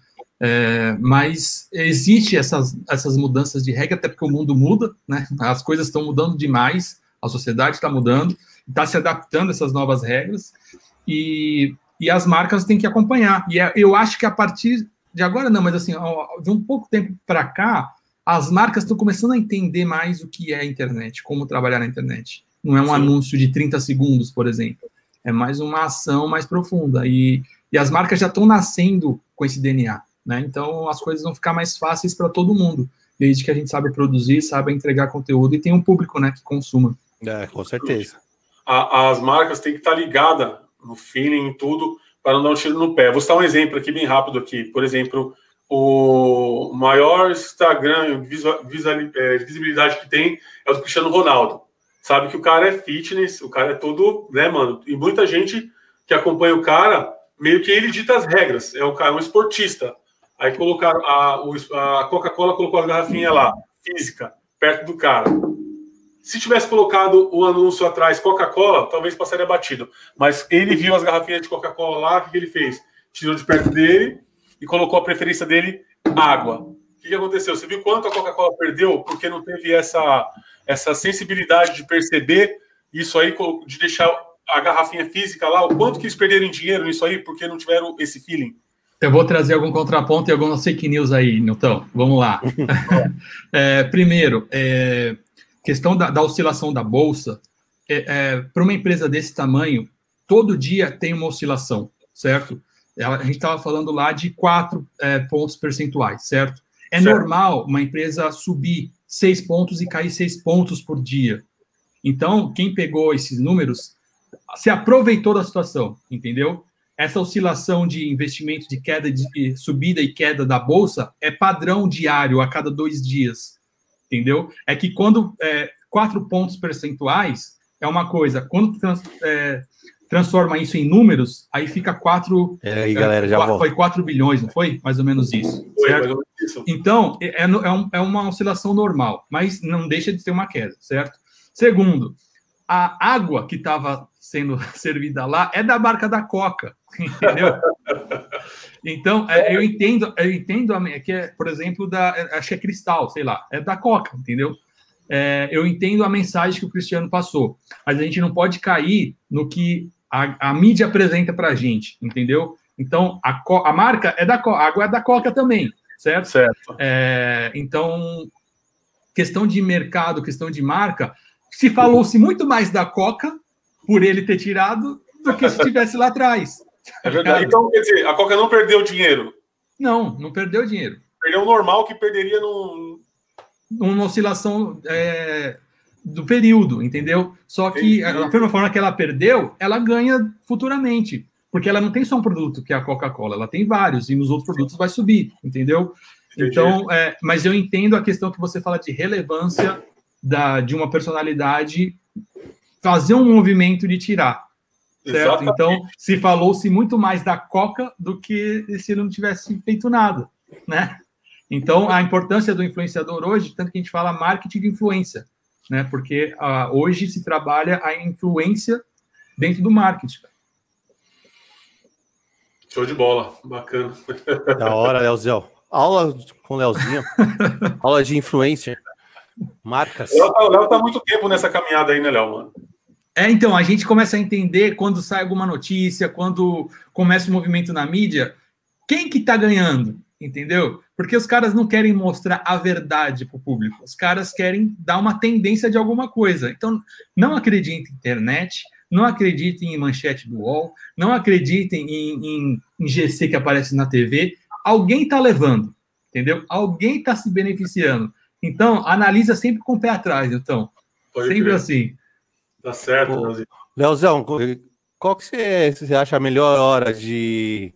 C: Mas existe essas mudanças de regra, até porque o mundo muda, né? As coisas estão mudando demais, a sociedade está mudando, está se adaptando a essas novas regras, e as marcas têm que acompanhar. E eu acho que a partir de agora não, mas assim, de um pouco tempo para cá, as marcas estão começando a entender mais o que é a internet, como trabalhar na internet. Não é um anúncio de 30 segundos, por exemplo. É mais uma ação mais profunda. E as marcas já estão nascendo com esse DNA, né? Então, as coisas vão ficar mais fáceis para todo mundo, desde que a gente sabe produzir, sabe entregar conteúdo e tem um público, né, que consuma.
A: Com certeza.
B: As marcas têm que estar ligadas no feeling, em tudo, para não dar um tiro no pé. Vou citar um exemplo aqui, bem rápido aqui. Por exemplo, o maior Instagram visibilidade que tem é o do Cristiano Ronaldo. Sabe que o cara é fitness, o cara é todo, né, mano? E muita gente que acompanha o cara, meio que ele dita as regras. É um esportista. Aí colocaram a Coca-Cola colocou a garrafinha lá, física, perto do cara. Se tivesse colocado o anúncio atrás, Coca-Cola, talvez passaria batido. Mas ele viu as garrafinhas de Coca-Cola lá, o que ele fez? Tirou de perto dele e colocou a preferência dele, água. O que aconteceu? Você viu quanto a Coca-Cola perdeu? Porque não teve essa sensibilidade de perceber isso aí, de deixar a garrafinha física lá, o quanto que eles perderam em dinheiro nisso aí, porque não tiveram esse feeling.
C: Eu vou trazer algum contraponto e algumas fake news aí, Nilton. Vamos lá. Primeiro, questão da oscilação da bolsa. Para uma empresa desse tamanho, todo dia tem uma oscilação, certo? A gente estava falando lá de 4 pontos percentuais, certo? Certo. Normal uma empresa subir 6 pontos e cair 6 pontos por dia. Então, quem pegou esses números se aproveitou da situação, entendeu? Essa oscilação de investimento de queda, de subida e queda da bolsa é padrão diário, a cada 2 dias, entendeu? É que quando 4 pontos percentuais é uma coisa, quando transforma isso em números, aí fica 4...
A: aí, galera, já volta.
C: Foi 4 bilhões, não foi? Mais ou menos isso, certo? Então, é uma oscilação normal, mas não deixa de ter uma queda, certo? Segundo, a água que estava sendo servida lá é da marca da Coca, entendeu? Então, eu entendo que por exemplo, acho que é Cristal, sei lá, é da Coca, entendeu? Eu entendo a mensagem que o Cristiano passou, mas a gente não pode cair no que a mídia apresenta para a gente, entendeu? Então, a marca é da Coca, a água é da Coca também, certo?
B: Certo.
C: Então, questão de mercado, questão de marca, se falou-se muito mais da Coca por ele ter tirado do que se estivesse lá atrás.
B: É verdade. Então, quer dizer, a Coca não perdeu dinheiro?
C: Não perdeu dinheiro.
B: Perdeu o normal que perderia
C: numa oscilação do período, entendeu? Só que da mesma forma que ela perdeu, ela ganha futuramente, porque ela não tem só um produto que é a Coca-Cola, ela tem vários, e nos outros produtos vai subir, entendeu? Entendi. Então, mas eu entendo a questão que você fala de relevância de uma personalidade fazer um movimento de tirar, certo? Exatamente. Então, se falou-se muito mais da Coca do que se não tivesse feito nada, né? Então, a importância do influenciador hoje, tanto que a gente fala marketing de influência, né? Porque hoje se trabalha a influência dentro do marketing.
B: Show de bola, bacana.
A: Da hora, Leozão. Aula com o Leozinho. Aula de influencer. Marcas.
B: O Léo tá há muito tempo nessa caminhada aí, né, Léo, mano?
C: Então, a gente começa a entender quando sai alguma notícia, quando começa o movimento na mídia, quem que tá ganhando? Entendeu? Porque os caras não querem mostrar a verdade para o público. Os caras querem dar uma tendência de alguma coisa. Então, não acreditem em internet, não acreditem em manchete do UOL, não acreditem em GC que aparece na TV. Alguém está levando, entendeu? Alguém está se beneficiando. Então, analisa sempre com o pé atrás, então.
B: Pode
C: sempre
B: crer.
C: Assim.
B: Tá certo, Leozinho.
A: Leozão, qual que você acha a melhor hora de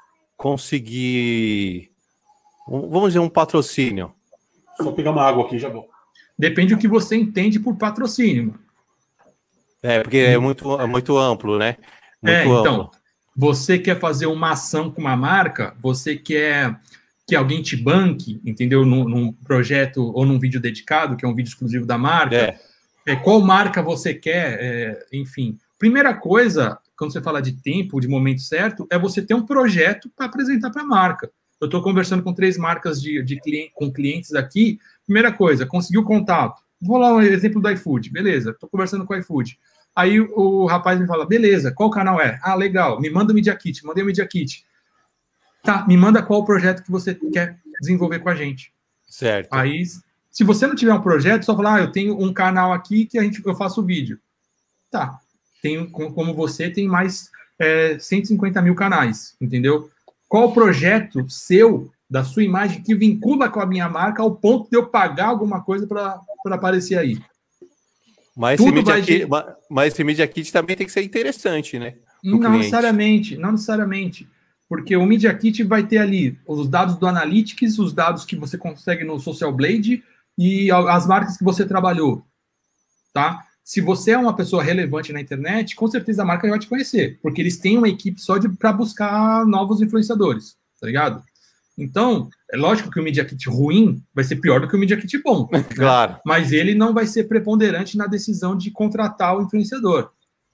A: conseguir, vamos dizer, um patrocínio?
B: Só pegar uma água aqui, já vou.
C: Depende do que você entende por patrocínio.
A: Porque é muito amplo, né? Muito
C: então,
A: amplo.
C: Você quer fazer uma ação com uma marca, você quer que alguém te banque, entendeu? Num projeto ou num vídeo dedicado, que é um vídeo exclusivo da marca. Qual marca você quer, enfim. Primeira coisa, quando você fala de tempo, de momento certo, é você ter um projeto para apresentar para a marca. Eu estou conversando com 3 marcas com clientes aqui. Primeira coisa, conseguiu contato. Vou lá um exemplo do iFood. Beleza, estou conversando com o iFood. Aí o rapaz me fala, beleza, qual canal é? Ah, legal, me manda o Media Kit. Mandei o Media Kit. Tá, me manda qual projeto que você quer desenvolver com a gente.
A: Certo.
C: Aí, se você não tiver um projeto, só falar, eu tenho um canal aqui que eu faço vídeo. Tá. Como você, tem mais 150 mil canais, entendeu? Qual o projeto seu, da sua imagem, que vincula com a minha marca ao ponto de eu pagar alguma coisa para aparecer aí?
A: Mas esse Media Kit também tem que ser interessante, né?
C: Não necessariamente. Porque o Media Kit vai ter ali os dados do Analytics, os dados que você consegue no Social Blade e as marcas que você trabalhou, tá? Se você é uma pessoa relevante na internet, com certeza a marca vai te conhecer, porque eles têm uma equipe só para buscar novos influenciadores, tá ligado? Então, é lógico que o Media Kit ruim vai ser pior do que o Media Kit bom.
A: Claro.
C: Né? Mas ele não vai ser preponderante na decisão de contratar o influenciador.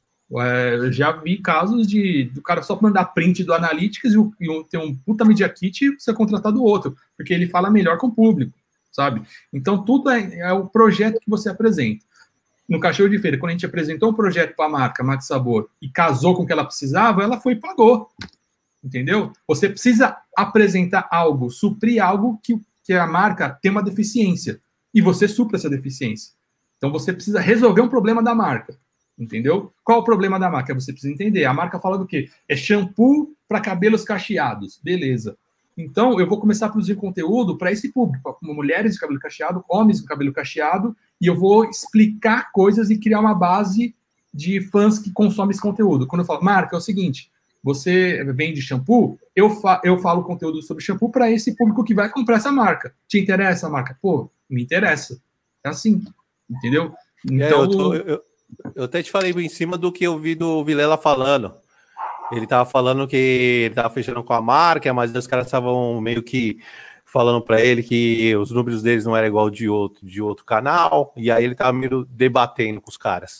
C: Eu já vi casos do cara só mandar print do Analytics e ter um puta Media Kit e ser contratado outro, porque ele fala melhor com o público, sabe? Então, tudo é o projeto que você apresenta. No Cachorro de Feira, quando a gente apresentou um projeto para a marca Max Sabor e casou com o que ela precisava, ela foi e pagou. Entendeu? Você precisa apresentar algo, suprir algo que a marca tem uma deficiência. E você supra essa deficiência. Então, você precisa resolver um problema da marca. Entendeu? Qual o problema da marca? Você precisa entender. A marca fala do quê? É shampoo para cabelos cacheados. Beleza. Então, eu vou começar a produzir conteúdo para esse público, como mulheres de cabelo cacheado, homens com cabelo cacheado, e eu vou explicar coisas e criar uma base de fãs que consomem esse conteúdo. Quando eu falo, marca, é o seguinte, você vende shampoo, eu falo conteúdo sobre shampoo para esse público que vai comprar essa marca. Te interessa a marca? Pô, me interessa. É assim, entendeu? Então,
A: eu até te falei em cima do que eu vi do Vilela falando. Ele tava falando que ele tava fechando com a marca, mas os caras estavam meio que falando para ele que os números deles não eram igual de outro canal, e aí ele tava meio debatendo com os caras.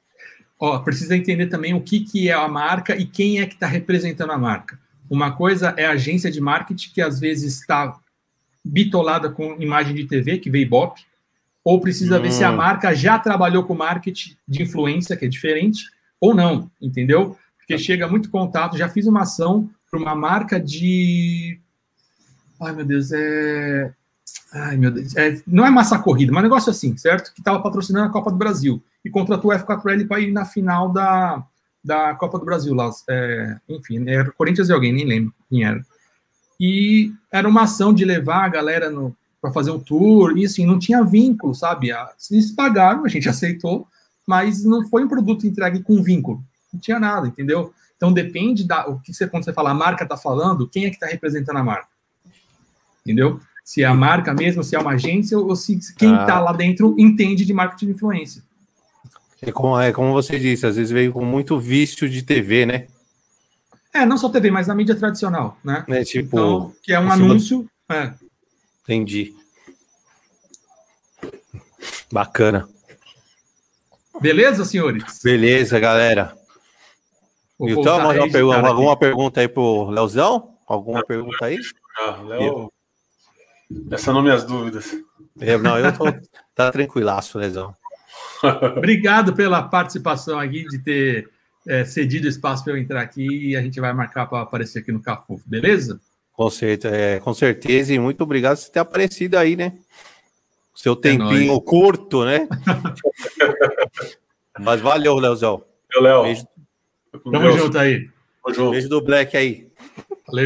C: Precisa entender também o que é a marca e quem é que está representando a marca. Uma coisa é a agência de marketing, que às vezes está bitolada com imagem de TV, que veio Ibope, ou precisa ver se a marca já trabalhou com marketing de influência, que é diferente, ou não, entendeu? Porque chega muito contato. Já fiz uma ação para uma marca de... Ai, meu Deus, não é massa corrida, mas um negócio assim, certo? Que estava patrocinando a Copa do Brasil e contratou o F4L para ir na final da Copa do Brasil lá. Enfim, era Corinthians e alguém, nem lembro quem era. E era uma ação de levar a galera para fazer um tour, e assim, não tinha vínculo, sabe? Eles pagaram, a gente aceitou, mas não foi um produto entregue com vínculo. Não tinha nada, entendeu? Então depende quando você fala a marca está falando, quem é que está representando a marca? Entendeu? Se é a marca mesmo, se é uma agência, ou se quem está lá dentro entende de marketing de influência.
A: Como você disse, às vezes veio com muito vício de TV, né?
C: Não só TV, mas na mídia tradicional, né?
A: Então,
C: que é um anúncio.
A: Entendi. Bacana.
C: Beleza, senhores?
A: Beleza, galera. Então, alguma pergunta aí pro Leozão? Alguma pergunta aí?
B: Léo, essa não minhas dúvidas.
A: Eu tô tá tranquilaço, Leozão.
C: Obrigado pela participação aqui, de ter cedido espaço para eu entrar aqui, e a gente vai marcar para aparecer aqui no Cafufo, beleza?
A: Com certeza, e muito obrigado por você ter aparecido aí, né? Seu tempinho curto, né? Mas valeu, Leozão.
B: Léo.
A: Beijo.
C: Tamo junto aí.
A: Beijo do Black aí.
C: Valeu.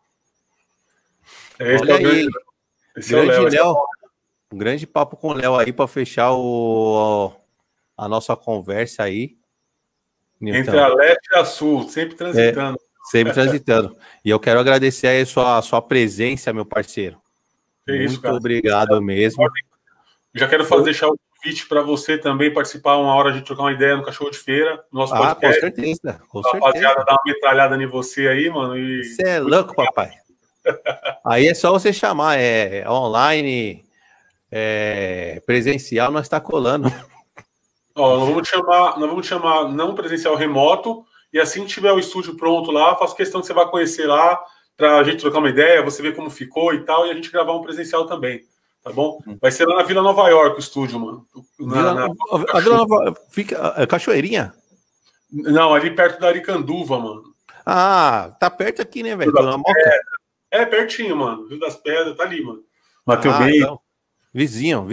A: Olha aí, grande Léo. Um grande papo com o Léo aí para fechar a nossa conversa aí.
B: Entre a leste e a sul, sempre transitando.
A: Sempre transitando. E eu quero agradecer aí a sua presença, meu parceiro. Muito obrigado mesmo.
B: Já quero deixar o convite para você também participar uma hora, a gente trocar uma ideia no Cachorro de Feira, no nosso podcast.
A: Com certeza.
B: Rapaziada, dá uma metralhada em você aí, mano.
A: Você é louco, papai. Aí é só você chamar, online, presencial, nós está colando.
B: Ó, nós vamos chamar não presencial, remoto, e assim que tiver o estúdio pronto lá, faço questão que você vá conhecer lá, para a gente trocar uma ideia, você ver como ficou e tal, e a gente gravar um presencial também, tá bom? Vai ser lá na Vila Nova York o estúdio, mano.
A: A Vila Nova fica Cachoeirinha?
B: Não, ali perto da Aricanduva, mano.
A: Ah, tá perto aqui, né, velho?
B: Pertinho, mano. Rio das Pedras, tá ali, mano. Mateu bem. Então.
A: Vizinho.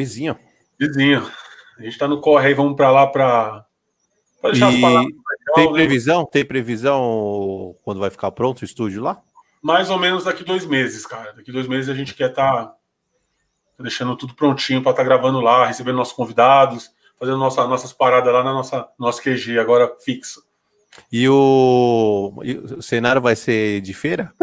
B: A gente tá no corre aí, vamos pra lá pra deixar as palavras.
A: Tem previsão quando vai ficar pronto o estúdio lá?
B: Mais ou menos daqui 2 meses, cara. Daqui 2 meses a gente quer tá deixando tudo prontinho pra estar gravando lá, recebendo nossos convidados, fazendo nossas paradas lá na nosso QG, agora fixo.
A: E o cenário vai ser de feira?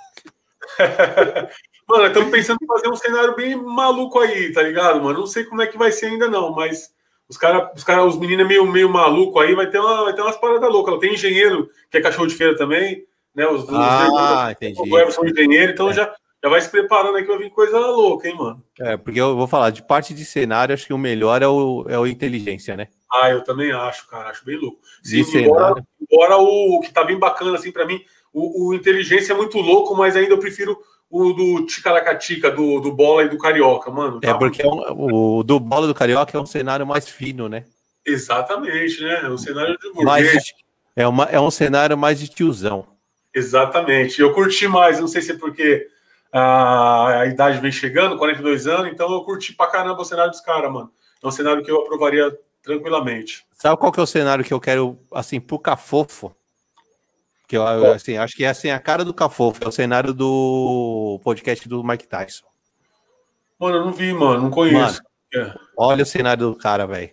B: Mano, estamos pensando em fazer um cenário bem maluco aí, tá ligado, mano? Não sei como é que vai ser ainda não, mas os meninos meio maluco aí, vai ter umas paradas loucas. Tem engenheiro que é cachorro de feira também, né?
A: Entendi.
B: O Everson é engenheiro, então já vai se preparando aí que vai vir coisa louca, hein, mano?
A: Porque eu vou falar, de parte de cenário, acho que o melhor é o inteligência, né?
B: Eu também acho, cara, acho bem louco. Sim, embora o que tá bem bacana, assim, pra mim, o inteligência é muito louco, mas ainda eu prefiro o do Ticaracatica, do Bola e do Carioca, mano. Tá?
A: Porque o do Bola e do Carioca é um cenário mais fino, né?
B: Exatamente, né? É um cenário de burguês.
A: É um cenário mais de tiozão.
B: Exatamente. Eu curti mais, não sei se é porque a idade vem chegando, 42 anos, então eu curti pra caramba o cenário dos caras, mano. É um cenário que eu aprovaria tranquilamente.
A: Sabe qual que é o cenário que eu quero, assim, pro Cafofo? Que eu assim, acho que é assim, a cara do Cafofo, é o cenário do podcast do Mike Tyson.
B: Mano, eu não vi, mano, não conheço.
A: Mano, olha o cenário do cara, velho.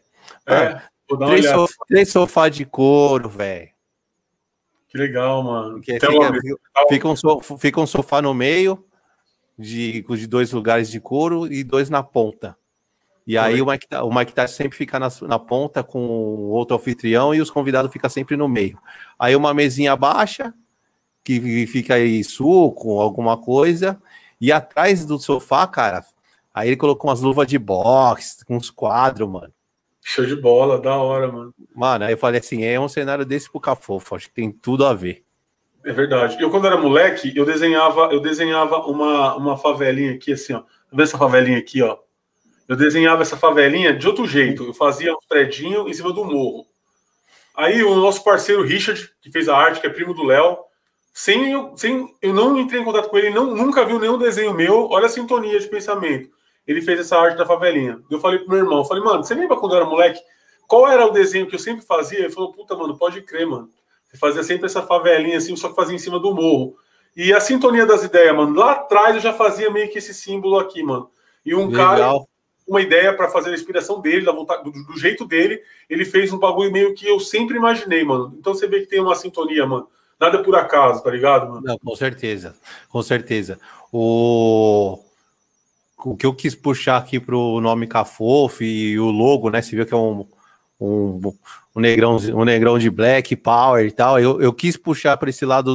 A: Três sofás de couro, velho.
B: Que legal, mano.
A: Fica um sofá no meio, de 2 lugares de couro e 2 na ponta. E aí o Mike Tyson sempre fica na ponta com o outro anfitrião e os convidados ficam sempre no meio. Aí uma mesinha baixa, que fica aí suco, alguma coisa, e atrás do sofá, cara, aí ele colocou umas luvas de boxe, com uns quadros, mano.
B: Show de bola, da hora, mano.
A: Mano, aí eu falei assim, é um cenário desse pro Cafofo, acho que tem tudo a ver.
B: É verdade. Eu, quando era moleque, eu desenhava uma favelinha aqui, assim, ó. Tá vendo essa favelinha aqui, ó? Eu desenhava essa favelinha de outro jeito. Eu fazia um predinho em cima do morro. Aí o nosso parceiro Richard, que fez a arte, que é primo do Léo, eu não entrei em contato com ele, nunca viu nenhum desenho meu. Olha a sintonia de pensamento. Ele fez essa arte da favelinha. Eu falei pro meu irmão, mano, você lembra quando eu era moleque? Qual era o desenho que eu sempre fazia? Ele falou, puta, mano, pode crer, mano. Você fazia sempre essa favelinha assim, só que fazia em cima do morro. E a sintonia das ideias, mano. Lá atrás eu já fazia meio que esse símbolo aqui, mano. E um cara, uma ideia para fazer a inspiração dele, da vontade, do jeito dele, ele fez um bagulho meio que eu sempre imaginei, mano. Então você vê que tem uma sintonia, mano. Nada por acaso, tá ligado, mano?
A: Não, com certeza. Com certeza. O que eu quis puxar aqui pro nome Cafofo e o logo, né? Você viu que é um negrão de Black Power e tal. Eu quis puxar para esse lado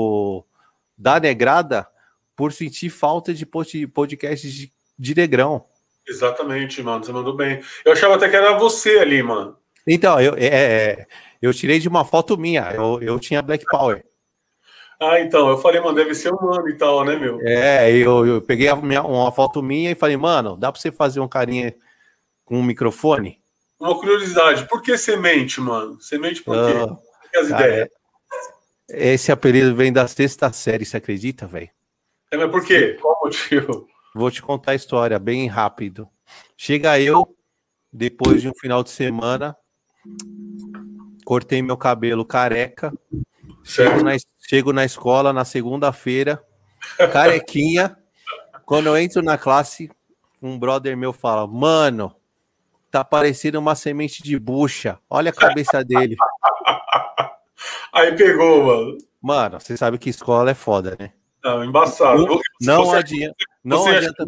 A: da negrada por sentir falta de podcast de negrão.
B: Exatamente, mano. Você mandou bem. Eu achava até que era você ali, mano.
A: Então, eu tirei de uma foto minha. Eu tinha Black Power.
B: Então, eu falei, mano, deve ser humano e tal, né, meu?
A: Eu peguei uma foto minha e falei, mano, dá pra você fazer um carinha com um microfone?
B: Uma curiosidade, por que semente, mano? Semente por quê? Por que as ideias?
A: Esse apelido vem da 6ª série, você acredita, velho?
B: Mas por quê? Qual o motivo?
A: Vou te contar a história bem rápido. Chega eu, depois de um final de semana, cortei meu cabelo careca, chego na escola na segunda-feira, carequinha. Quando eu entro na classe, um brother meu fala, mano, tá parecendo uma semente de bucha. Olha a cabeça dele.
B: Aí pegou, mano.
A: Mano, você sabe que escola é foda, né?
B: Não, embaçado.
A: Não adianta. Não adianta.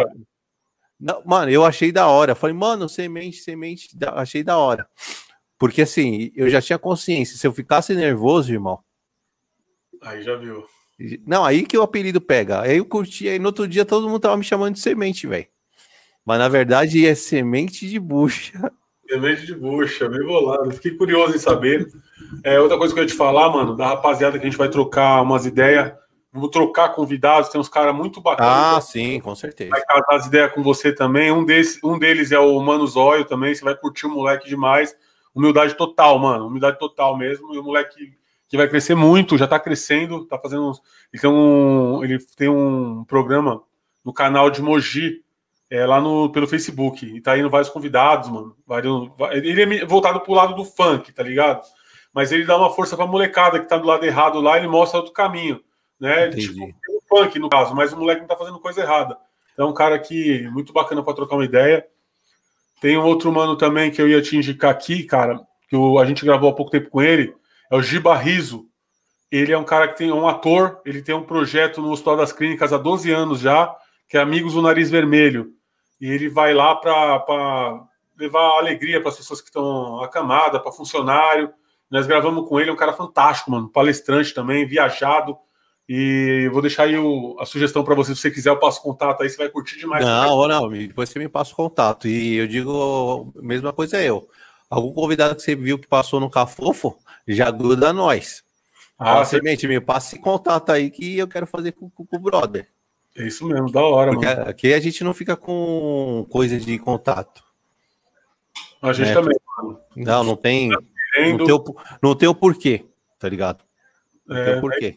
A: Não, mano, eu achei da hora. Falei, mano, semente, achei da hora. Porque assim, eu já tinha consciência. Se eu ficasse nervoso, irmão.
B: Aí já viu.
A: Não, aí que o apelido pega. Aí eu curti, aí no outro dia todo mundo tava me chamando de semente, velho. Mas na verdade é semente de bucha.
B: Semente de bucha, meio bolado. Fiquei curioso em saber. Outra coisa que eu ia te falar, mano, da rapaziada que a gente vai trocar umas ideias. Vamos trocar convidados, tem uns caras muito bacanas.
A: Ah, sim, com certeza.
B: Vai casar as ideias com você também. Um deles é o Mano Zóio também. Você vai curtir o moleque demais. Humildade total, mano. Humildade total mesmo. E o moleque que vai crescer muito, já tá crescendo, tá fazendo uns... Ele tem um programa no canal de Mogi, lá pelo Facebook, e tá indo vários convidados, mano. Ele é voltado pro lado do funk, tá ligado? Mas ele dá uma força pra molecada que tá do lado errado lá, ele mostra outro caminho, né?
A: Entendi.
B: Tipo, o funk, no caso, mas o moleque não tá fazendo coisa errada. Então é um cara aqui muito bacana pra trocar uma ideia. Tem um outro mano também que eu ia te indicar aqui, cara, que a gente gravou há pouco tempo com ele, é o Giba Riso. Ele é um cara que tem um ator, ele tem um projeto no Hospital das Clínicas há 12 anos já, que é Amigos do Nariz Vermelho. E ele vai lá para levar alegria para as pessoas que estão acamadas, para funcionário. Nós gravamos com ele, é um cara fantástico, mano, palestrante também, viajado. E vou deixar aí a sugestão para você, se você quiser, eu passo contato aí, você vai curtir demais.
A: Não, depois você me passa o contato. E eu digo, a mesma coisa é eu. Algum convidado que você viu que passou no Cafofo, já gruda nós. Semente, me passa esse contato aí que eu quero fazer com o brother.
B: É isso mesmo, da hora,
A: porque
B: mano.
A: Aqui a gente não fica com coisa de contato.
B: A gente também, mano.
A: Não tem. Não tem o porquê, tá ligado? Não tem o porquê.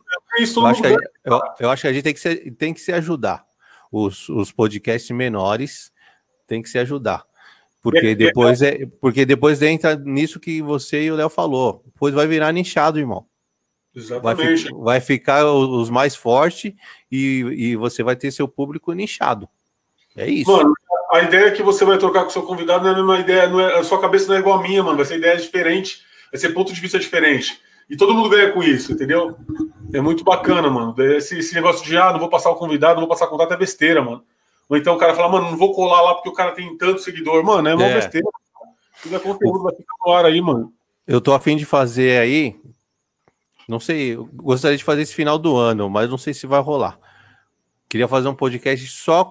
A: Eu acho que a gente tem que se ajudar. Os podcasts menores tem que se ajudar. Porque depois entra nisso que você e o Léo falou. Depois vai virar nichado, irmão.
B: Exatamente.
A: Vai ficar os mais fortes e você vai ter seu público nichado. É isso.
B: Mano, a ideia que você vai trocar com o seu convidado não é a mesma ideia, a sua cabeça não é igual a minha, mano. Vai ser ideia diferente, vai ser ponto de vista diferente. E todo mundo ganha com isso, entendeu? É muito bacana, mano. Esse negócio de, não vou passar o convidado, não vou passar contato, é besteira, mano. Ou então o cara fala, mano, não vou colar lá porque o cara tem tanto seguidor. Mano, é uma besteira. Se tiver conteúdo, vai ficar no ar aí, mano.
A: Eu tô a fim de fazer aí, não sei, eu gostaria de fazer esse final do ano, mas não sei se vai rolar. Queria fazer um podcast só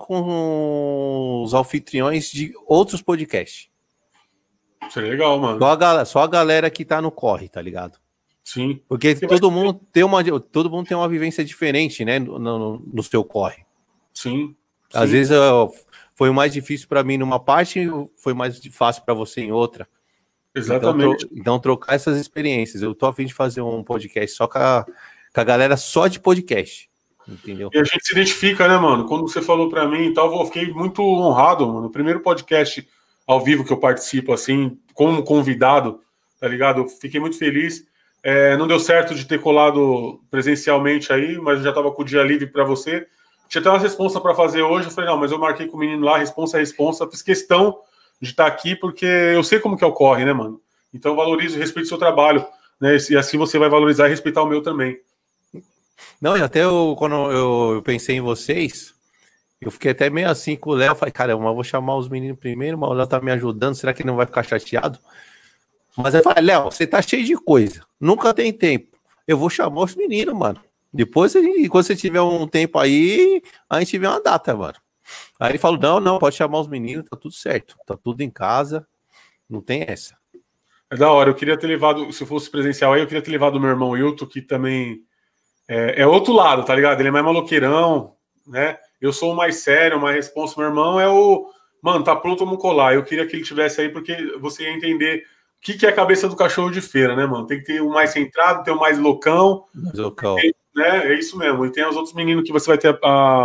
A: com os anfitriões de outros podcasts.
B: Seria legal, mano.
A: Só a galera que tá no corre, tá ligado?
B: Sim.
A: Porque todo mundo tem uma vivência diferente, né, no seu corre.
B: Sim.
A: Às vezes foi mais difícil para mim numa parte, foi mais fácil para você em outra.
B: Exatamente.
A: Então trocar essas experiências. Eu tô a fim de fazer um podcast só com a galera só de podcast. Entendeu?
B: E a gente se identifica, né, mano? Quando você falou para mim e tal, eu fiquei muito honrado, mano. O primeiro podcast ao vivo que eu participo, assim, como convidado, tá ligado? Eu fiquei muito feliz. Não deu certo de ter colado presencialmente aí, mas eu já tava com o dia livre para você. Tinha até uma responsa para fazer hoje. Eu falei, não, mas eu marquei com o menino lá, responsa. Fiz questão de estar aqui porque eu sei como que ocorre, né, mano? Então eu valorizo e respeito o seu trabalho, né? E assim você vai valorizar e respeitar o meu também.
A: Não, e até quando eu pensei em vocês, eu fiquei até meio assim com o Léo. Falei, caramba, eu vou chamar os meninos primeiro, mas o Léo tá me ajudando, será que ele não vai ficar chateado? Mas eu falei, Léo, você tá cheio de coisa, nunca tem tempo. Eu vou chamar os meninos, mano. Depois, quando você tiver um tempo aí, a gente vê uma data, mano. Aí ele falou, não, pode chamar os meninos, tá tudo certo. Tá tudo em casa, não tem essa.
B: É da hora, eu queria ter levado, se fosse presencial aí, eu queria ter levado o meu irmão Hilton, que também é outro lado, tá ligado? Ele é mais maloqueirão, né? Eu sou o mais sério, mais responsável. Meu irmão é mano, tá pronto, vamos colar. Eu queria que ele tivesse aí, porque você ia entender que é a cabeça do cachorro de feira, né, mano? Tem que ter o mais centrado, ter o mais loucão. Né? É isso mesmo. E tem os outros meninos que você vai ter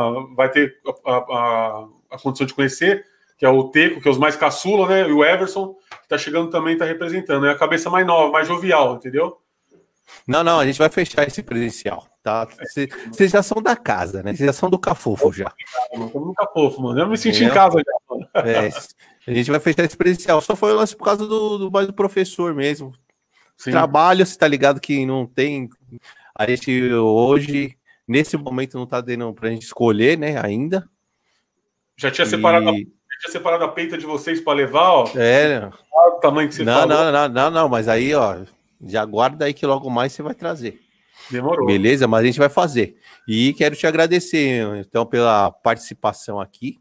B: a condição de conhecer, que é o Teco, que é os mais caçula, né? E o Everson, que tá chegando também, tá representando. É a cabeça mais nova, mais jovial, entendeu?
A: Não, a gente vai fechar esse presencial, tá? Vocês já são da casa, né? Vocês já são do Cafofo já.
B: Estamos no Cafofo, mano. Eu me senti em casa já, mano.
A: A gente vai fechar esse presencial. Só foi o lance por causa do professor mesmo.
B: Sim.
A: Trabalho, você tá ligado que não tem... A gente hoje, nesse momento, não tá dando pra gente escolher, né, ainda.
B: Já tinha separado a peita de vocês para levar, ó.
A: O
B: tamanho que você falou.
A: Não, mas aí, ó, já guarda aí que logo mais você vai trazer.
B: Demorou.
A: Beleza? Mas a gente vai fazer. E quero te agradecer, então, pela participação aqui.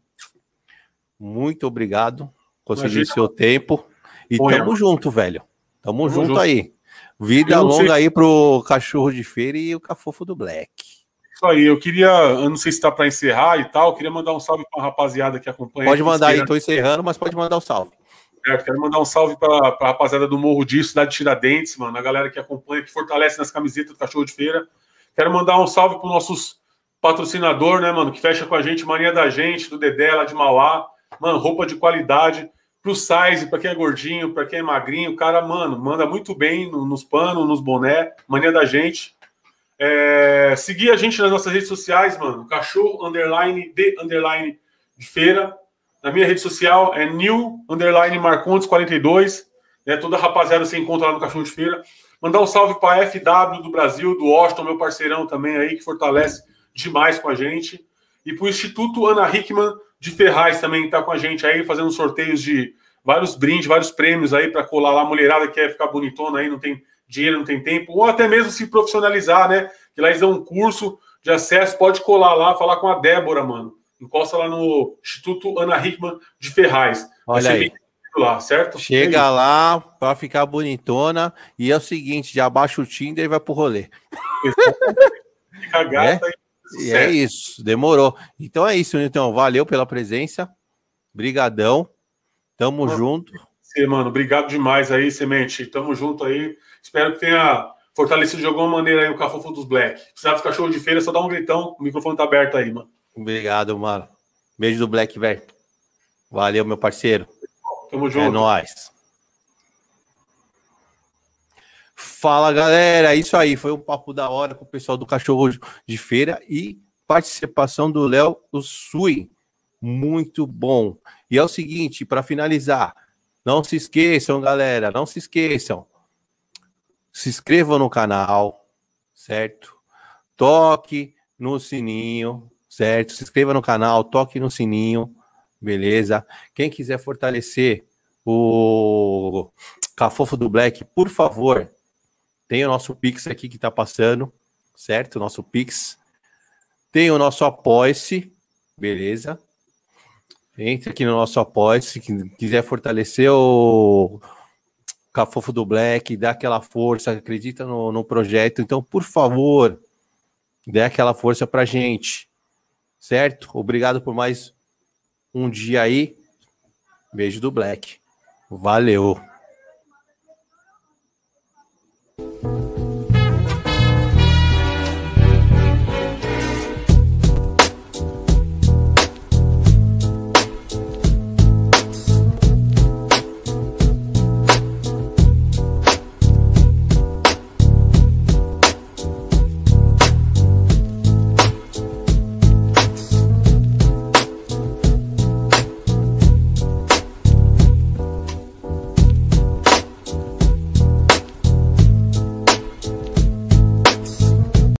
A: Muito obrigado. Consegui o seu tempo. E tamo junto, velho. Tamo junto aí. Vida longa aí pro cachorro de feira e o cafofo do Black.
B: Isso aí, eu não sei se tá para encerrar e tal, eu queria mandar um salve para a rapaziada que acompanha.
A: Pode mandar aí, tô encerrando, mas pode mandar um salve.
B: Quero mandar um salve para a rapaziada do Morro Disso, cidade de Tiradentes, mano, a galera que acompanha, que fortalece nas camisetas do cachorro de feira. Quero mandar um salve para os nossos patrocinadores, né, mano, que fecha com a gente, Mania da Gente, do Dedé, lá de Mauá. Mano, roupa de qualidade. Pro size, para quem é gordinho, para quem é magrinho, o cara, mano, manda muito bem nos panos, nos boné, Mania da Gente. Seguir a gente nas nossas redes sociais, mano, cachorro _de_ de feira. Na minha rede social é new_marcondes42, né? Toda a rapaziada você encontra lá no Cachorro de Feira. Mandar um salve para a FW do Brasil, do Washington, meu parceirão também aí, que fortalece demais com a gente. E para o Instituto Ana Hickman de Ferraz também está com a gente aí, fazendo sorteios de vários brindes, vários prêmios aí para colar lá a mulherada que quer ficar bonitona aí, não tem dinheiro, não tem tempo, ou até mesmo se profissionalizar, né? Que lá eles dão um curso de acesso, pode colar lá, falar com a Débora, mano. Encosta lá no Instituto Ana Hickman de Ferraz.
A: Olha aí.
B: Lá, certo?
A: Chega lá para ficar bonitona e é o seguinte, já baixa o Tinder e vai pro rolê.
B: Fica gata
A: e é isso, demorou. Então é isso, então, valeu pela presença. Brigadão. Tamo junto.
B: Mano, obrigado demais aí, Semente. Tamo junto aí. Espero que tenha fortalecido de alguma maneira aí o Cafofo dos Black. Precisava de cachorro de feira, só dá um gritão. O microfone tá aberto aí, mano.
A: Obrigado, mano. Beijo do Black, velho. Valeu, meu parceiro.
B: Tamo junto.
A: É nóis. Fala, galera. É isso aí. Foi um papo da hora com o pessoal do Cachorro de Feira e participação do Léo Sui. Muito bom. E é o seguinte, para finalizar, não se esqueçam, galera, não se esqueçam. Se inscrevam no canal, certo? Toque no sininho, certo? Se inscreva no canal, toque no sininho, beleza? Quem quiser fortalecer o Cafofo do Black, por favor, tem o nosso Pix aqui que tá passando, certo? O nosso Pix. Tem o nosso Apoia-se, beleza? Entre aqui no nosso Apoia-se, quem quiser fortalecer o Cafofo do Black, dá aquela força, acredita no projeto. Então, por favor, dê aquela força pra gente, certo? Obrigado por mais um dia aí. Beijo do Black. Valeu.